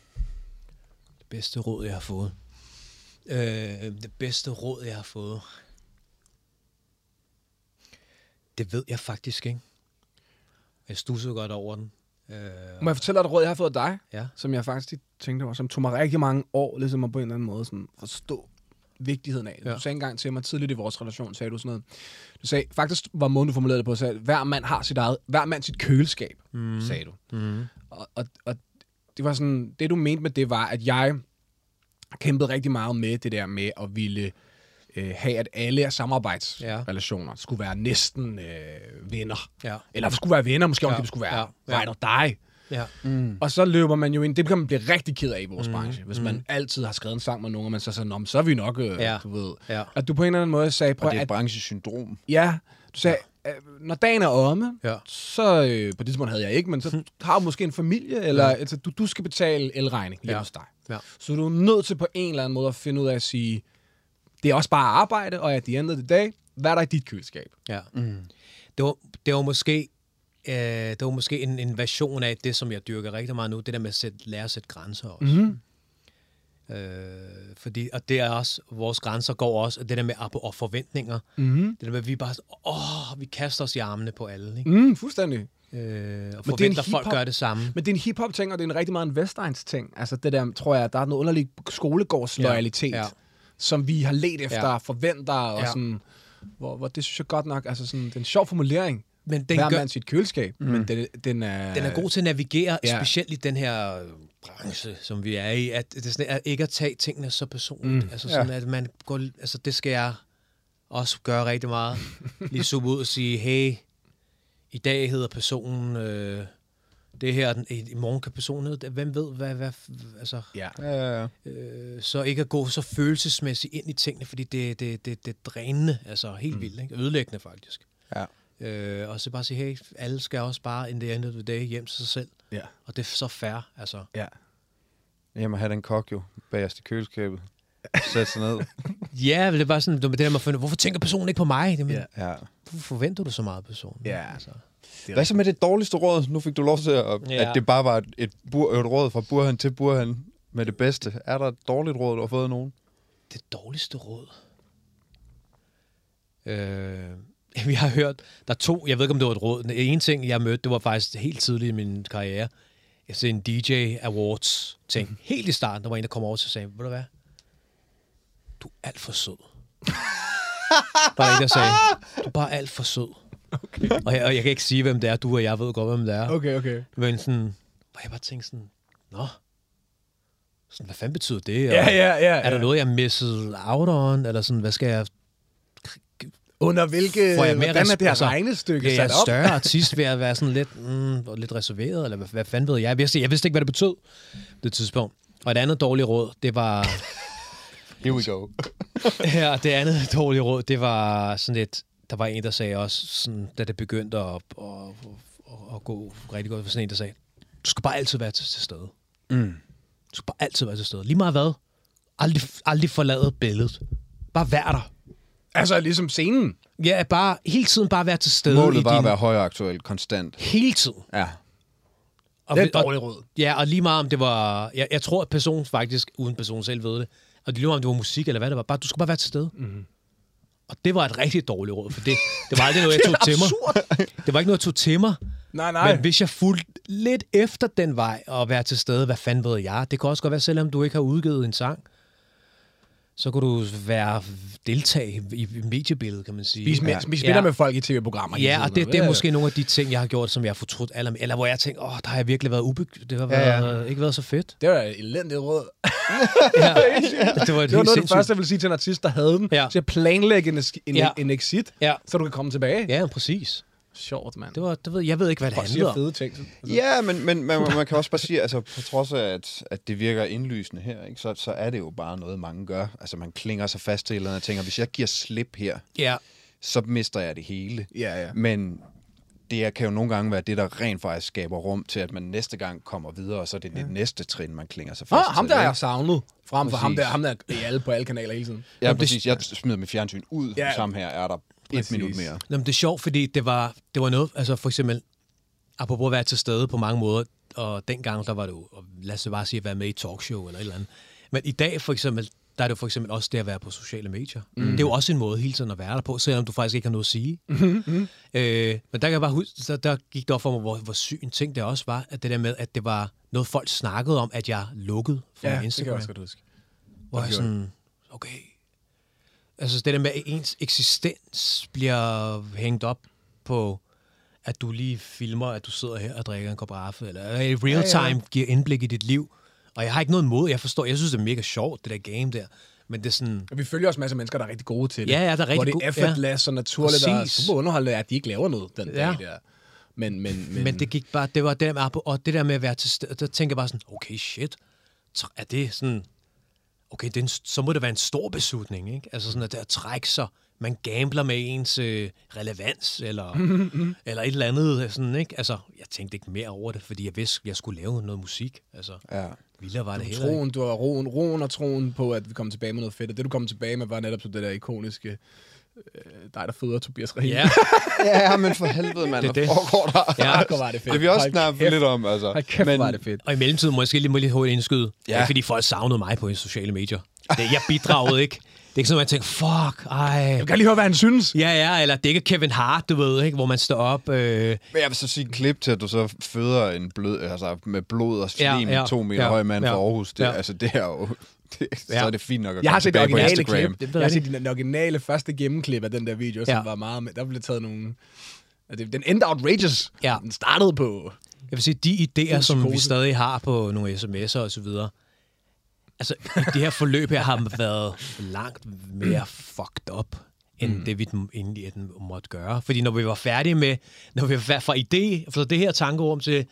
Det bedste råd, jeg har fået. Øh, det bedste råd, jeg har fået. Det ved jeg faktisk ikke. Jeg stussede godt over den. Øh, Må jeg fortælle dig et råd, jeg har fået af dig, ja. som jeg faktisk lige tænkte over, som tog mig rigtig mange år, ligesom at på en eller anden måde sådan, forstå vigtigheden af. Ja. Du sagde engang til mig tidligt i vores relation, sagde du sådan noget. Du sagde, faktisk var måden, du formulerede det på, sagde, hver mand har sit eget, hver mand sit køleskab, mm. sagde du. Mm. Og, og, og det var sådan, det du mente med det var, at jeg kæmpede rigtig meget med det der med at ville øh, have, at alle samarbejdsrelationer ja. skulle være næsten øh, venner. Ja. Eller skulle være venner, måske Ja. også det skulle være Ja. ja. right or die. Ja. Mm. Og så løber man jo ind, det kan man blive rigtig ked af i vores mm. branche, hvis Mm. man altid har skrevet en sang med nogen, og man så sådan, om så er vi nok, øh, Ja. du ved. Ja. At du på en eller anden måde sagde, prøv Og det er at, et branchesyndrom. ja, du sagde, ja. når dagen er omme, Ja. så, øh, på det tidspunkt havde jeg ikke, men så har du måske en familie, eller ja. altså, du, du skal betale elregning hjemme Ja. hos dig. Ja. Så du er nødt til på en eller anden måde at finde ud af at sige, det er også bare arbejde, og at de ender det dag, hvad er der i dit køleskab? Ja. Mm. Det var, det var måske, øh, det var måske en, en version af det, som jeg dyrker rigtig meget nu, det der med at sætte, lære at sætte grænser også. Mm-hmm. Øh, fordi, og det er også, vores grænser går også, det der med og, og forventninger. Mm-hmm. Det der med, at vi bare, åh, vi kaster os i armene på alle, ikke? Mm, fuldstændig. Øh, og det er en forventer, at folk hiphop- gør det samme. Men det er en hip-hop-ting, og det er en rigtig meget en Vestegns-ting. Altså det der, tror jeg, der er noget underligt skolegårdsloyalitet, Ja. ja. Ja. som vi har let efter, Ja. ja. forventer, og Ja. sådan, hvor, hvor det synes jeg godt nok, altså sådan, det er en sjov formulering. Men den, Hver gør, mand sit køleskab, mm. men den, den er... den er god til at navigere, Ja. specielt i den her branche, som vi er i, at det er sådan, at ikke at tage tingene så personligt. Mm. Altså sådan, Ja. at man går, altså det skal jeg også gøre rigtig meget. Lige zoome ud og sige, hey, i dag hedder personen øh, det her, den, i, i morgen kan personen hedde, hvem ved, hvad, hvad altså, Ja. Ja, ja. øh, så ikke at gå så følelsesmæssigt ind i tingene, fordi det, det, det, det er drænende, altså helt mm. vildt, ikke? Ødelæggende faktisk. Ja. Øh, og så bare sige, hey, alle skal også bare in the end of the day hjem til sig selv. Ja. Og det er så fair, altså. Ja. Jamen, have den kok jo bagerst i køleskabet. Sæt sig ned. Ja, det er bare sådan, det der med at finde, hvorfor tænker personen ikke på mig? Det, men, Ja. Ja. Hvorfor forventer du så meget af personen? Ja. Altså. Hvad så med det dårligste råd? Nu fik du lov til, at, Ja. at det bare var et, et, bur, et råd fra Burhan til Burhan med det bedste. Er der et dårligt råd, du har fået nogen? Det dårligste råd? Øh, vi har hørt, der er to, jeg ved ikke, om det var et råd. Den ene ting, jeg mødte, det var faktisk helt tidligt i min karriere. Jeg så en D J Awards ting. Mm. Helt i starten, der var en, der kom over til og sagde, ved du hvad? Du er alt for sød. Der var en, der sagde, du er bare alt for sød. Okay. Og, jeg, og jeg kan ikke sige, hvem det er. Du og jeg ved godt, hvem det er. Okay, okay. Men sådan, hvor jeg bare tænkte sådan, nå, sådan, hvad fanden betyder det? Og Ja, ja, ja. er der noget, jeg missede out on? Eller sådan, hvad skal jeg... Under hvilke... Får jeg mere hvordan er det her altså, regnestykke bliver jeg sat op? større artist ved at være sådan lidt, mm, lidt reserveret? Eller hvad, hvad fanden ved jeg? Jeg vidste, jeg vidste ikke, hvad det betød, det tidspunkt. Og et andet dårligt råd, det var... Here we go. Ja, det andet dårlige råd, det var sådan lidt... Der var en, der sagde også, sådan, da det begyndte at, at, at, at gå rigtig godt, for sådan en, der sagde, du skal bare altid være til, til stede. Mm. Du skal bare altid være til stede. Lige meget hvad. Aldrig, aldrig forlade billedet. Bare vær der. Altså, ligesom scenen. Ja, bare hele tiden bare være til stede. Målet i var din... at være højaktuel, konstant. Hele tiden. Ja. Og, Det er et og, dårligt råd. ja, og lige meget om det var... Jeg, jeg tror, at personen faktisk, uden personen selv ved det, og lige meget om det var musik eller hvad det var, bare, du skal bare være til stede. Mm-hmm. Og det var et rigtig dårligt råd, for det, det var aldrig noget, jeg tog til mig. Det var ikke noget, jeg tog til mig. Nej, nej. Men hvis jeg fulgte lidt efter den vej og være til stede, hvad fanden ved jeg? Det kan også godt være, selvom du ikke har udgivet en sang, så kunne du være deltage i mediebilledet, kan man sige. Vi, ja. vi spiller ja. med folk i tv-programmer. Ja, og det, det er måske nogle af de ting, jeg har gjort, som jeg har fortrudt allermest. Eller hvor jeg tænker, åh, der har jeg virkelig været ubekvemt. Det har Ja, været, ja. ikke været så fedt. Det var et elendigt råd. Ja. Det var, et Det var noget af det sindssygt. første, jeg ville sige til en artist, der havde den. Ja. Så jeg planlægge en, en, Ja. en exit, Ja. så du kan komme tilbage. Ja, præcis. Sjovt, mand. Det var, det ved, jeg ved ikke, hvad det Folk handler siger om. fede ting. Ja, men, men man, man kan også bare sige, altså på trods af, at, at det virker indlysende her, ikke, så, så er det jo bare noget, mange gør. Altså man klinger sig fast til et eller andet og tænker, hvis jeg giver slip her, Ja. så mister jeg det hele. Ja, ja. Men det kan jo nogle gange være det, der rent faktisk skaber rum til, at man næste gang kommer videre, og så er det ja. det næste trin, man klinger sig fast Ah, ham til. der har ikke? jeg savnet. Frem for Præcis. ham der, ham der i alle, på alle kanaler hele tiden. Ja, Jamen, det- præcis. Jeg smider mit fjernsyn ud. Ja. Ja. Sammen her er der Præcis. et minut mere. Jamen, det er sjovt, fordi det var, det var noget, altså for eksempel, apropos at være til stede på mange måder, og dengang, der var det jo, og lad os bare sige, at være med i talkshow eller et eller andet. Men i dag, for eksempel, der er det jo for eksempel også det at være på sociale medier. Mm. Det er jo også en måde hele tiden at være der på, selvom du faktisk ikke har noget at sige. Mm-hmm. Øh, men der kan jeg bare huske, der, der gik det op for mig, hvor, hvor syg en ting det også var, at det der med, at det var noget, folk snakkede om, at jeg lukkede for Ja, min det kan jeg Instagram. også godt huske. Hvor jeg sådan, okay. Altså det der med, at ens eksistens bliver hængt op på, at du lige filmer, at du sidder her og drikker en kop kaffe, eller i real time ja, ja. giver indblik i dit liv. Og jeg har ikke noget imod, jeg forstår, jeg synes, det er mega sjovt, det der game der. Men det er sådan... Og vi følger også en masse mennesker, der er rigtig gode til det. Ja, ja, der er rigtig Hvor det gode- er effortless ja. og naturligt, og Præcis. super underholdende, at de ikke laver noget den Ja. dag der. Men, men, men, Men det gik bare, det var det der med, og det der med at være til stede, der tænker jeg bare sådan, okay, shit, tr- er det sådan, okay, det er en, så må det være en stor beslutning, ikke? Altså sådan, at det at trække sig, man gambler med ens øh, relevans, eller, eller et eller andet, sådan, ikke? Altså, jeg tænkte ikke mere over det, fordi jeg vidste, jeg skulle lave noget musik, altså, Ja. vildere var det heller ikke. troen, du har roen, roen og troen på, at vi kommer tilbage med noget fedt. Og det, du kom tilbage med, var netop så det der ikoniske, øh, dig, der føder Tobias Rahim. Ja, Ja, men for helvede, mand. Det er Det det. foregår der. ja. Hvor var det fedt. Det vil vi også Hold snakke kæft. lidt om, altså. Hold kæft, men, var det fedt. Og i mellemtiden må jeg måske lige, må lige hurtigt indskyde, Ja. ja. Ikke fordi folk savnede mig på sociale medier. Det, jeg bidragede ikke. Det er ikke sådan, at jeg tænker, fuck, ej. Jeg vil gerne lige høre, hvad han synes. Ja, ja, eller det er ikke Kevin Hart, du ved, ikke, hvor man står op. Øh, Men jeg vil så sige klip til, at du så føder en blød, altså med blod og slim, Ja, ja, ja, ja, to meter ja, høj mand ja, fra Aarhus. Det, ja. altså, det er jo... Det, så Ja. er det fint nok at Jeg har komme set det tilbage på originale Instagram. klip. Jeg har set den originale første gennemklip af den der video, som Ja. var meget med. Der blev taget nogle... Altså, den endte outrageous. Ja. Den startede på... Jeg vil sige, de idéer, som vi psykose. stadig har på nogle sms'er og så videre, altså, det her forløb her har været langt mere fucked up, end mm. det vi den, egentlig den måtte gøre. Fordi når vi var færdige med, når vi var færdige fra idé, fra det her tankerum til,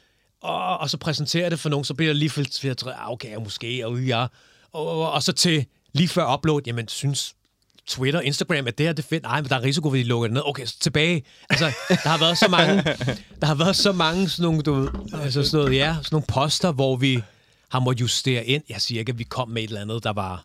og, og så præsentere det for nogen, så bliver det lige filtreret, ah, okay, måske, og ja, og, og så til lige før upload, jamen, synes Twitter, Instagram, at det her det er fedt. Nej, men der er risiko, at de lukker det ned. Okay, så tilbage. Altså, der har været så mange, der har været så mange sådan nogle, du ved, altså sådan noget, ja, sådan nogle poster, hvor vi har måttet justere ind. Jeg siger ikke, at vi kom med et eller andet, der var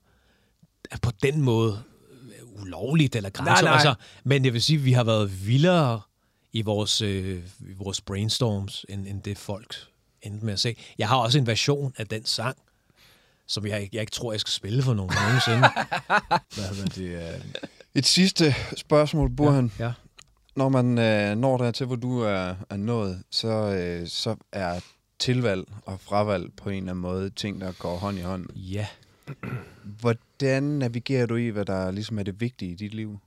på den måde ulovligt eller grænser. Nej, nej. Altså, men jeg vil sige, at vi har været vildere i vores, øh, i vores brainstorms, end, end det folk endte med at se. Jeg har også en version af den sang, som jeg, jeg ikke tror, jeg skal spille for nogen nogensinde. Hvad hedder det? Uh... Et sidste spørgsmål, Burhan. Ja, ja. Når man øh, når der til, hvor du er, er nået, så, øh, så er tilvalg og fravalg på en eller anden måde ting, der går hånd i hånd. Ja. Hvordan navigerer du i, hvad der ligesom er det vigtige i dit liv?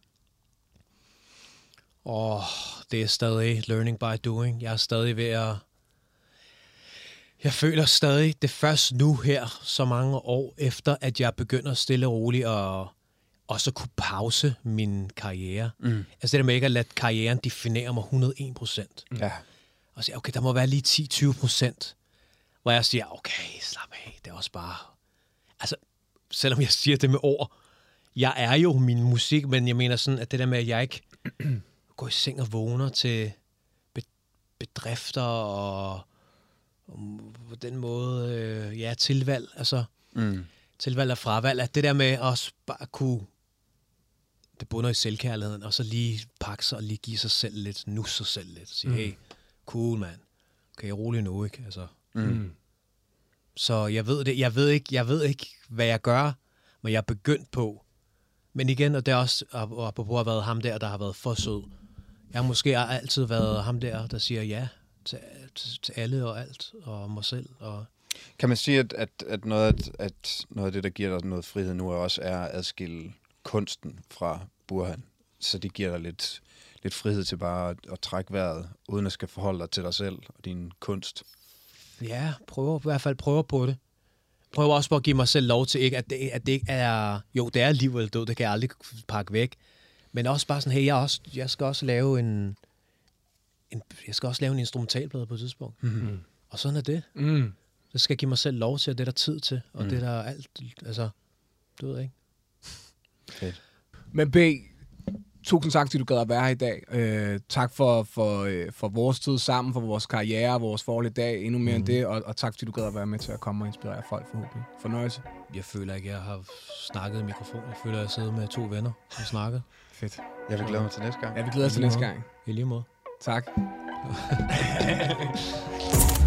Åh, oh, det er stadig learning by doing. Jeg er stadig ved at... Jeg føler stadig, det først nu her, så mange år efter, at jeg begynder stille og roligt at også kunne pause min karriere. Mm. Altså det der med ikke at lade karrieren definere mig hundrede og en procent. Ja. Og sige, okay, der må være lige ti til tyve procent, hvor jeg siger, okay, slap af, det er også bare... Altså, selvom jeg siger det med ord, jeg er jo min musik, men jeg mener sådan, at det der med, at jeg ikke går i seng og vågner til bedrifter og, og på den måde, øh, ja, tilvalg, altså mm. tilvalg og fravalg, at det der med også bare kunne, det bunder i selvkærligheden, og så lige pakke sig og lige give sig selv lidt, nus sig selv lidt, sige, mm. hey, cool, man, okay, rolig nu, ikke, altså. Mm. Så jeg ved det, jeg ved ikke, jeg ved ikke, hvad jeg gør, men jeg er begyndt på. Men igen, og det er også, apropos har været ham der, der har været for sød. Jeg har måske altid været ham der, der siger ja til, til, til alle og alt, og mig selv. Og kan man sige, at, at, at, noget, at noget af det, der giver dig noget frihed nu, også er at adskille kunsten fra Burhan? Så det giver dig lidt, lidt frihed til bare at, at trække vejret, uden at skal forholde dig til dig selv og din kunst? Ja, prøver i hvert fald prøver på det. Prøver også på at give mig selv lov til, ikke, at, det, at det ikke er... Jo, det er liv eller død, det kan jeg aldrig pakke væk. Men også bare sådan, hey, jeg, også, jeg skal også lave en, en... Jeg skal også lave en instrumentalplade på et tidspunkt. Mm-hmm. Og sådan er det. Mm. Så skal jeg give mig selv lov til, at det er der tid til. Og mm. det er der alt... Altså, du ved ikke. Fedt. Men B, tusind tak, til du gad at være her i dag. Øh, tak for, for, øh, for vores tid sammen, for vores karriere, vores forhold i dag, endnu mere mm. end det. Og, og tak, til du gad at være med til at komme og inspirere folk forhåbentlig. Fornøjelse. Jeg føler ikke, jeg har snakket i mikrofon. Jeg føler, at jeg sidder med to venner og snakker. Fedt. Jeg vil glæde mig til næste gang. Ja, vi glæder os til næste gang. I lige måde. Tak.